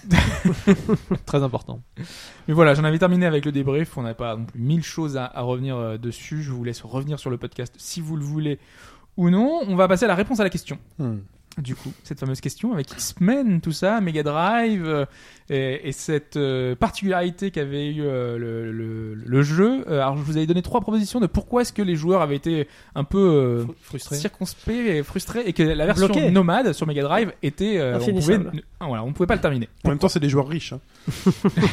très important. Mais voilà, j'en avais terminé avec le débrief. On n'a pas non plus mille choses à, à revenir euh, dessus. Je vous laisse revenir sur le podcast si vous le voulez ou non. On va passer à la réponse à la question. Hmm. Du coup, cette fameuse question avec X-Men, tout ça, Mega Drive, euh, et, et cette euh, particularité qu'avait eu euh, le, le, le jeu. Euh, alors, je vous avais donné trois propositions de pourquoi est-ce que les joueurs avaient été un peu euh, Frustré. circonspects et frustrés, et que la version Bloqués. nomade sur Mega Drive était, euh, on pouvait, Infinissable. ah, voilà, on pouvait pas le terminer. En même temps, c'est des joueurs riches. Hein.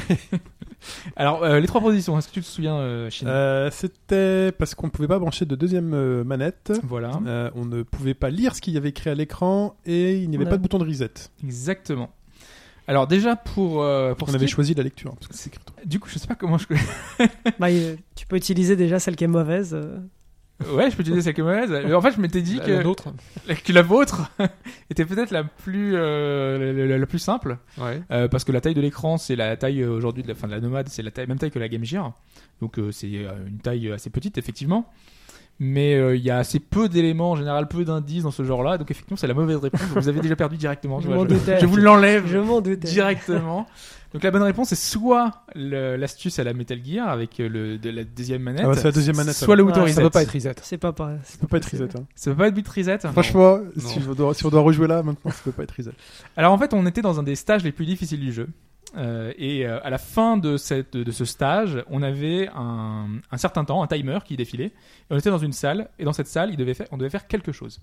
Alors, euh, les trois propositions, est-ce que tu te souviens, euh, Chine Euh, C'était parce qu'on ne pouvait pas brancher de deuxième euh, manette. Voilà, Euh, on ne pouvait pas lire ce qu'il y avait écrit à l'écran et il n'y avait On a- pas de bouton de reset. exactement. Alors déjà pour euh, pour On ce avait qui- choisi la lecture. hein, parce que c'est écrit. du coup je sais pas comment je Bah, euh, tu peux utiliser déjà celle qui est mauvaise. euh. ouais je peux utiliser celle qui est mauvaise, mais en fait je m'étais dit La- que la nôtre. que la vôtre était peut-être la plus euh, la, la- la plus simple, Ouais. euh, parce que la taille de l'écran c'est la taille euh, aujourd'hui de la fin de la Nomade, c'est la taille, même taille que la Game Gear, donc euh, c'est euh, une taille assez petite effectivement, mais euh, il y a assez peu d'éléments en général, peu d'indices dans ce genre-là, donc effectivement c'est la mauvaise réponse. Vous avez déjà perdu directement. Je Voilà, m'en doutais. je vous l'enlève Je m'en doutais. directement. Donc la bonne réponse c'est soit le- l'astuce à la Metal Gear avec euh, le de la deuxième manette, Ah bah, c'est la deuxième manette, soit le bouton Ouais, reset. Ça peut pas être reset. C'est pas pareil. Ça peut pas être reset. Hein. Ça peut pas être bit reset. Franchement, Non. si on, doit, si on doit rejouer là, maintenant, ça peut pas être reset. Alors en fait, on était dans un des stages les plus difficiles du jeu. Euh, et euh, à la fin de, cette, de ce stage, on avait un, un certain temps, un timer qui défilait. Et on était dans une salle, et dans cette salle, il devait faire, on devait faire quelque chose.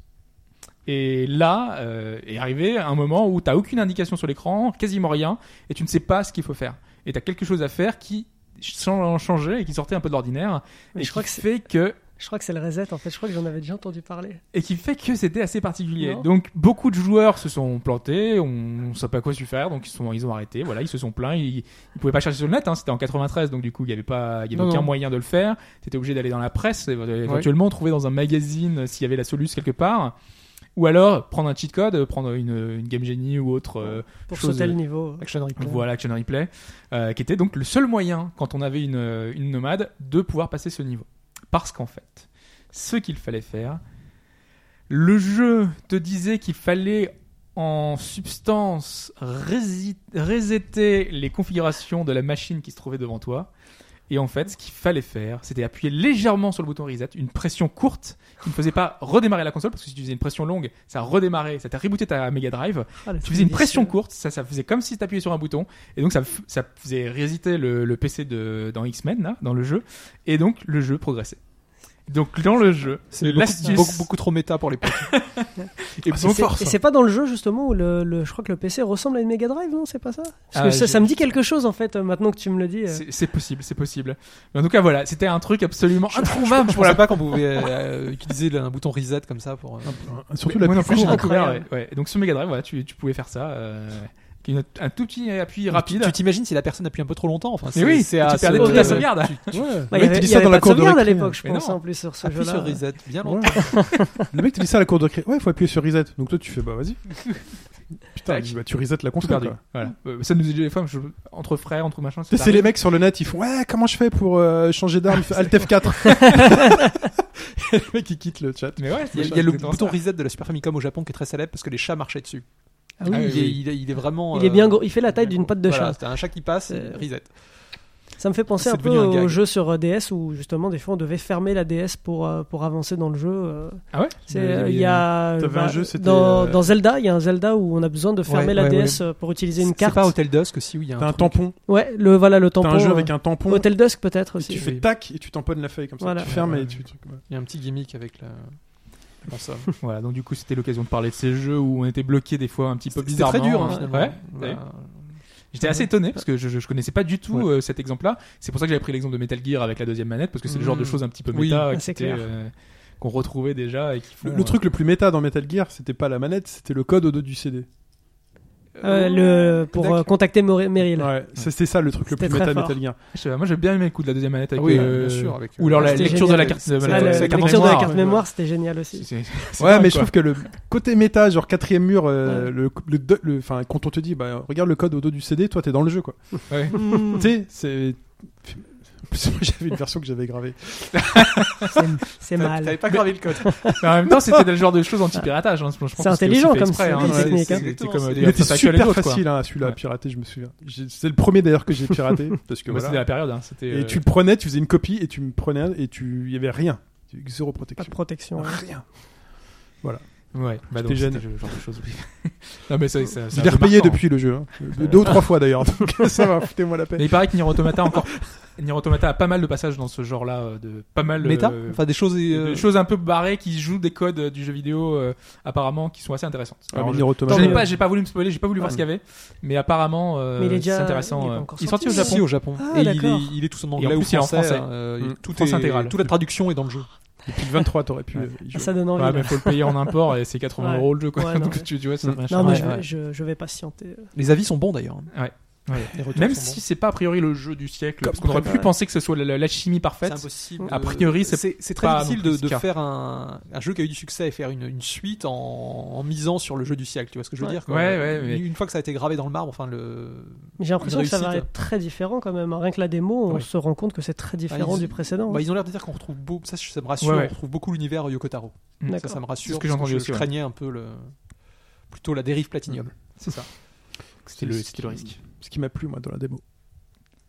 Et là, euh, est arrivé un moment où tu n'as aucune indication sur l'écran, quasiment rien, et tu ne sais pas ce qu'il faut faire. Et tu as quelque chose à faire qui changeait et qui sortait un peu de l'ordinaire, Mais et je qui crois que c'est- fait que Je crois que c'est le reset en fait. Je crois que j'en avais déjà entendu parler. et qui fait que c'était assez particulier. Non. Donc beaucoup de joueurs se sont plantés, on ne sait pas quoi su faire, donc ils sont ils ont arrêté. Voilà, ils se sont plaints, ils, ils pouvaient pas chercher sur le net. Hein, c'était en quatre-vingt-treize, donc du coup il y avait pas, il y avait Non, aucun non. moyen de le faire. T'étais obligé d'aller dans la presse, éve- éventuellement trouver dans un magazine s'il y avait la solution quelque part, ou alors prendre un cheat code, prendre une, une Game Genie ou autre. euh, Pour chose- sauter le niveau. Action replay. Voilà, Action Replay, euh, qui était donc le seul moyen, quand on avait une, une nomade, de pouvoir passer ce niveau. Parce qu'en fait, ce qu'il fallait faire, le jeu te disait qu'il fallait en substance rési- resetter les configurations de la machine qui se trouvait devant toi. Et en fait, ce qu'il fallait faire, c'était appuyer légèrement sur le bouton reset, une pression courte qui ne faisait pas redémarrer la console, parce que si tu faisais une pression longue, ça redémarrait, ça t'a rebooté ta Mega Drive. Ah, le Tu truc faisais une vicieux. pression courte, ça, ça faisait comme si tu appuyais sur un bouton, et donc ça, f- ça faisait resetter le, le P C de, dans X-Men, là, dans le jeu, et donc le jeu progressait. Donc dans le jeu, C'est beaucoup, l'astuce... beaucoup, beaucoup trop méta pour les potes. Et Ah, donc, c'est fort, Et ça. c'est pas dans le jeu justement où le, le- je crois que le P C ressemble à une Mega Drive, non? C'est pas ça? Parce Ah, que ça, je- ça me dit quelque chose en fait, euh, maintenant que tu me le dis. euh. c'est, c'est possible, c'est possible. Mais en tout cas, voilà, c'était un truc absolument introuvable Je pour la pensais pas qu'on pouvait euh, utiliser un bouton reset comme ça pour. euh, Surtout Mais la moi non plus plus, j'ai courte. découvert, Incroyable. ouais, ouais. Et donc sur Mega Drive, voilà, tu, tu pouvais faire ça. Euh, qui est une- un tout petit appui Tu- rapide. Tu t'imagines si la personne appuie un peu trop longtemps. Enfin, Mais c'est, oui, c'est tu à perdais ce- toute la euh, sauvegarde. Ouais. Bah, Le il y mec avait, te dit il y ça avait dans pas la de cour de sauvegarde à récré. l'époque, je Mais pense non. en plus sur ce Appuie jeu-là. sur reset bien Ouais. longtemps. Le mec te dit ça à la cour de récré. Ouais, il faut appuyer sur reset. Donc toi, tu fais bah vas-y. Putain, Tac. il dit, bah, tu reset la Tout console. perdu. Quoi. Voilà. Euh, ça nous est des fois, je- entre frères, entre machins. Tu sais, ça c'est les arrive. mecs sur le net, ils font ouais, comment je fais pour euh, changer d'arme? Il fait Alt F quatre. Et le mec il quitte le chat. Mais ouais, Il y a, il y a le bouton reset de la Super Famicom au Japon qui est très célèbre parce que les chats marchaient dessus. Ah oui, Ah il, oui, est, oui. il, est, il est vraiment. il est euh, bien gros, il fait la taille d'une patte de voilà, chat. c'était un chat qui passe, et Euh, reset. Ça me fait penser C'est un peu devenu un au gag. jeu sur euh, D S où justement des fois on devait fermer la D S pour euh, pour avancer dans le jeu. euh. Ah ouais. C'est, Il y euh, avait- il y a T'avais bah, un jeu, c'était, dans, euh, dans Zelda, il y a un Zelda où on a besoin de fermer Ouais, la ouais, D S euh, pour utiliser une C'est carte. pas Hotel Dusk aussi où il y a un. T'as un truc. tampon. Ouais, le voilà le T'as tampon. un jeu euh, avec un tampon. Hotel Dusk peut-être Et aussi. tu fais tac et tu tamponnes la feuille comme ça. Voilà. Tu fermes Ouais, et tu truc. ouais. Il y a un petit gimmick avec la, la console. Voilà, donc du coup, c'était l'occasion de parler de ces jeux où on était bloqué des fois un petit peu C'était bizarrement. très dur hein, hein. finalement. Ouais. Bah, ouais. J'étais assez étonné parce que je, je, je connaissais pas du tout Ouais. euh, cet exemple-là. C'est pour ça que j'avais pris l'exemple de Metal Gear avec la deuxième manette parce que c'est le genre de Mmh. choses un petit peu Oui. méta Ah, qui c'est étaient, clair. euh, qu'on retrouvait déjà et qui font. Le, le truc le plus méta dans Metal Gear, c'était pas la manette, c'était le code au dos du C D. Euh, le pour D'accord. euh, contacter Mor- Meryl. Ouais, c'est c'est ça le truc le C'était plus méta très fort. Metal Gear. Je sais pas, moi j'ai bien aimé le coup de la deuxième manette avec Ah oui, euh, bien sûr, avec, ou alors euh, la c'était lecture de la génial. carte de C'est- Ah, c'est- le- c'est la la lecture de la mémoire, carte ouais. mémoire, c'était génial aussi. C'est- c'est Ouais, dingue, mais je quoi. trouve que le côté méta, genre quatrième mur, euh, Ouais. le, le, do- le- enfin, quand on te dit, bah, regarde le code au dos du C D, toi t'es dans le jeu, quoi. Ouais. Mm. Tu sais, c'est. En plus, moi, j'avais une version que j'avais gravée. C'est- C'est mal. T'avais pas gravé le code. Mais en même temps, c'était le genre de choses anti-piratage. Hein. Je pense que C'est c'était intelligent aussi fait comme exprès, c'est- hein. oui, Ouais, technique, c'est- hein. C'était Exactement, comme c'est- des Il était Obstacles et super d'autres, quoi. facile, hein, celui-là, à Ouais. pirater, je me souviens. J'ai- C'est le premier d'ailleurs que j'ai piraté. Parce que Bah, C'était voilà. la période. Hein. C'était. Et euh, tu le prenais, tu faisais une copie et tu me prenais un et tu. Il y avait rien. Zéro Pas protection. de protection. ouais. Rien. Ouais. Bah J'étais donc jeune. c'était le genre de choses. oui. Non mais ça, ça, Je c'est l'ai un jeu repayé marquant. depuis le jeu. hein. De- Deux ou trois fois d'ailleurs. Donc ça va, foutez-moi la paix. Mais il paraît que Nier Automata encore. Nier Automata a pas mal de passages dans ce genre-là, euh, de pas mal. Méta euh, Enfin des choses. des euh, choses un peu barrées qui jouent des codes euh, du jeu vidéo euh, apparemment qui sont assez intéressantes. Ah, Alors, mais je- Nier Automata. J'en ai mieux. pas, j'ai pas voulu me spoiler, j'ai pas voulu voir Ouais. ce qu'il y avait, mais apparemment euh, Mais il est déjà- c'est intéressant. il est pas euh, encore il est sorti au sorti. Japon. Si, au Japon. Ah, et il est, d'accord. il est tout en Et en anglais plus, ou il est en français. français. euh, Mm. tout France est, intégrale. toute la traduction est dans le jeu. Depuis le vingt-trois, t'aurais pu. Ouais. euh, y Ah, jouer. ça donne envie. Ouais, là. mais faut le payer en import et c'est quatre-vingts Ouais. euros le jeu quoi. Ouais, non, Donc mais- tu, tu vois, ça Mm. fait un Non, charme. mais Ouais, je, ouais. vais, je, je vais patienter. Les avis sont bons d'ailleurs. Ouais. Ouais. Les retours Même sont si bons. c'est pas a priori le jeu du siècle, Comme parce qu'on aurait préparé. pu penser que ce soit la, la chimie C'est parfaite. impossible. A de- priori, c'est c'est c'est très pas difficile non plus de, ce de cas. faire un, un jeu qui a eu du succès et faire une, une suite en, en misant sur le jeu du siècle. Tu vois ce que je veux Ouais. dire quoi. Ouais, ouais, mais- Une fois que ça a été gravé dans le marbre, enfin le. Mais j'ai l'impression Une que ça va réussite. être très différent quand même. Rien que la démo, on Ouais. se rend compte que c'est très différent Ah, ils- du précédent. Bah, ils ont l'air de dire qu'on retrouve beau, ça, ça me rassure, Ouais, ouais. on retrouve beaucoup l'univers Yoko Taro. Mm. Ça, D'accord. ça me rassure. C'est ce que j'ai parce entendu je, aussi, je ouais. craignais un peu le, plutôt la dérive Platinum. C'est ça. C'était le, c'était le risque. Ce qui m'a plu, moi, dans la démo.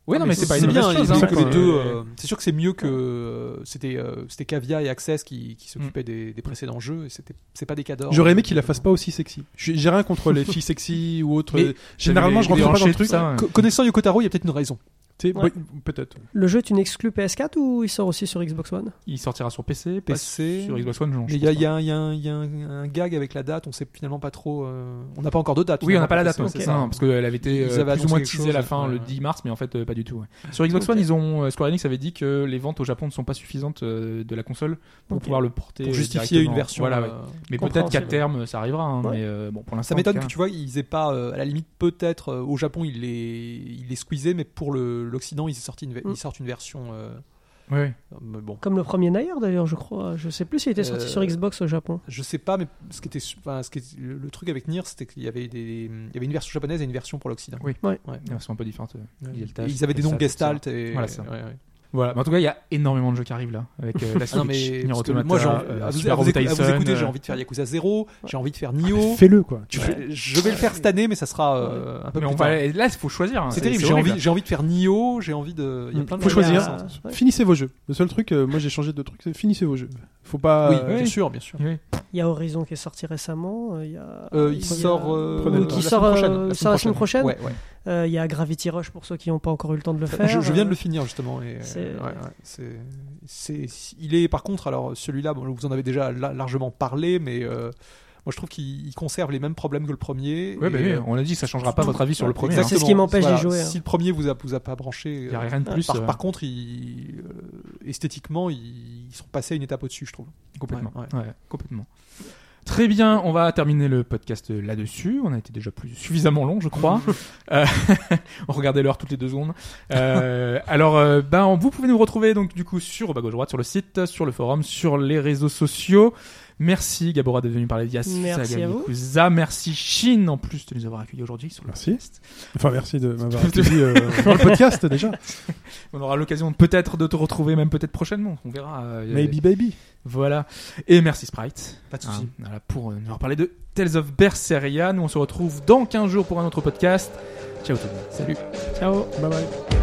Oui, non, mais c'est pas une bien. mauvaise chose. il hein. faut que les quoi. deux, euh, c'est sûr que c'est mieux que euh, c'était euh, c'était Cavia et Access qui, qui s'occupaient Mm. des, des précédents jeux et c'était c'est pas des cadors. J'aurais aimé qu'il la fasse pas aussi sexy. J'ai j'ai rien contre les filles sexy ou autres. Mais Généralement, je Les- les rentre pas dans le hanchés, truc. tout ça, ouais. Co- Connaissant Yoko Taro, il y a peut-être une raison. Tu sais, Ouais. oui, peut-être. Le jeu est une exclue P S quatre ou il sort aussi sur Xbox One? Il sortira sur P C, pas P C, sur Xbox One. je Mais il y a, il y a un- il y a un- il y a un un gag avec la date, on sait finalement pas trop. euh, On n'a pas encore de date. Oui, on finalement, n'a pas la date, pour ouais, P C, c'est c'est ça, ça. hein, parce qu'elle avait été Ils euh, avaient plus ou moins annoncé quelque teasée à la chose, fin ouais. le dix mars, mais en fait euh, pas du tout. ouais. Sur Xbox Ok. One, ils ont euh, Square Enix avait dit que les ventes au Japon ne sont pas suffisantes euh, de la console pour Ok. pouvoir le porter Pour euh, justifier une directement. version. Voilà, ouais. euh, Mais peut-être qu'à compréhensible. terme ça arrivera. hein, Ouais. Mais euh, bon, pour l'instant. Ça m'étonne en que tout tu vois, ils aient pas, euh, à la limite, peut-être euh, au Japon, ils les, ils les squeezaient, mais pour le- l'Occident, ils, sortent une, ve- Mm. ils sortent une version. euh, cas. Ouais, ouais. mais bon, Comme le premier Nair d'ailleurs, je crois. Je sais plus s'il était sorti Euh, sur Xbox au Japon. je sais pas, mais ce qui était, su- enfin, ce qui est- le, le truc avec Nier, c'était qu'il y avait des, il y avait une version japonaise et une version pour l'Occident. Oui. Ouais. Ouais. Ils sont un peu différentes. euh, Et Yeltach, ils avaient des noms Gestalt, Gestalt et Voilà, ça. ouais, ouais. Voilà. Mais en tout cas, il y a énormément de jeux qui arrivent là avec euh, la Switch, Ah non, mais Nier parce que Automata, moi, j'ai envie- euh, à vous, Super à vous Robot écou- à vous Tyson, écouter, j'ai euh, envie de faire Yakuza zéro, j'ai envie de faire Nioh. Fais-le, quoi. Je, je vais le faire cette année, mais ça sera euh, un peu Mais plus on tard. va, là, il faut choisir. hein, C'est terrible. J'ai horrible. envie, j'ai envie de faire Nioh. J'ai envie de. Il y a Mm. plein de Faut trucs. choisir. Ah, ouais. Finissez vos jeux. Le seul truc, euh, moi j'ai changé de truc, c'est finissez vos jeux. Faut pas. Oui, euh, bien sûr, bien sûr. Oui. Il y a Horizon qui est sorti récemment. euh, Il y a. Euh, il y a- sort. euh, Prenez le la temps. Qui semaine sort, euh, prochaine, sort la semaine prochaine. Ouais, ouais. Euh, Il y a Gravity Rush pour ceux qui n'ont pas encore eu le temps de le faire. Je, je viens de Euh, le finir justement. Et, c'est- euh, ouais, ouais, c'est, c'est, il est par contre, alors celui-là, bon, vous en avez déjà la- largement parlé, mais euh, moi je trouve qu'il il conserve les mêmes problèmes que le premier. Ouais, et, bah oui, euh, on a dit que ça changera pas votre avis sur le premier. Exactement. hein. C'est ce qui m'empêche d'y Voilà, jouer, hein. Si le premier vous a, vous a pas branché, Il y a euh, rien de plus. par, euh, par contre, ils, euh, esthétiquement, ils, ils sont passés à une étape au-dessus, je trouve. Complètement. Ouais, Ouais, complètement. Très bien, on va terminer le podcast là-dessus. On a été déjà plus suffisamment long, je crois. Euh, on regardait l'heure toutes les deux secondes. Euh, alors, euh, ben, vous pouvez nous retrouver donc du coup sur au bas gauche droite sur le site, sur le forum, sur les réseaux sociaux. Merci Gabora d'être venu parler d'Yas Merci Saga à vous. Yakuza. Merci Shin en plus de nous avoir accueillis aujourd'hui sur le Merci. podcast. Enfin, merci de m'avoir accueilli euh, dans le podcast déjà. On aura l'occasion peut-être de te retrouver, même peut-être prochainement. On verra. euh, Maybe baby. Voilà. Et merci Sprite. Pas de souci. Hein, voilà, pour euh, nous reparler de Tales of Berseria. Nous on se retrouve dans quinze jours pour un autre podcast. Ciao tout le monde. Salut. Ciao. Bye bye.